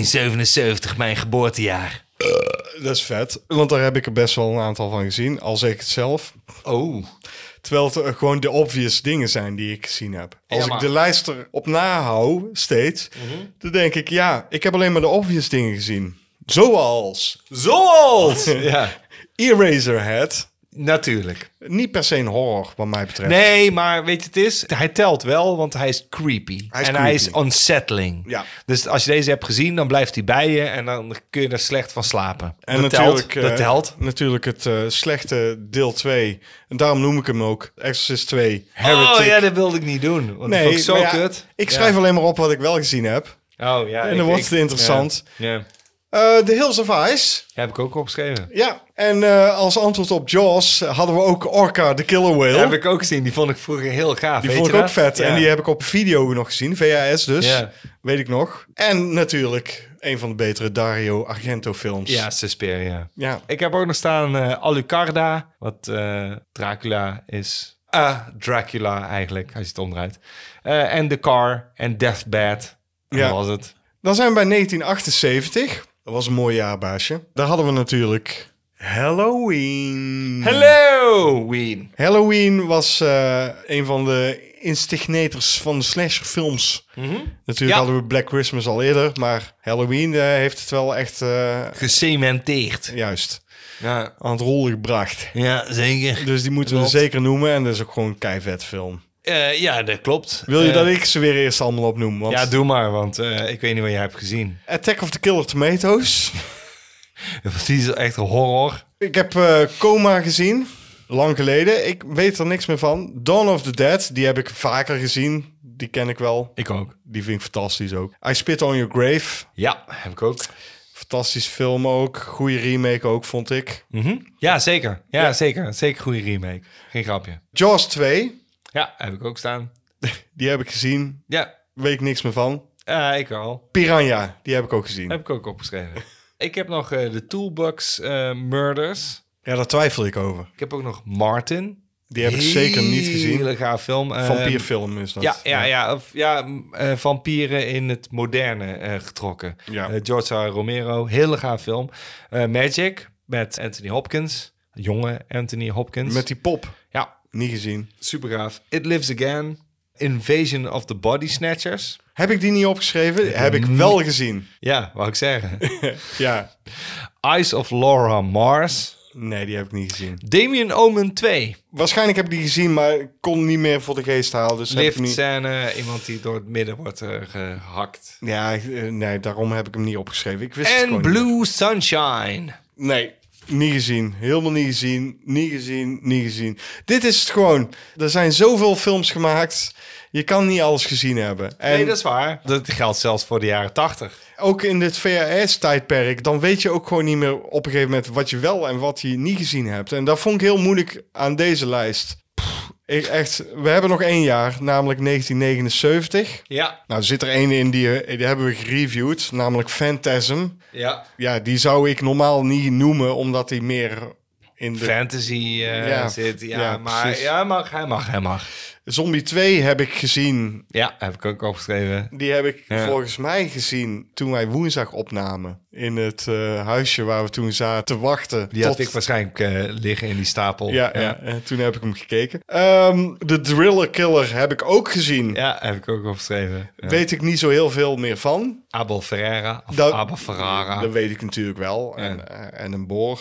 [SPEAKER 2] 1977, mijn geboortejaar.
[SPEAKER 1] Dat is vet, want daar heb ik er best wel een aantal van gezien, al zeg ik het zelf.
[SPEAKER 2] Oh.
[SPEAKER 1] Terwijl het gewoon de obvious dingen zijn die ik gezien heb. Als
[SPEAKER 2] Ja, maar-
[SPEAKER 1] ik de lijst erop nahoud, steeds, dan denk ik, ja, ik heb alleen maar de obvious dingen gezien. Zoals
[SPEAKER 2] Zoals! Ja,
[SPEAKER 1] Eraserhead.
[SPEAKER 2] natuurlijk.
[SPEAKER 1] Niet per se een horror, wat mij betreft.
[SPEAKER 2] Nee, maar weet je, het is... Hij telt wel, want hij is creepy.
[SPEAKER 1] Hij is
[SPEAKER 2] Hij is
[SPEAKER 1] creepy.
[SPEAKER 2] unsettling.
[SPEAKER 1] Ja.
[SPEAKER 2] Dus als je deze hebt gezien, dan blijft hij bij je... en dan kun je er slecht van slapen.
[SPEAKER 1] En
[SPEAKER 2] dat
[SPEAKER 1] natuurlijk,
[SPEAKER 2] telt. Dat telt.
[SPEAKER 1] natuurlijk het slechte deel 2. En daarom noem ik hem ook Exorcist 2.
[SPEAKER 2] Oh
[SPEAKER 1] Heretic.
[SPEAKER 2] ja, dat wilde ik niet doen. Want dat vond ik zo
[SPEAKER 1] maar ja,
[SPEAKER 2] kut.
[SPEAKER 1] ik schrijf alleen maar op wat ik wel gezien heb.
[SPEAKER 2] Oh ja.
[SPEAKER 1] En dan wordt het interessant.
[SPEAKER 2] Ja.
[SPEAKER 1] The Hills of Ice.
[SPEAKER 2] Heb ik ook opgeschreven.
[SPEAKER 1] Ja, en als antwoord op Jaws hadden we ook Orca, the Killer Whale.
[SPEAKER 2] Heb ik ook gezien. Die vond ik vroeger heel gaaf.
[SPEAKER 1] Die
[SPEAKER 2] weet
[SPEAKER 1] vond ik
[SPEAKER 2] je
[SPEAKER 1] ook
[SPEAKER 2] dat?
[SPEAKER 1] vet.
[SPEAKER 2] Ja.
[SPEAKER 1] En die heb ik op video nog gezien. VHS dus.
[SPEAKER 2] Ja.
[SPEAKER 1] Weet ik nog. En natuurlijk een van de betere Dario Argento films.
[SPEAKER 2] Ja, Suspiria.
[SPEAKER 1] Ja.
[SPEAKER 2] Ik heb ook nog staan Alucarda, wat Dracula is. Dracula eigenlijk, als je het omdraait. En The Car en Deathbed.
[SPEAKER 1] Ja.
[SPEAKER 2] Dat was het.
[SPEAKER 1] Dan zijn we bij 1978. Dat was een mooi jaarbaasje. Daar hadden we natuurlijk Halloween.
[SPEAKER 2] Halloween.
[SPEAKER 1] Halloween was een van de instignators van de slasherfilms. Natuurlijk
[SPEAKER 2] Ja.
[SPEAKER 1] hadden we Black Christmas al eerder, maar Halloween heeft het wel echt
[SPEAKER 2] Gecementeerd.
[SPEAKER 1] juist
[SPEAKER 2] Ja.
[SPEAKER 1] aan het rollen gebracht.
[SPEAKER 2] Ja, zeker.
[SPEAKER 1] Dus die moeten we
[SPEAKER 2] Klopt.
[SPEAKER 1] zeker noemen en dat is ook gewoon een keivet film.
[SPEAKER 2] Ja, dat klopt.
[SPEAKER 1] Wil je dat ik ze weer eerst allemaal opnoem? Want
[SPEAKER 2] Ja, doe maar, want ik weet niet wat je hebt gezien.
[SPEAKER 1] Attack of the Killer Tomatoes.
[SPEAKER 2] Die is echt een horror.
[SPEAKER 1] Ik heb Coma gezien, lang geleden. Ik weet er niks meer van. Dawn of the Dead, die heb ik vaker gezien. Die ken ik wel.
[SPEAKER 2] Ik ook.
[SPEAKER 1] Die vind ik fantastisch ook. I Spit on Your Grave.
[SPEAKER 2] Ja, heb ik ook.
[SPEAKER 1] Fantastisch film ook. Goede remake ook, vond ik.
[SPEAKER 2] Ja, zeker. Ja, zeker. Zeker goede remake. Geen grapje.
[SPEAKER 1] Jaws 2,
[SPEAKER 2] Ja, heb ik ook staan.
[SPEAKER 1] die heb ik gezien.
[SPEAKER 2] Ja,
[SPEAKER 1] Weet ik niks meer van.
[SPEAKER 2] ik wel.
[SPEAKER 1] Piranha, die heb ik ook gezien.
[SPEAKER 2] Heb ik ook opgeschreven. Ik heb nog de Toolbox Murders.
[SPEAKER 1] Ja, daar twijfel ik over.
[SPEAKER 2] Ik heb ook nog Martin.
[SPEAKER 1] Die heb ik zeker niet gezien.
[SPEAKER 2] Hele gaaf film.
[SPEAKER 1] Vampierfilm is dat.
[SPEAKER 2] Vampieren in het moderne getrokken.
[SPEAKER 1] Ja.
[SPEAKER 2] George R. Romero, hele gaaf film. Magic met Anthony Hopkins. Jonge Anthony Hopkins.
[SPEAKER 1] Met die pop.
[SPEAKER 2] Ja,
[SPEAKER 1] Niet gezien.
[SPEAKER 2] super gaaf. It Lives Again. Invasion of the Body Snatchers.
[SPEAKER 1] Heb ik die niet opgeschreven? Heb ik wel gezien.
[SPEAKER 2] Ja, wou ik zeggen.
[SPEAKER 1] Ja.
[SPEAKER 2] Eyes of Laura Mars.
[SPEAKER 1] Nee, die heb ik niet gezien.
[SPEAKER 2] Damien Omen 2.
[SPEAKER 1] Waarschijnlijk heb ik die gezien, maar ik kon niet meer voor de geest halen. Dus heb ik niet...
[SPEAKER 2] Liftscène, iemand die door het midden wordt gehakt.
[SPEAKER 1] Ja, nee, daarom heb ik hem niet opgeschreven. Ik wist het
[SPEAKER 2] En
[SPEAKER 1] gewoon niet.
[SPEAKER 2] Blue Sunshine.
[SPEAKER 1] Nee, niet gezien. Helemaal niet gezien. Niet gezien. Niet gezien. Dit is het gewoon. Er zijn zoveel films gemaakt. Je kan niet alles gezien hebben. En
[SPEAKER 2] Nee, dat is waar. Dat geldt zelfs voor de jaren 80.
[SPEAKER 1] ook in dit VHS-tijdperk, dan weet je ook gewoon niet meer op een gegeven moment wat je wel en wat je niet gezien hebt. En dat vond ik heel moeilijk aan deze lijst. We hebben nog 1 jaar, namelijk 1979.
[SPEAKER 2] Ja.
[SPEAKER 1] Nou, er zit er één in die hebben we gereviewd, namelijk Phantasm.
[SPEAKER 2] Ja.
[SPEAKER 1] Ja, die zou ik normaal niet noemen, omdat hij meer in de...
[SPEAKER 2] Fantasy zit. Ja,
[SPEAKER 1] ja,
[SPEAKER 2] maar
[SPEAKER 1] precies.
[SPEAKER 2] ja, hij mag.
[SPEAKER 1] Zombie 2 heb ik gezien.
[SPEAKER 2] Ja, heb ik ook opgeschreven.
[SPEAKER 1] Die heb ik
[SPEAKER 2] Ja.
[SPEAKER 1] volgens mij gezien toen wij woensdag opnamen. In het huisje waar we toen zaten te wachten.
[SPEAKER 2] Die had ik waarschijnlijk liggen in die stapel.
[SPEAKER 1] Ja, en toen heb ik hem gekeken. De Driller Killer heb ik ook gezien.
[SPEAKER 2] Ja, heb ik ook opgeschreven. Ja.
[SPEAKER 1] Weet ik niet zo heel veel meer van.
[SPEAKER 2] Abel Ferreira. Of
[SPEAKER 1] Dat-
[SPEAKER 2] Abel Ferrara.
[SPEAKER 1] Dat weet ik natuurlijk wel.
[SPEAKER 2] Ja.
[SPEAKER 1] En een boor.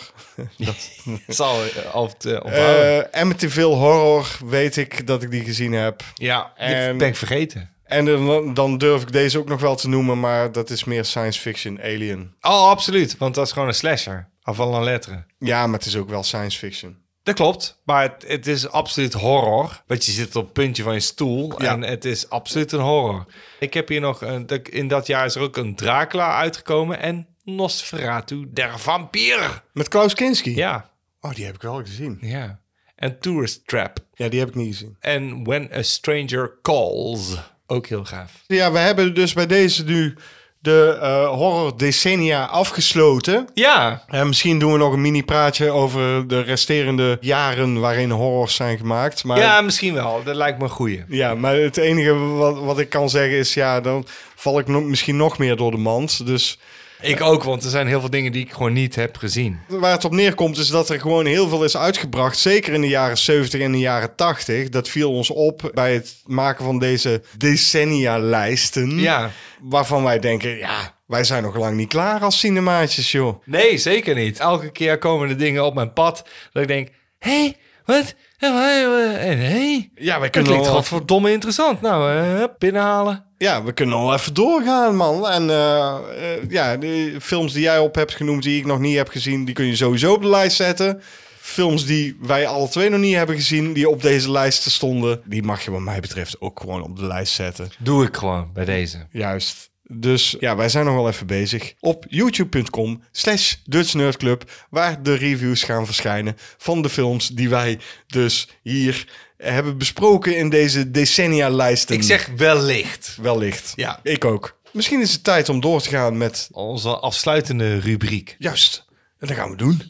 [SPEAKER 2] Zal altijd onthouden.
[SPEAKER 1] Amityville Horror weet ik dat ik die gezien heb.
[SPEAKER 2] Ja,
[SPEAKER 1] en-
[SPEAKER 2] die ben ik vergeten.
[SPEAKER 1] En dan durf ik deze ook nog wel te noemen, maar dat is meer science fiction, Alien.
[SPEAKER 2] Oh, absoluut. Want dat is gewoon een slasher. Afval aan letteren.
[SPEAKER 1] Ja, maar het is ook wel science fiction.
[SPEAKER 2] Dat klopt, maar het is absoluut horror. Want je zit op het puntje van je stoel
[SPEAKER 1] Ja.
[SPEAKER 2] en het is absoluut een horror. Ik heb hier nog, in dat jaar is er ook een Dracula uitgekomen en Nosferatu der Vampier.
[SPEAKER 1] Met Klaus Kinski?
[SPEAKER 2] Ja,
[SPEAKER 1] Oh, die heb ik wel gezien.
[SPEAKER 2] ja. En Tourist Trap.
[SPEAKER 1] Ja, die heb ik niet gezien.
[SPEAKER 2] En When a Stranger Calls. Ook heel gaaf.
[SPEAKER 1] Ja, we hebben dus bij deze nu de horror decennia afgesloten.
[SPEAKER 2] Ja.
[SPEAKER 1] En misschien doen we nog een mini-praatje over de resterende jaren waarin horrors zijn gemaakt. Maar,
[SPEAKER 2] Ja, misschien wel. Dat lijkt me een goeie.
[SPEAKER 1] ja, maar het enige wat ik kan zeggen is, ja, dan val ik misschien nog meer door de mand. Dus
[SPEAKER 2] Ik ook, want er zijn heel veel dingen die ik gewoon niet heb gezien.
[SPEAKER 1] waar het op neerkomt is dat er gewoon heel veel is uitgebracht. Zeker in de jaren 70 en de jaren 80. Dat viel ons op bij het maken van deze decennia-lijsten.
[SPEAKER 2] Ja.
[SPEAKER 1] Waarvan wij denken, ja, wij zijn nog lang niet klaar als cinemaatjes, joh.
[SPEAKER 2] Nee, zeker niet. Elke keer komen er dingen op mijn pad dat ik denk, hé, wat? Hé?
[SPEAKER 1] Ja, wij
[SPEAKER 2] Dat
[SPEAKER 1] kunnen
[SPEAKER 2] klinkt
[SPEAKER 1] al,
[SPEAKER 2] godverdomme interessant. Nou, binnenhalen.
[SPEAKER 1] ja, we kunnen al even doorgaan, man. En ja, de films die jij op hebt genoemd, die ik nog niet heb gezien, die kun je sowieso op de lijst zetten. Films die wij alle twee nog niet hebben gezien, die op deze lijst stonden, die mag je wat mij betreft ook gewoon op de lijst zetten.
[SPEAKER 2] Doe ik gewoon bij deze.
[SPEAKER 1] Juist. Dus ja, wij zijn nog wel even bezig. Op youtube.com/Dutch Nerd Club, waar de reviews gaan verschijnen van de films die wij dus hier hebben besproken in deze decennia-lijsten.
[SPEAKER 2] Ik zeg wellicht.
[SPEAKER 1] Wellicht.
[SPEAKER 2] Ja.
[SPEAKER 1] Ik ook. Misschien is het tijd om door te gaan met...
[SPEAKER 2] Onze afsluitende rubriek.
[SPEAKER 1] Juist. En dat gaan we doen.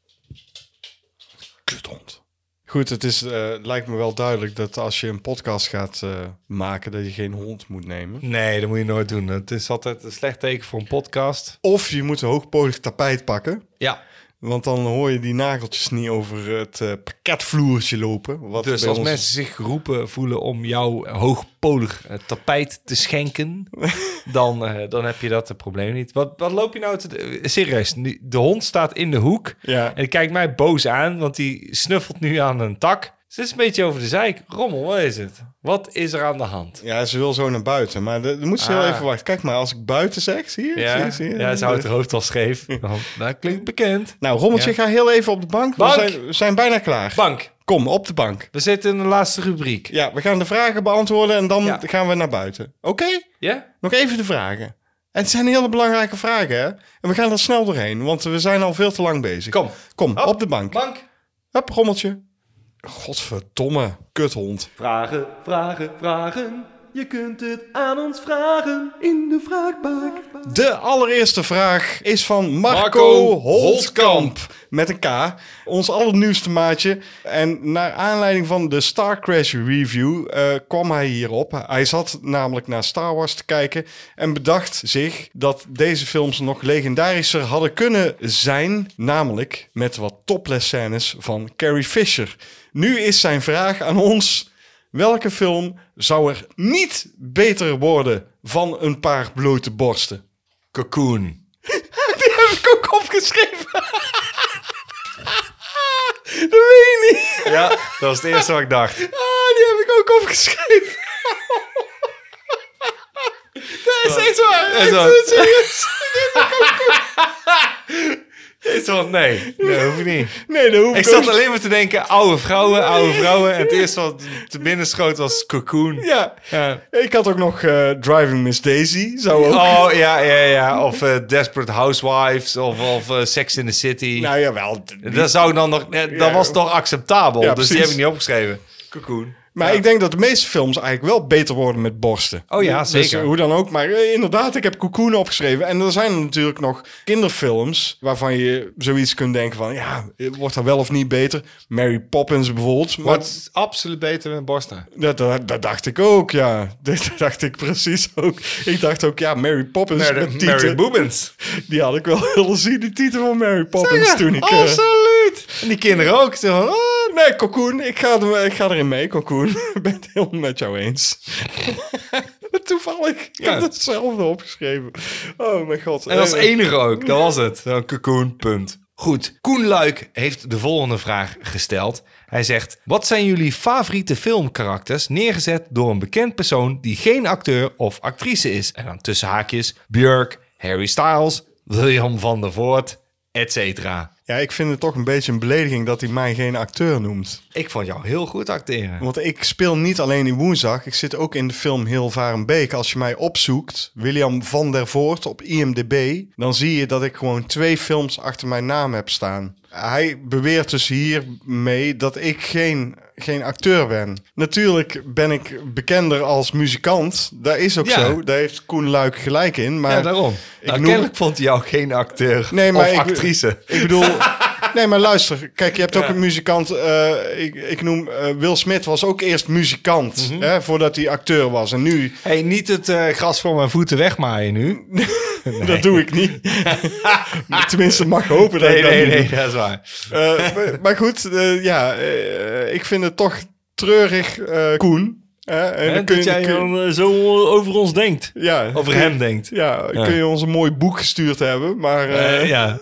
[SPEAKER 1] Kuthond. Goed, het lijkt me wel duidelijk dat als je een podcast gaat maken, dat je geen hond moet nemen.
[SPEAKER 2] Nee, dat moet je nooit doen. Het is altijd een slecht teken voor een podcast.
[SPEAKER 1] Of je moet een hoogpolig tapijt pakken.
[SPEAKER 2] Ja.
[SPEAKER 1] Want dan hoor je die nageltjes niet over het parketvloertje lopen. Wat
[SPEAKER 2] Dus
[SPEAKER 1] bij
[SPEAKER 2] als
[SPEAKER 1] ons-
[SPEAKER 2] mensen zich geroepen voelen om jouw hoogpolig tapijt te schenken, dan heb je dat probleem niet. Wat loop je nou te... Serieus, de hond staat in de hoek
[SPEAKER 1] Ja.
[SPEAKER 2] en die kijkt mij boos aan, want die snuffelt nu aan een tak. Ze is een beetje over de zeik. Rommel, wat is het? Wat is er aan de hand?
[SPEAKER 1] Ja, ze wil zo naar buiten. Maar dan moet ze heel even wachten. Kijk maar, als ik buiten zeg, zie je?
[SPEAKER 2] Ja,
[SPEAKER 1] Zie je?
[SPEAKER 2] ja, ze houdt haar hoofd al scheef. Dat klinkt bekend.
[SPEAKER 1] Nou, Rommeltje,
[SPEAKER 2] Ja.
[SPEAKER 1] ga heel even op de bank.
[SPEAKER 2] Bank!
[SPEAKER 1] We zijn bijna klaar.
[SPEAKER 2] Bank,
[SPEAKER 1] Kom, op de bank.
[SPEAKER 2] we zitten in de laatste rubriek.
[SPEAKER 1] Ja, we gaan de vragen beantwoorden en dan
[SPEAKER 2] Ja.
[SPEAKER 1] gaan we naar buiten. Oké?
[SPEAKER 2] Ja?
[SPEAKER 1] Nog even de vragen. En het zijn hele belangrijke vragen, hè? En we gaan er snel doorheen, want we zijn al veel te lang bezig. Kom,
[SPEAKER 2] Hop.
[SPEAKER 1] op de bank.
[SPEAKER 2] Bank.
[SPEAKER 1] Hup, Rommeltje. Godverdomme, kuthond.
[SPEAKER 6] Vragen, vragen, vragen. Je kunt het aan ons vragen in de vraagbak.
[SPEAKER 1] De allereerste vraag is van Marco
[SPEAKER 2] Marco
[SPEAKER 1] Holtkamp. Met een K. Ons allernieuwste maatje. En naar aanleiding van de Star Crash review kwam hij hierop. Hij zat namelijk naar Star Wars te kijken. En bedacht zich dat deze films nog legendarischer hadden kunnen zijn. Namelijk met wat topless scènes van Carrie Fisher. Nu is zijn vraag aan ons: welke film zou er niet beter worden van een paar blote borsten?
[SPEAKER 2] Cocoon.
[SPEAKER 1] Die heb ik ook opgeschreven. Dat weet je niet.
[SPEAKER 2] Ja, dat was het eerste wat ik dacht.
[SPEAKER 1] Die heb ik ook opgeschreven. Dat is echt waar.
[SPEAKER 2] Is dat-
[SPEAKER 1] Echt serieus.
[SPEAKER 2] Is dat, nee, dat hoef ik niet.
[SPEAKER 1] Nee, dat hoef
[SPEAKER 2] Ik
[SPEAKER 1] ik ook
[SPEAKER 2] zat alleen maar te denken, oude vrouwen. En het eerste wat te binnen schoot was Cocoon.
[SPEAKER 1] Ja,
[SPEAKER 2] Ja.
[SPEAKER 1] ik had ook nog Driving Miss Daisy. Zou ook.
[SPEAKER 2] Oh, ja. Of Desperate Housewives of Sex in the City.
[SPEAKER 1] Nou jawel.
[SPEAKER 2] Dat zou ik dan nog... Dat was toch acceptabel?
[SPEAKER 1] Ja,
[SPEAKER 2] dus die
[SPEAKER 1] precies.
[SPEAKER 2] heb ik niet opgeschreven. Cocoon.
[SPEAKER 1] Maar ik denk dat de meeste films eigenlijk wel beter worden met borsten.
[SPEAKER 2] Oh ja,
[SPEAKER 1] Dus
[SPEAKER 2] zeker.
[SPEAKER 1] hoe dan ook. Maar inderdaad, ik heb Cocoon opgeschreven. En er zijn natuurlijk nog kinderfilms waarvan je zoiets kunt denken van... ja, wordt dat wel of niet beter? Mary Poppins bijvoorbeeld. Maar
[SPEAKER 2] Wordt absoluut beter met borsten.
[SPEAKER 1] dat dacht ik ook, ja. Dat dacht ik precies ook. Ik dacht ook, ja, Mary Poppins met
[SPEAKER 2] Mary
[SPEAKER 1] tieten.
[SPEAKER 2] Boobins.
[SPEAKER 1] Die had ik wel willen zien, die titel van Mary Poppins toen ik...
[SPEAKER 2] Absoluut. En die kinderen ook. Zo van, oh,
[SPEAKER 1] nee, Cocoon, ik ga erin mee, Cocoon. Ik ben het helemaal met jou eens. Toevallig. Ik heb hetzelfde opgeschreven. Oh mijn god.
[SPEAKER 2] En als enige ook. Dat was het. Zo'n Cocoon, punt. Goed. Koen Luik heeft de volgende vraag gesteld. Hij zegt: wat zijn jullie favoriete filmkarakters neergezet door een bekend persoon die geen acteur of actrice is? En dan tussen haakjes Björk, Harry Styles, William van der Voort, etc.
[SPEAKER 1] Ja, ik vind het toch een beetje een belediging dat hij mij geen acteur noemt.
[SPEAKER 2] Ik vond jou heel goed acteren.
[SPEAKER 1] Want ik speel niet alleen in Woensdag. Ik zit ook in de film Hilvarenbeek. Als je mij opzoekt, William van der Voort op IMDb... dan zie je dat ik gewoon 2 films achter mijn naam heb staan. hij beweert dus hiermee dat ik geen acteur ben. Natuurlijk ben ik bekender als muzikant. Dat is ook zo. Daar heeft Koen Luik gelijk in. Maar
[SPEAKER 2] ja, daarom. Kennelijk vond hij jou geen acteur of actrice.
[SPEAKER 1] Ik bedoel... Nee, maar luister. Kijk, je hebt ook een muzikant. Ik noem Will Smith was ook eerst muzikant. Hè, voordat hij acteur was. En nu...
[SPEAKER 2] Hey, niet het gras voor mijn voeten wegmaaien nu.
[SPEAKER 1] Nee. Dat doe ik niet. Tenminste, mag hopen dat ik dat doe.
[SPEAKER 2] Nee, dat is waar.
[SPEAKER 1] Maar goed, ik vind het toch treurig, Koen.
[SPEAKER 2] En dat jij zo over ons denkt.
[SPEAKER 1] Ja,
[SPEAKER 2] over hem denkt.
[SPEAKER 1] Ja, kun je ons een mooi boek gestuurd hebben. Maar
[SPEAKER 2] ja.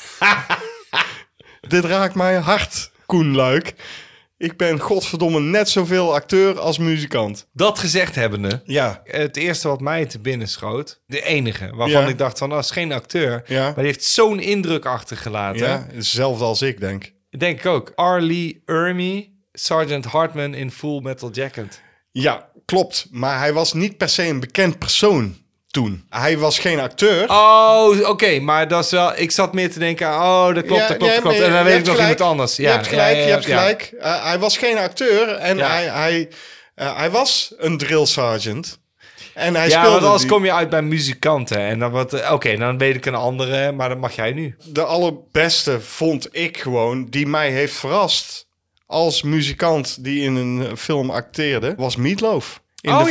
[SPEAKER 1] Dit raakt mij hard, Koen Luik. Ik ben godverdomme net zoveel acteur als muzikant.
[SPEAKER 2] Dat gezegd hebbende,
[SPEAKER 1] ja.
[SPEAKER 2] Het eerste wat mij te binnen schoot, de enige waarvan ik dacht van, dat is geen acteur, maar die heeft zo'n indruk achtergelaten.
[SPEAKER 1] Ja, hetzelfde als ik denk.
[SPEAKER 2] Denk ik ook. R. Lee Ermey, Sergeant Hartman in Full Metal Jacket.
[SPEAKER 1] Ja, klopt. Maar hij was niet per se een bekend persoon toen. Hij was geen acteur.
[SPEAKER 2] Oh, oké. Maar dat is wel... Ik zat meer te denken, dat klopt. En dan weet ik nog iemand anders. Ja,
[SPEAKER 1] je hebt gelijk. Hij was geen acteur en hij was een drill sergeant. En hij speelde
[SPEAKER 2] want anders kom je uit bij muzikanten. En dan dan weet ik een andere, maar dat mag jij nu.
[SPEAKER 1] De allerbeste vond ik gewoon, die mij heeft verrast als muzikant die in een film acteerde, was Meatloaf.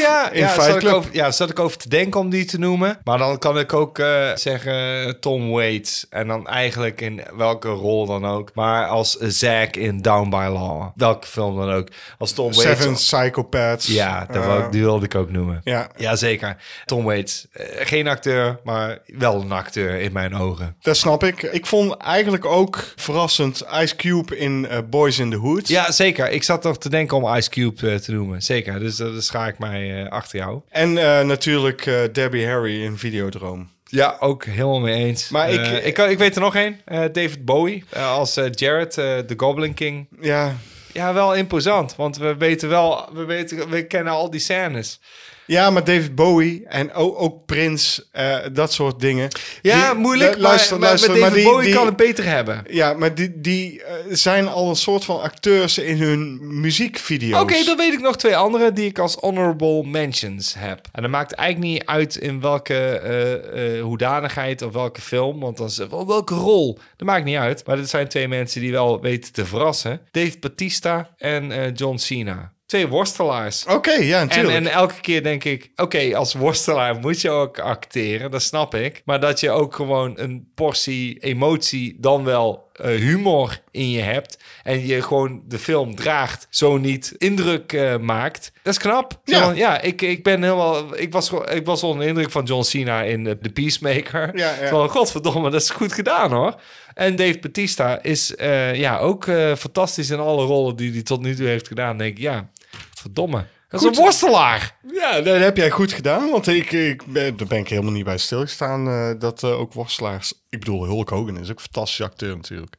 [SPEAKER 2] Zat ik over te denken om die te noemen. Maar dan kan ik ook zeggen Tom Waits. En dan eigenlijk in welke rol dan ook. Maar als Zack in Down by Law. Welke film dan ook. Als Tom Waits.
[SPEAKER 1] Seven Psychopaths.
[SPEAKER 2] Ja, die wilde ik ook noemen. Ja, zeker. Tom Waits. Geen acteur, maar wel een acteur in mijn ogen.
[SPEAKER 1] Dat snap ik. Ik vond eigenlijk ook verrassend Ice Cube in Boys in the Hood.
[SPEAKER 2] Ja, zeker. Ik zat toch te denken om Ice Cube te noemen. Zeker. Dus dat schaak ik mij achter jou.
[SPEAKER 1] En natuurlijk Debbie Harry in Videodroom.
[SPEAKER 2] Ja, ook helemaal mee eens. Maar ik weet er nog één. David Bowie als Jared, de Goblin King. Ja, wel imposant. Want we kennen al die scènes.
[SPEAKER 1] Ja, maar David Bowie en ook Prince, dat soort dingen.
[SPEAKER 2] Ja, moeilijk, luister, maar David Bowie kan het beter hebben.
[SPEAKER 1] Ja, maar die zijn al een soort van acteurs in hun muziekvideo's.
[SPEAKER 2] Oké, dan weet ik nog 2 andere die ik als honorable mentions heb. En dat maakt eigenlijk niet uit in welke hoedanigheid of welke film. Want dan is welke rol. Dat maakt niet uit. Maar dit zijn 2 mensen die wel weten te verrassen. Dave Bautista en John Cena. 2 worstelaars.
[SPEAKER 1] Oké, ja, natuurlijk.
[SPEAKER 2] En elke keer denk ik, als worstelaar moet je ook acteren, dat snap ik. Maar dat je ook gewoon een portie emotie, dan wel humor in je hebt. En je gewoon de film draagt, zo niet indruk maakt. Dat is knap. Ik was onder de indruk van John Cena in The Peacemaker. Van, godverdomme, dat is goed gedaan hoor. En Dave Bautista is ook fantastisch in alle rollen die hij tot nu toe heeft gedaan. Denk ik, verdomme. Dat is een worstelaar.
[SPEAKER 1] Ja, dat heb jij goed gedaan. Want daar ben ik helemaal niet bij stilgestaan. Dat ook worstelaars... Ik bedoel, Hulk Hogan is ook een fantastische acteur natuurlijk.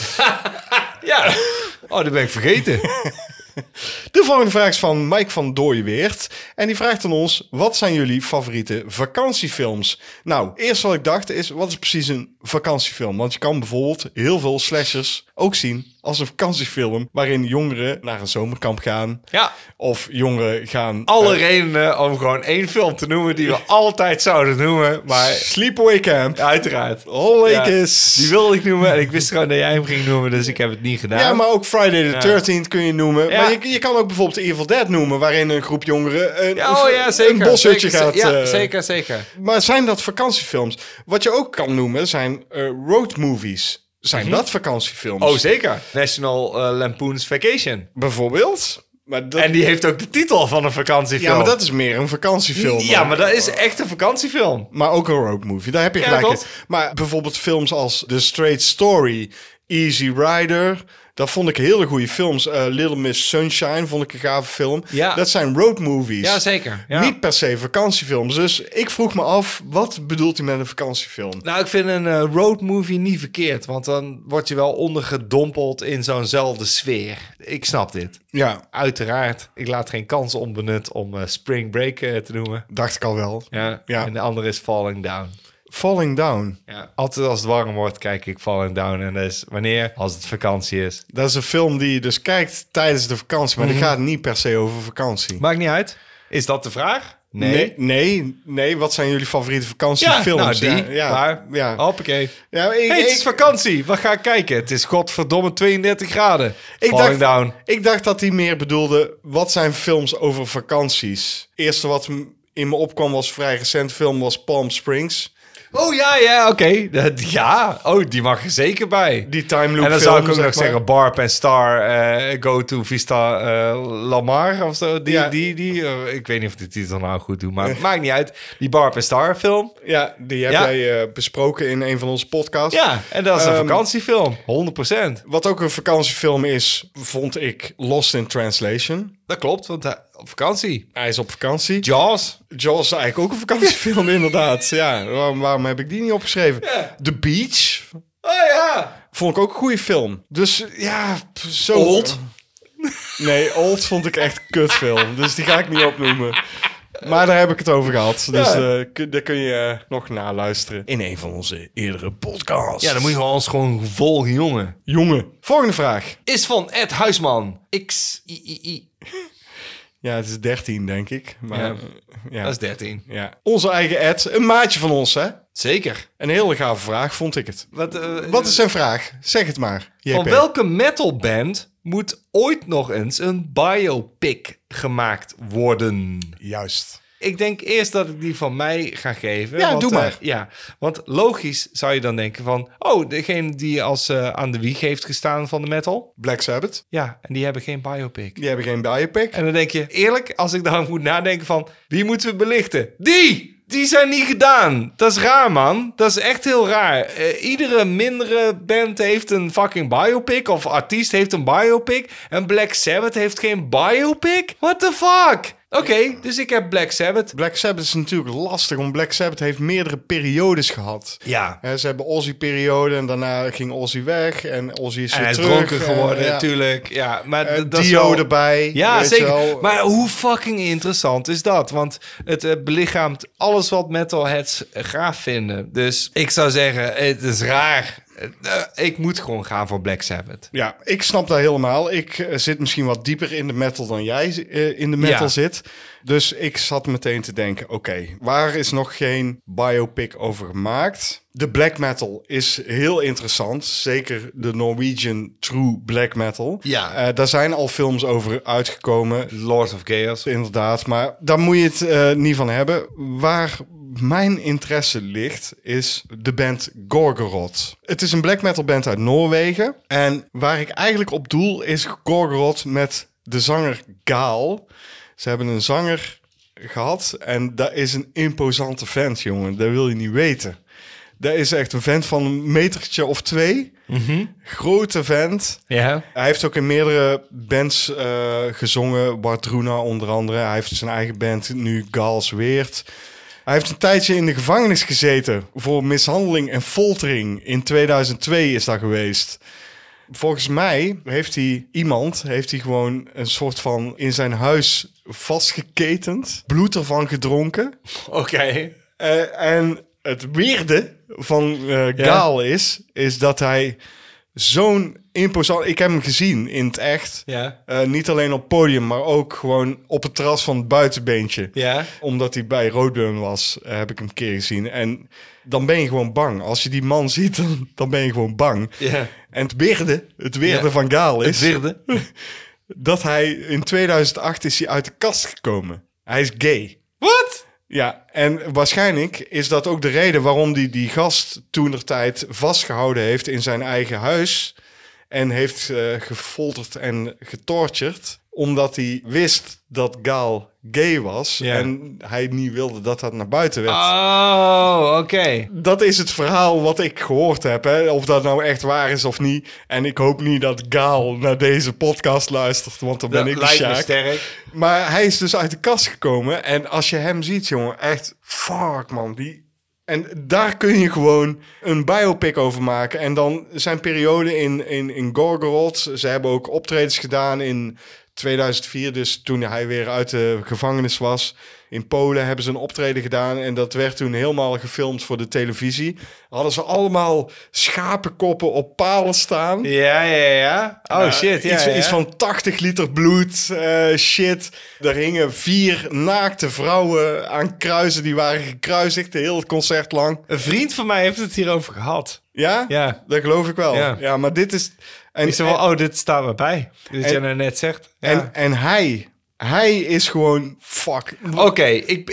[SPEAKER 2] Ja. Oh, dat ben ik vergeten.
[SPEAKER 1] De volgende vraag is van Mike van Dooyeweert. En die vraagt aan ons, wat zijn jullie favoriete vakantiefilms? Nou, eerst wat ik dacht is, wat is precies een vakantiefilm? Want je kan bijvoorbeeld heel veel slashers ook zien als een vakantiefilm waarin jongeren naar een zomerkamp gaan.
[SPEAKER 2] Ja.
[SPEAKER 1] Of jongeren gaan...
[SPEAKER 2] Alle redenen om gewoon 1 film te noemen die we altijd zouden noemen. Maar
[SPEAKER 1] Sleepaway Camp.
[SPEAKER 2] Ja, uiteraard.
[SPEAKER 1] Holekes.
[SPEAKER 2] Die wilde ik noemen en ik wist gewoon dat jij hem ging noemen, dus ik heb het niet gedaan.
[SPEAKER 1] Ja, maar ook Friday the 13th kun je noemen. Ja. Maar je kan ook bijvoorbeeld Evil Dead noemen, waarin een groep jongeren een boshutje gaat...
[SPEAKER 2] Ja, zeker.
[SPEAKER 1] Maar zijn dat vakantiefilms? Wat je ook kan noemen zijn road movies. Zijn dat vakantiefilms?
[SPEAKER 2] Oh, zeker. National Lampoon's Vacation.
[SPEAKER 1] Bijvoorbeeld. Maar
[SPEAKER 2] en die heeft ook de titel van een vakantiefilm.
[SPEAKER 1] Ja, maar dat is meer een vakantiefilm.
[SPEAKER 2] Ja, maar dat is echt een vakantiefilm.
[SPEAKER 1] Maar ook een road movie, daar heb je gelijk in. Maar bijvoorbeeld films als The Straight Story, Easy Rider... Dat vond ik hele goede films. Little Miss Sunshine vond ik een gave film.
[SPEAKER 2] Ja.
[SPEAKER 1] Dat zijn road movies.
[SPEAKER 2] Ja, zeker. Ja.
[SPEAKER 1] Niet per se vakantiefilms. Dus ik vroeg me af, wat bedoelt hij met een vakantiefilm?
[SPEAKER 2] Nou, ik vind een road movie niet verkeerd. Want dan word je wel ondergedompeld in zo'nzelfde sfeer. Ik snap dit.
[SPEAKER 1] Ja.
[SPEAKER 2] Uiteraard. Ik laat geen kans onbenut om Spring Break te noemen.
[SPEAKER 1] Dacht ik al wel.
[SPEAKER 2] Ja. En de andere is Falling Down.
[SPEAKER 1] Falling Down.
[SPEAKER 2] Ja. Altijd als het warm wordt, kijk ik Falling Down. En dat is wanneer? Als het vakantie is.
[SPEAKER 1] Dat is een film die je dus kijkt tijdens de vakantie, maar die gaat niet per se over vakantie.
[SPEAKER 2] Maakt niet uit. Is dat de vraag?
[SPEAKER 1] Nee. Wat zijn jullie favoriete vakantiefilms?
[SPEAKER 2] Ja, nou die.
[SPEAKER 1] Ja.
[SPEAKER 2] Hoppakee.
[SPEAKER 1] Ja,
[SPEAKER 2] Het is vakantie. Wat ga ik kijken? Het is godverdomme 32 graden.
[SPEAKER 1] Ik
[SPEAKER 2] Falling Down.
[SPEAKER 1] Ik dacht dat hij meer bedoelde, wat zijn films over vakanties? Eerste wat in me opkwam was een vrij recent film, was Palm Springs.
[SPEAKER 2] Oh ja, oké. Die mag er zeker bij.
[SPEAKER 1] Die time loop film.
[SPEAKER 2] En dan zou ik ook
[SPEAKER 1] zeg
[SPEAKER 2] nog
[SPEAKER 1] maar.
[SPEAKER 2] zeggen, Barb en Star, Go to Vista Lamar of zo. Ik weet niet of de titel nou goed doet, maar het maakt niet uit. Die Barb en Star film.
[SPEAKER 1] Ja, die heb jij besproken in een van onze podcasts.
[SPEAKER 2] Ja, en dat is een vakantiefilm. 100%.
[SPEAKER 1] Wat ook een vakantiefilm is, vond ik Lost in Translation.
[SPEAKER 2] Dat klopt, want op vakantie.
[SPEAKER 1] Hij is op vakantie.
[SPEAKER 2] Jaws.
[SPEAKER 1] Jaws is eigenlijk ook een vakantiefilm, inderdaad. Ja, waarom heb ik die niet opgeschreven?
[SPEAKER 2] Ja.
[SPEAKER 1] The Beach.
[SPEAKER 2] Oh ja.
[SPEAKER 1] Vond ik ook een goede film. Dus ja, zo...
[SPEAKER 2] Old?
[SPEAKER 1] Nee, Old vond ik echt een kutfilm. Dus die ga ik niet opnoemen. Maar daar heb ik het over gehad. Dus daar kun je nog naluisteren in een van onze eerdere podcasts.
[SPEAKER 2] Ja, dan moet je ons gewoon volgen, jongen.
[SPEAKER 1] Jongen, volgende vraag.
[SPEAKER 2] Is van Ed Huisman. XIII.
[SPEAKER 1] Ja, het is 13, denk ik. Maar, ja.
[SPEAKER 2] Dat is 13.
[SPEAKER 1] Ja. Onze eigen Ed, een maatje van ons, hè?
[SPEAKER 2] Zeker.
[SPEAKER 1] Een hele gave vraag, vond ik het. Wat is zijn vraag? Zeg het maar. JP.
[SPEAKER 2] Van welke metalband moet ooit nog eens een biopic gemaakt worden?
[SPEAKER 1] Juist.
[SPEAKER 2] Ik denk eerst dat ik die van mij ga geven.
[SPEAKER 1] Ja,
[SPEAKER 2] want,
[SPEAKER 1] doe maar.
[SPEAKER 2] Want logisch zou je dan denken van... Oh, degene die als aan de wieg heeft gestaan van de metal.
[SPEAKER 1] Black Sabbath.
[SPEAKER 2] Ja, en die hebben geen biopic.
[SPEAKER 1] Die hebben geen biopic.
[SPEAKER 2] En dan denk je, eerlijk, als ik dan moet nadenken van... Wie moeten we belichten? Die zijn niet gedaan. Dat is raar, man. Dat is echt heel raar. Iedere mindere band heeft een fucking biopic. Of artiest heeft een biopic. En Black Sabbath heeft geen biopic? What the fuck? Oké, dus ik heb Black Sabbath.
[SPEAKER 1] Black Sabbath is natuurlijk lastig, want Black Sabbath heeft meerdere periodes gehad.
[SPEAKER 2] Ja.
[SPEAKER 1] Ze hebben Ozzy-periode en daarna ging Ozzy weg en Ozzy is
[SPEAKER 2] En
[SPEAKER 1] weer
[SPEAKER 2] hij is
[SPEAKER 1] terug.
[SPEAKER 2] dronken geworden,
[SPEAKER 1] ja.
[SPEAKER 2] natuurlijk. Ja, maar dat is
[SPEAKER 1] Dio
[SPEAKER 2] wel...
[SPEAKER 1] erbij.
[SPEAKER 2] Ja,
[SPEAKER 1] weet
[SPEAKER 2] zeker.
[SPEAKER 1] je wel.
[SPEAKER 2] Maar hoe fucking interessant is dat? Want het belichaamt alles wat metalheads gaaf vinden. Dus ik zou zeggen, het is raar. Ik moet gewoon gaan voor Black Sabbath.
[SPEAKER 1] Ja, ik snap dat helemaal. Ik zit misschien wat dieper in de metal dan jij in de metal zit. Dus ik zat meteen te denken, oké, waar is nog geen biopic over gemaakt? De black metal is heel interessant. Zeker de Norwegian true black metal.
[SPEAKER 2] Ja.
[SPEAKER 1] Daar zijn al films over uitgekomen.
[SPEAKER 2] Lord of Chaos.
[SPEAKER 1] Inderdaad, maar daar moet je het niet van hebben. Waar mijn interesse ligt, is de band Gorgoroth. Het is een black metal band uit Noorwegen. En waar ik eigenlijk op doel is Gorgoroth met de zanger Gaal. Ze hebben een zanger gehad en dat is een imposante vent, jongen. Dat wil je niet weten. Dat is echt een vent van een metertje of 2.
[SPEAKER 2] Mm-hmm.
[SPEAKER 1] Grote vent.
[SPEAKER 2] Ja.
[SPEAKER 1] Hij heeft ook in meerdere bands gezongen. Wardruna onder andere. Hij heeft zijn eigen band nu, Gaals Weert. Hij heeft een tijdje in de gevangenis gezeten voor mishandeling en foltering. In 2002 is dat geweest. Volgens mij heeft hij gewoon een soort van in zijn huis vastgeketend. Bloed ervan gedronken.
[SPEAKER 2] Oké.
[SPEAKER 1] En het weerde van Gaal is dat hij zo'n imposant... Ik heb hem gezien in het echt.
[SPEAKER 2] Ja.
[SPEAKER 1] Niet alleen op het podium, maar ook gewoon op het terras van het buitenbeentje.
[SPEAKER 2] Ja.
[SPEAKER 1] Omdat hij bij Roadburn was, heb ik hem een keer gezien. En dan ben je gewoon bang. Als je die man ziet, dan ben je gewoon bang.
[SPEAKER 2] Ja.
[SPEAKER 1] En het weerde van Gaal is...
[SPEAKER 2] Het weerde.
[SPEAKER 1] dat hij in 2008 is hij uit de kast gekomen. Hij is gay.
[SPEAKER 2] Wat?
[SPEAKER 1] Ja, en waarschijnlijk is dat ook de reden waarom die gast toentertijd vastgehouden heeft in zijn eigen huis. En heeft gefolterd en getortured. Omdat hij wist dat Gaal gay was.
[SPEAKER 2] Ja.
[SPEAKER 1] En hij niet wilde dat dat naar buiten werd.
[SPEAKER 2] Oh, oké.
[SPEAKER 1] Dat is het verhaal wat ik gehoord heb. Hè? Of dat nou echt waar is of niet. En ik hoop niet dat Gaal naar deze podcast luistert. Want dan ben ik de
[SPEAKER 2] lijkt me
[SPEAKER 1] Sjaak.
[SPEAKER 2] sterk.
[SPEAKER 1] Maar hij is dus uit de kast gekomen. En als je hem ziet, jongen, echt fuck, man. En daar kun je gewoon een biopic over maken. En dan zijn periode in Gorgoroth. Ze hebben ook optredens gedaan in 2004. Dus toen hij weer uit de gevangenis was. In Polen hebben ze een optreden gedaan en dat werd toen helemaal gefilmd voor de televisie. Hadden ze allemaal schapenkoppen op palen staan.
[SPEAKER 2] Ja. Oh, shit. Ja,
[SPEAKER 1] Iets van 80 liter bloed, shit. Er hingen 4 naakte vrouwen aan kruisen. Die waren gekruisigd de hele concert lang.
[SPEAKER 2] Een vriend van mij heeft het hierover gehad.
[SPEAKER 1] Ja?
[SPEAKER 2] Ja.
[SPEAKER 1] Dat geloof ik wel.
[SPEAKER 2] Ja.
[SPEAKER 1] Ja, maar dit is...
[SPEAKER 2] Ik zei van, dit staat me bij. Dat jij nou net zegt. Ja.
[SPEAKER 1] En hij is gewoon fuck.
[SPEAKER 2] Oké,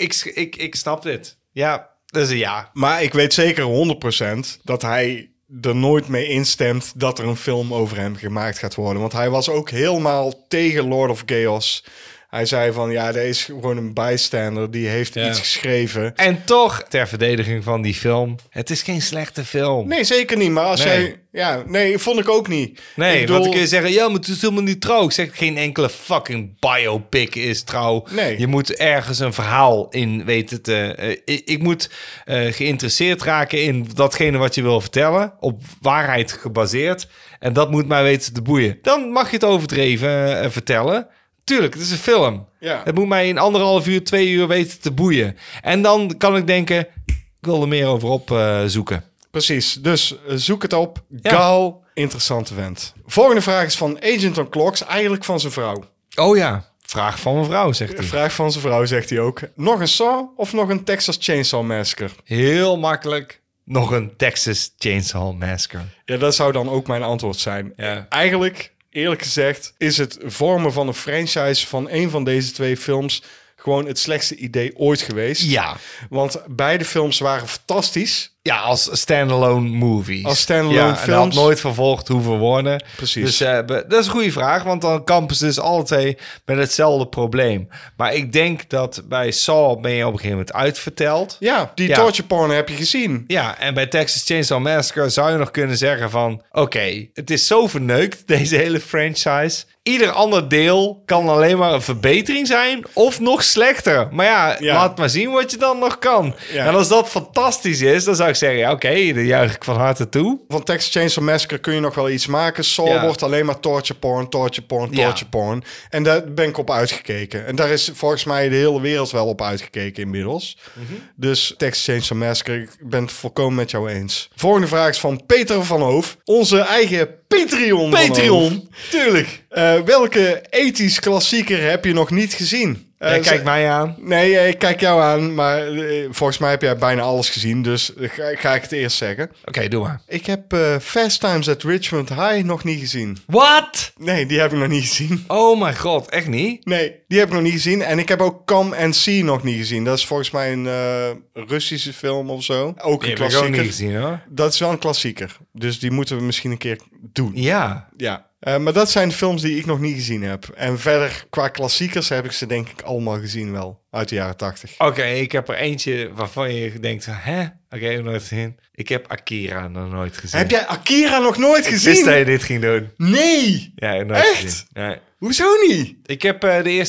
[SPEAKER 2] ik snap dit. Ja, dat is een ja.
[SPEAKER 1] Maar ik weet zeker 100% dat hij er nooit mee instemt dat er een film over hem gemaakt gaat worden. Want hij was ook helemaal tegen Lord of Chaos. Hij zei van, ja, deze is gewoon een bystander. Die heeft iets geschreven.
[SPEAKER 2] En toch, ter verdediging van die film, het is geen slechte film.
[SPEAKER 1] Nee, zeker niet. Maar als jij... Ja, nee, vond ik ook niet.
[SPEAKER 2] Nee,
[SPEAKER 1] ik bedoel...
[SPEAKER 2] want dan kun je zeggen, ja, maar het is helemaal niet trouw. Ik zeg, geen enkele fucking biopic is trouw.
[SPEAKER 1] Nee.
[SPEAKER 2] Je moet ergens een verhaal in weten te... ik moet geïnteresseerd raken in datgene wat je wil vertellen. Op waarheid gebaseerd. En dat moet mij weten te boeien. Dan mag je het overdreven vertellen. Tuurlijk, het is een film.
[SPEAKER 1] Ja.
[SPEAKER 2] Het moet mij in 1,5 uur, 2 uur weten te boeien. En dan kan ik denken, ik wil er meer over opzoeken.
[SPEAKER 1] Precies, dus zoek het op.
[SPEAKER 2] Ja.
[SPEAKER 1] Gal, interessante vent. Volgende vraag is van Agent on Clocks, eigenlijk van zijn vrouw.
[SPEAKER 2] Oh ja, vraag van mijn vrouw, zegt hij.
[SPEAKER 1] Vraag van zijn vrouw, zegt hij ook. Nog een Saw of nog een Texas Chainsaw Massacre?
[SPEAKER 2] Heel makkelijk. Nog een Texas Chainsaw Massacre.
[SPEAKER 1] Ja, dat zou dan ook mijn antwoord zijn.
[SPEAKER 2] Ja.
[SPEAKER 1] Eigenlijk, eerlijk gezegd, is het vormen van een franchise van een van deze 2 films gewoon het slechtste idee ooit geweest.
[SPEAKER 2] Ja.
[SPEAKER 1] Want beide films waren fantastisch.
[SPEAKER 2] Ja, als standalone movies.
[SPEAKER 1] Als standalone
[SPEAKER 2] ja, en
[SPEAKER 1] films.
[SPEAKER 2] dat had nooit vervolgd hoeven worden.
[SPEAKER 1] Precies.
[SPEAKER 2] Dus dat is een goede vraag, want dan kampen ze dus alle 2 met hetzelfde probleem. Maar ik denk dat bij Saw ben je op een gegeven moment uitverteld.
[SPEAKER 1] Ja, die
[SPEAKER 2] Ja.
[SPEAKER 1] torture porn heb je gezien.
[SPEAKER 2] Ja, en bij Texas Chainsaw Massacre zou je nog kunnen zeggen van... Oké, het is zo verneukt, deze hele franchise. Ieder ander deel kan alleen maar een verbetering zijn of nog slechter. Maar ja, laat maar zien wat je dan nog kan.
[SPEAKER 1] Ja.
[SPEAKER 2] En als dat fantastisch is, dan zou ik zeggen... Ja, oké, daar juich ik van harte toe.
[SPEAKER 1] Van Texas Chainsaw Massacre kun je nog wel iets maken. Saw
[SPEAKER 2] Ja.
[SPEAKER 1] wordt alleen maar torture porn.
[SPEAKER 2] Ja.
[SPEAKER 1] En daar ben ik op uitgekeken. En daar is volgens mij de hele wereld wel op uitgekeken inmiddels. Dus Texas Chainsaw Massacre, ik ben het volkomen met jou eens. Volgende vraag is van Peter van Hoof. Onze eigen Patreon. van Hoof.
[SPEAKER 2] Patreon, tuurlijk.
[SPEAKER 1] Welke ethisch klassieker heb je nog niet gezien?
[SPEAKER 2] Kijk mij aan.
[SPEAKER 1] Nee, ik kijk jou aan, maar volgens mij heb jij bijna alles gezien, dus ga ik het eerst zeggen.
[SPEAKER 2] Oké, doe maar.
[SPEAKER 1] Ik heb Fast Times at Richmond High nog niet gezien.
[SPEAKER 2] Wat?
[SPEAKER 1] Nee, die heb ik nog niet gezien.
[SPEAKER 2] Oh mijn god, echt niet?
[SPEAKER 1] Nee, die heb ik nog niet gezien. En ik heb ook Come and See nog niet gezien. Dat is volgens mij een Russische film of zo. Ook een
[SPEAKER 2] Die heb ik ook
[SPEAKER 1] klassieker.
[SPEAKER 2] niet gezien, hoor.
[SPEAKER 1] Dat is wel een klassieker. Dus die moeten we misschien een keer doen.
[SPEAKER 2] Ja.
[SPEAKER 1] Ja. Maar dat zijn de films die ik nog niet gezien heb. En verder, qua klassiekers heb ik ze denk ik allemaal gezien wel. Uit de jaren 80.
[SPEAKER 2] Oké, ik heb er eentje waarvan je denkt... Hè? Oké, nooit gezien. Ik heb Akira nog nooit gezien.
[SPEAKER 1] Heb jij Akira nog nooit
[SPEAKER 2] Ik
[SPEAKER 1] gezien?
[SPEAKER 2] wist dat je dit ging doen.
[SPEAKER 1] Nee!
[SPEAKER 2] Ja, nooit
[SPEAKER 1] Echt?
[SPEAKER 2] gezien. Nee.
[SPEAKER 1] Hoezo niet?
[SPEAKER 2] Ik heb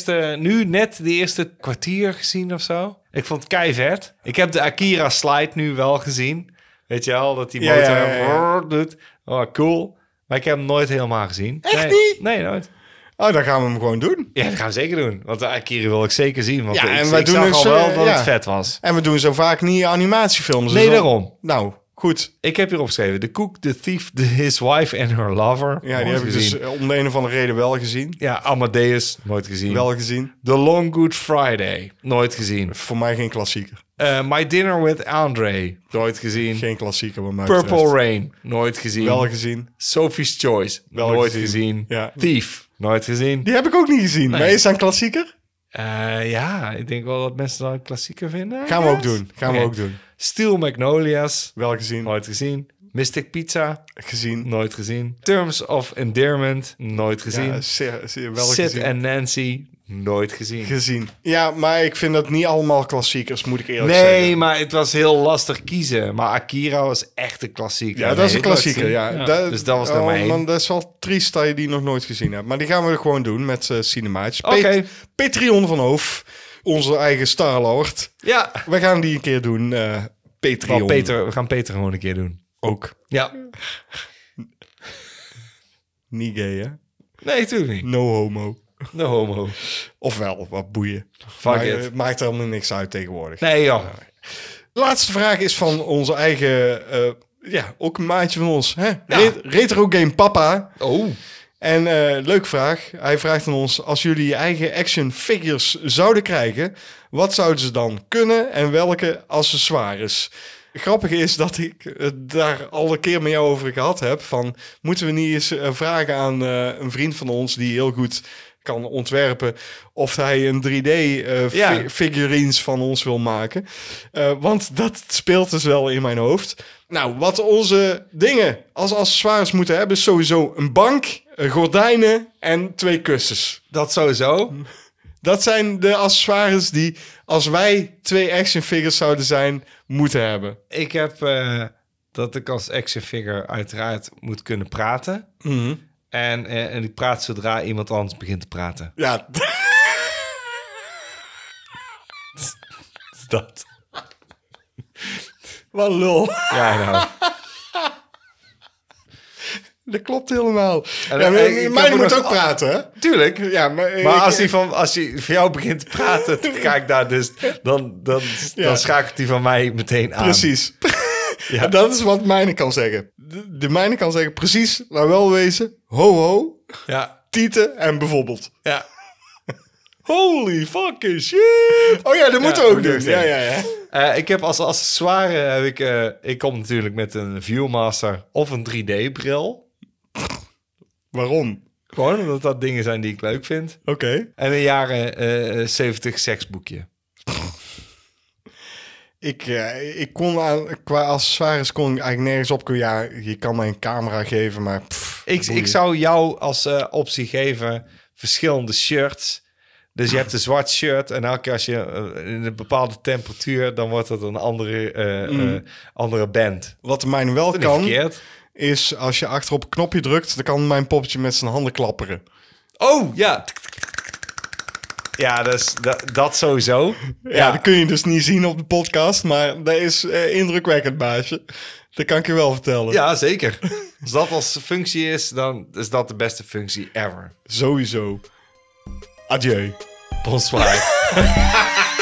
[SPEAKER 2] de eerste kwartier gezien of zo. Ik vond het keivet. Ik heb de Akira slide nu wel gezien. Weet je wel, dat die
[SPEAKER 1] Ja,
[SPEAKER 2] motor
[SPEAKER 1] ja.
[SPEAKER 2] doet. Oh, cool. Maar ik heb hem nooit helemaal gezien.
[SPEAKER 1] Echt
[SPEAKER 2] Nee.
[SPEAKER 1] niet?
[SPEAKER 2] Nee, nooit.
[SPEAKER 1] Oh, dan gaan we hem gewoon doen.
[SPEAKER 2] Ja, dat gaan we zeker doen. Want de Akira wil ik zeker zien. Want
[SPEAKER 1] Ja,
[SPEAKER 2] ik,
[SPEAKER 1] en wij
[SPEAKER 2] ik
[SPEAKER 1] doen
[SPEAKER 2] zag
[SPEAKER 1] dus,
[SPEAKER 2] al wel dat
[SPEAKER 1] ja.
[SPEAKER 2] het vet was.
[SPEAKER 1] En we doen zo vaak niet animatiefilms.
[SPEAKER 2] Nee,
[SPEAKER 1] Dus dan-
[SPEAKER 2] daarom.
[SPEAKER 1] Nou, goed.
[SPEAKER 2] Ik heb hier opgeschreven. The Cook, The Thief, His Wife and Her Lover.
[SPEAKER 1] Ja, die
[SPEAKER 2] Nooit
[SPEAKER 1] heb ik
[SPEAKER 2] gezien.
[SPEAKER 1] dus om de een of andere reden wel gezien.
[SPEAKER 2] Ja, Amadeus. Nooit gezien.
[SPEAKER 1] Wel gezien.
[SPEAKER 2] The Long Good Friday. Nooit gezien.
[SPEAKER 1] Voor mij geen klassieker.
[SPEAKER 2] My Dinner with Andre. Nooit gezien.
[SPEAKER 1] Geen klassieker bij mij
[SPEAKER 2] Purple
[SPEAKER 1] betreft.
[SPEAKER 2] Rain. Nooit gezien.
[SPEAKER 1] Wel gezien.
[SPEAKER 2] Sophie's Choice.
[SPEAKER 1] Wel
[SPEAKER 2] nooit
[SPEAKER 1] gezien.
[SPEAKER 2] gezien.
[SPEAKER 1] Ja.
[SPEAKER 2] Thief. Nooit gezien.
[SPEAKER 1] Die heb ik ook niet gezien.
[SPEAKER 2] Nee.
[SPEAKER 1] Maar is dat een klassieker?
[SPEAKER 2] Ja, ik denk wel dat mensen dat een klassieker vinden.
[SPEAKER 1] Gaan we ook doen. Gaan we
[SPEAKER 2] Oké.
[SPEAKER 1] ook doen.
[SPEAKER 2] Steel Magnolias.
[SPEAKER 1] Wel gezien.
[SPEAKER 2] Nooit gezien. Mystic Pizza.
[SPEAKER 1] Gezien.
[SPEAKER 2] Nooit gezien. Terms of Endearment. Nooit gezien.
[SPEAKER 1] Ja, zeer wel
[SPEAKER 2] Sid
[SPEAKER 1] gezien.
[SPEAKER 2] en Nancy. Nooit gezien.
[SPEAKER 1] Gezien. Ja, maar ik vind dat niet allemaal klassiekers, moet ik eerlijk
[SPEAKER 2] Nee,
[SPEAKER 1] zeggen.
[SPEAKER 2] maar het was heel lastig kiezen. Maar Akira was echt een klassieker.
[SPEAKER 1] Ja, dat is een klassieker, ja.
[SPEAKER 2] Dus dat was nummer 1.
[SPEAKER 1] Man, dat is wel triest dat je die nog nooit gezien hebt. Maar die gaan we gewoon doen met Cinemaatjes.
[SPEAKER 2] Oké.
[SPEAKER 1] Patreon van Hoof, onze eigen Starlord.
[SPEAKER 2] Ja.
[SPEAKER 1] We gaan die een keer doen. Patreon.
[SPEAKER 2] We gaan Peter gewoon een keer doen.
[SPEAKER 1] Ook.
[SPEAKER 2] Ja.
[SPEAKER 1] Niet gay, hè?
[SPEAKER 2] Nee, natuurlijk niet.
[SPEAKER 1] No homo.
[SPEAKER 2] De homo.
[SPEAKER 1] Ofwel, wat boeien.
[SPEAKER 2] Fuck
[SPEAKER 1] Maar,
[SPEAKER 2] it.
[SPEAKER 1] het maakt helemaal niks uit tegenwoordig.
[SPEAKER 2] Nee, joh.
[SPEAKER 1] De laatste vraag is van onze eigen... ook een maatje van ons. Hè?
[SPEAKER 2] Ja.
[SPEAKER 1] Retro Game Papa.
[SPEAKER 2] Oh.
[SPEAKER 1] En leuk vraag. Hij vraagt aan ons... Als jullie je eigen action figures zouden krijgen... Wat zouden ze dan kunnen en welke accessoires? Grappig is dat ik het daar al een keer met jou over gehad heb. Van, moeten we niet eens vragen aan een vriend van ons... die heel goed kan ontwerpen... of hij een 3D-figurines van ons wil maken. Want dat speelt dus wel in mijn hoofd. Nou, wat onze dingen als accessoires moeten hebben... is sowieso een bank, gordijnen en 2 kussens.
[SPEAKER 2] Dat sowieso.
[SPEAKER 1] Dat zijn de accessoires die, als wij 2 action figures zouden zijn, moeten hebben.
[SPEAKER 2] Ik heb dat ik als action figure uiteraard moet kunnen praten. En ik praat zodra iemand anders begint te praten.
[SPEAKER 1] Ja.
[SPEAKER 2] Dat.
[SPEAKER 1] Wat lul.
[SPEAKER 2] Ja, nou.
[SPEAKER 1] Dat klopt helemaal.
[SPEAKER 2] En,
[SPEAKER 1] Ja,
[SPEAKER 2] ik
[SPEAKER 1] maar
[SPEAKER 2] heb
[SPEAKER 1] je moet
[SPEAKER 2] nog-
[SPEAKER 1] ook praten, hè?
[SPEAKER 2] Tuurlijk.
[SPEAKER 1] Ja, maar
[SPEAKER 2] Als hij voor jou begint te praten, dan ga ik daar dus... Dan schakelt hij van mij meteen aan.
[SPEAKER 1] Precies.
[SPEAKER 2] Ja.
[SPEAKER 1] En dat is wat mijne kan zeggen. De mijne kan zeggen precies, maar wel wezen, ho ho,
[SPEAKER 2] Ja.
[SPEAKER 1] tieten en bijvoorbeeld.
[SPEAKER 2] Ja.
[SPEAKER 1] Holy fucking shit. Oh ja, dat moeten we ook
[SPEAKER 2] moet
[SPEAKER 1] doen.
[SPEAKER 2] ik zeggen.
[SPEAKER 1] Ja.
[SPEAKER 2] Ik heb als accessoire... ik kom natuurlijk met een Viewmaster of een 3D-bril.
[SPEAKER 1] Waarom?
[SPEAKER 2] Gewoon omdat dat dingen zijn die ik leuk vind.
[SPEAKER 1] Oké.
[SPEAKER 2] En een jaren 70 seksboekje.
[SPEAKER 1] Ik kon qua accessoires kon ik eigenlijk nergens op. Ja, je kan mij een camera geven, maar...
[SPEAKER 2] Ik zou jou als optie geven verschillende shirts. Dus je hebt een zwart shirt en elke keer als je in een bepaalde temperatuur... dan wordt het een andere band.
[SPEAKER 1] Wat de mijne wel
[SPEAKER 2] Dat is
[SPEAKER 1] kan,
[SPEAKER 2] niet verkeerd.
[SPEAKER 1] is als je achterop een knopje drukt... dan kan mijn poppetje met zijn handen klapperen.
[SPEAKER 2] Oh, ja. Ja, dat sowieso.
[SPEAKER 1] Ja, dat kun je dus niet zien op de podcast, maar dat is indrukwekkend, baasje. Dat kan ik je wel vertellen.
[SPEAKER 2] Ja, zeker. Als dat als functie is, dan is dat de beste functie ever.
[SPEAKER 1] Sowieso. Adieu.
[SPEAKER 2] Bonsoir.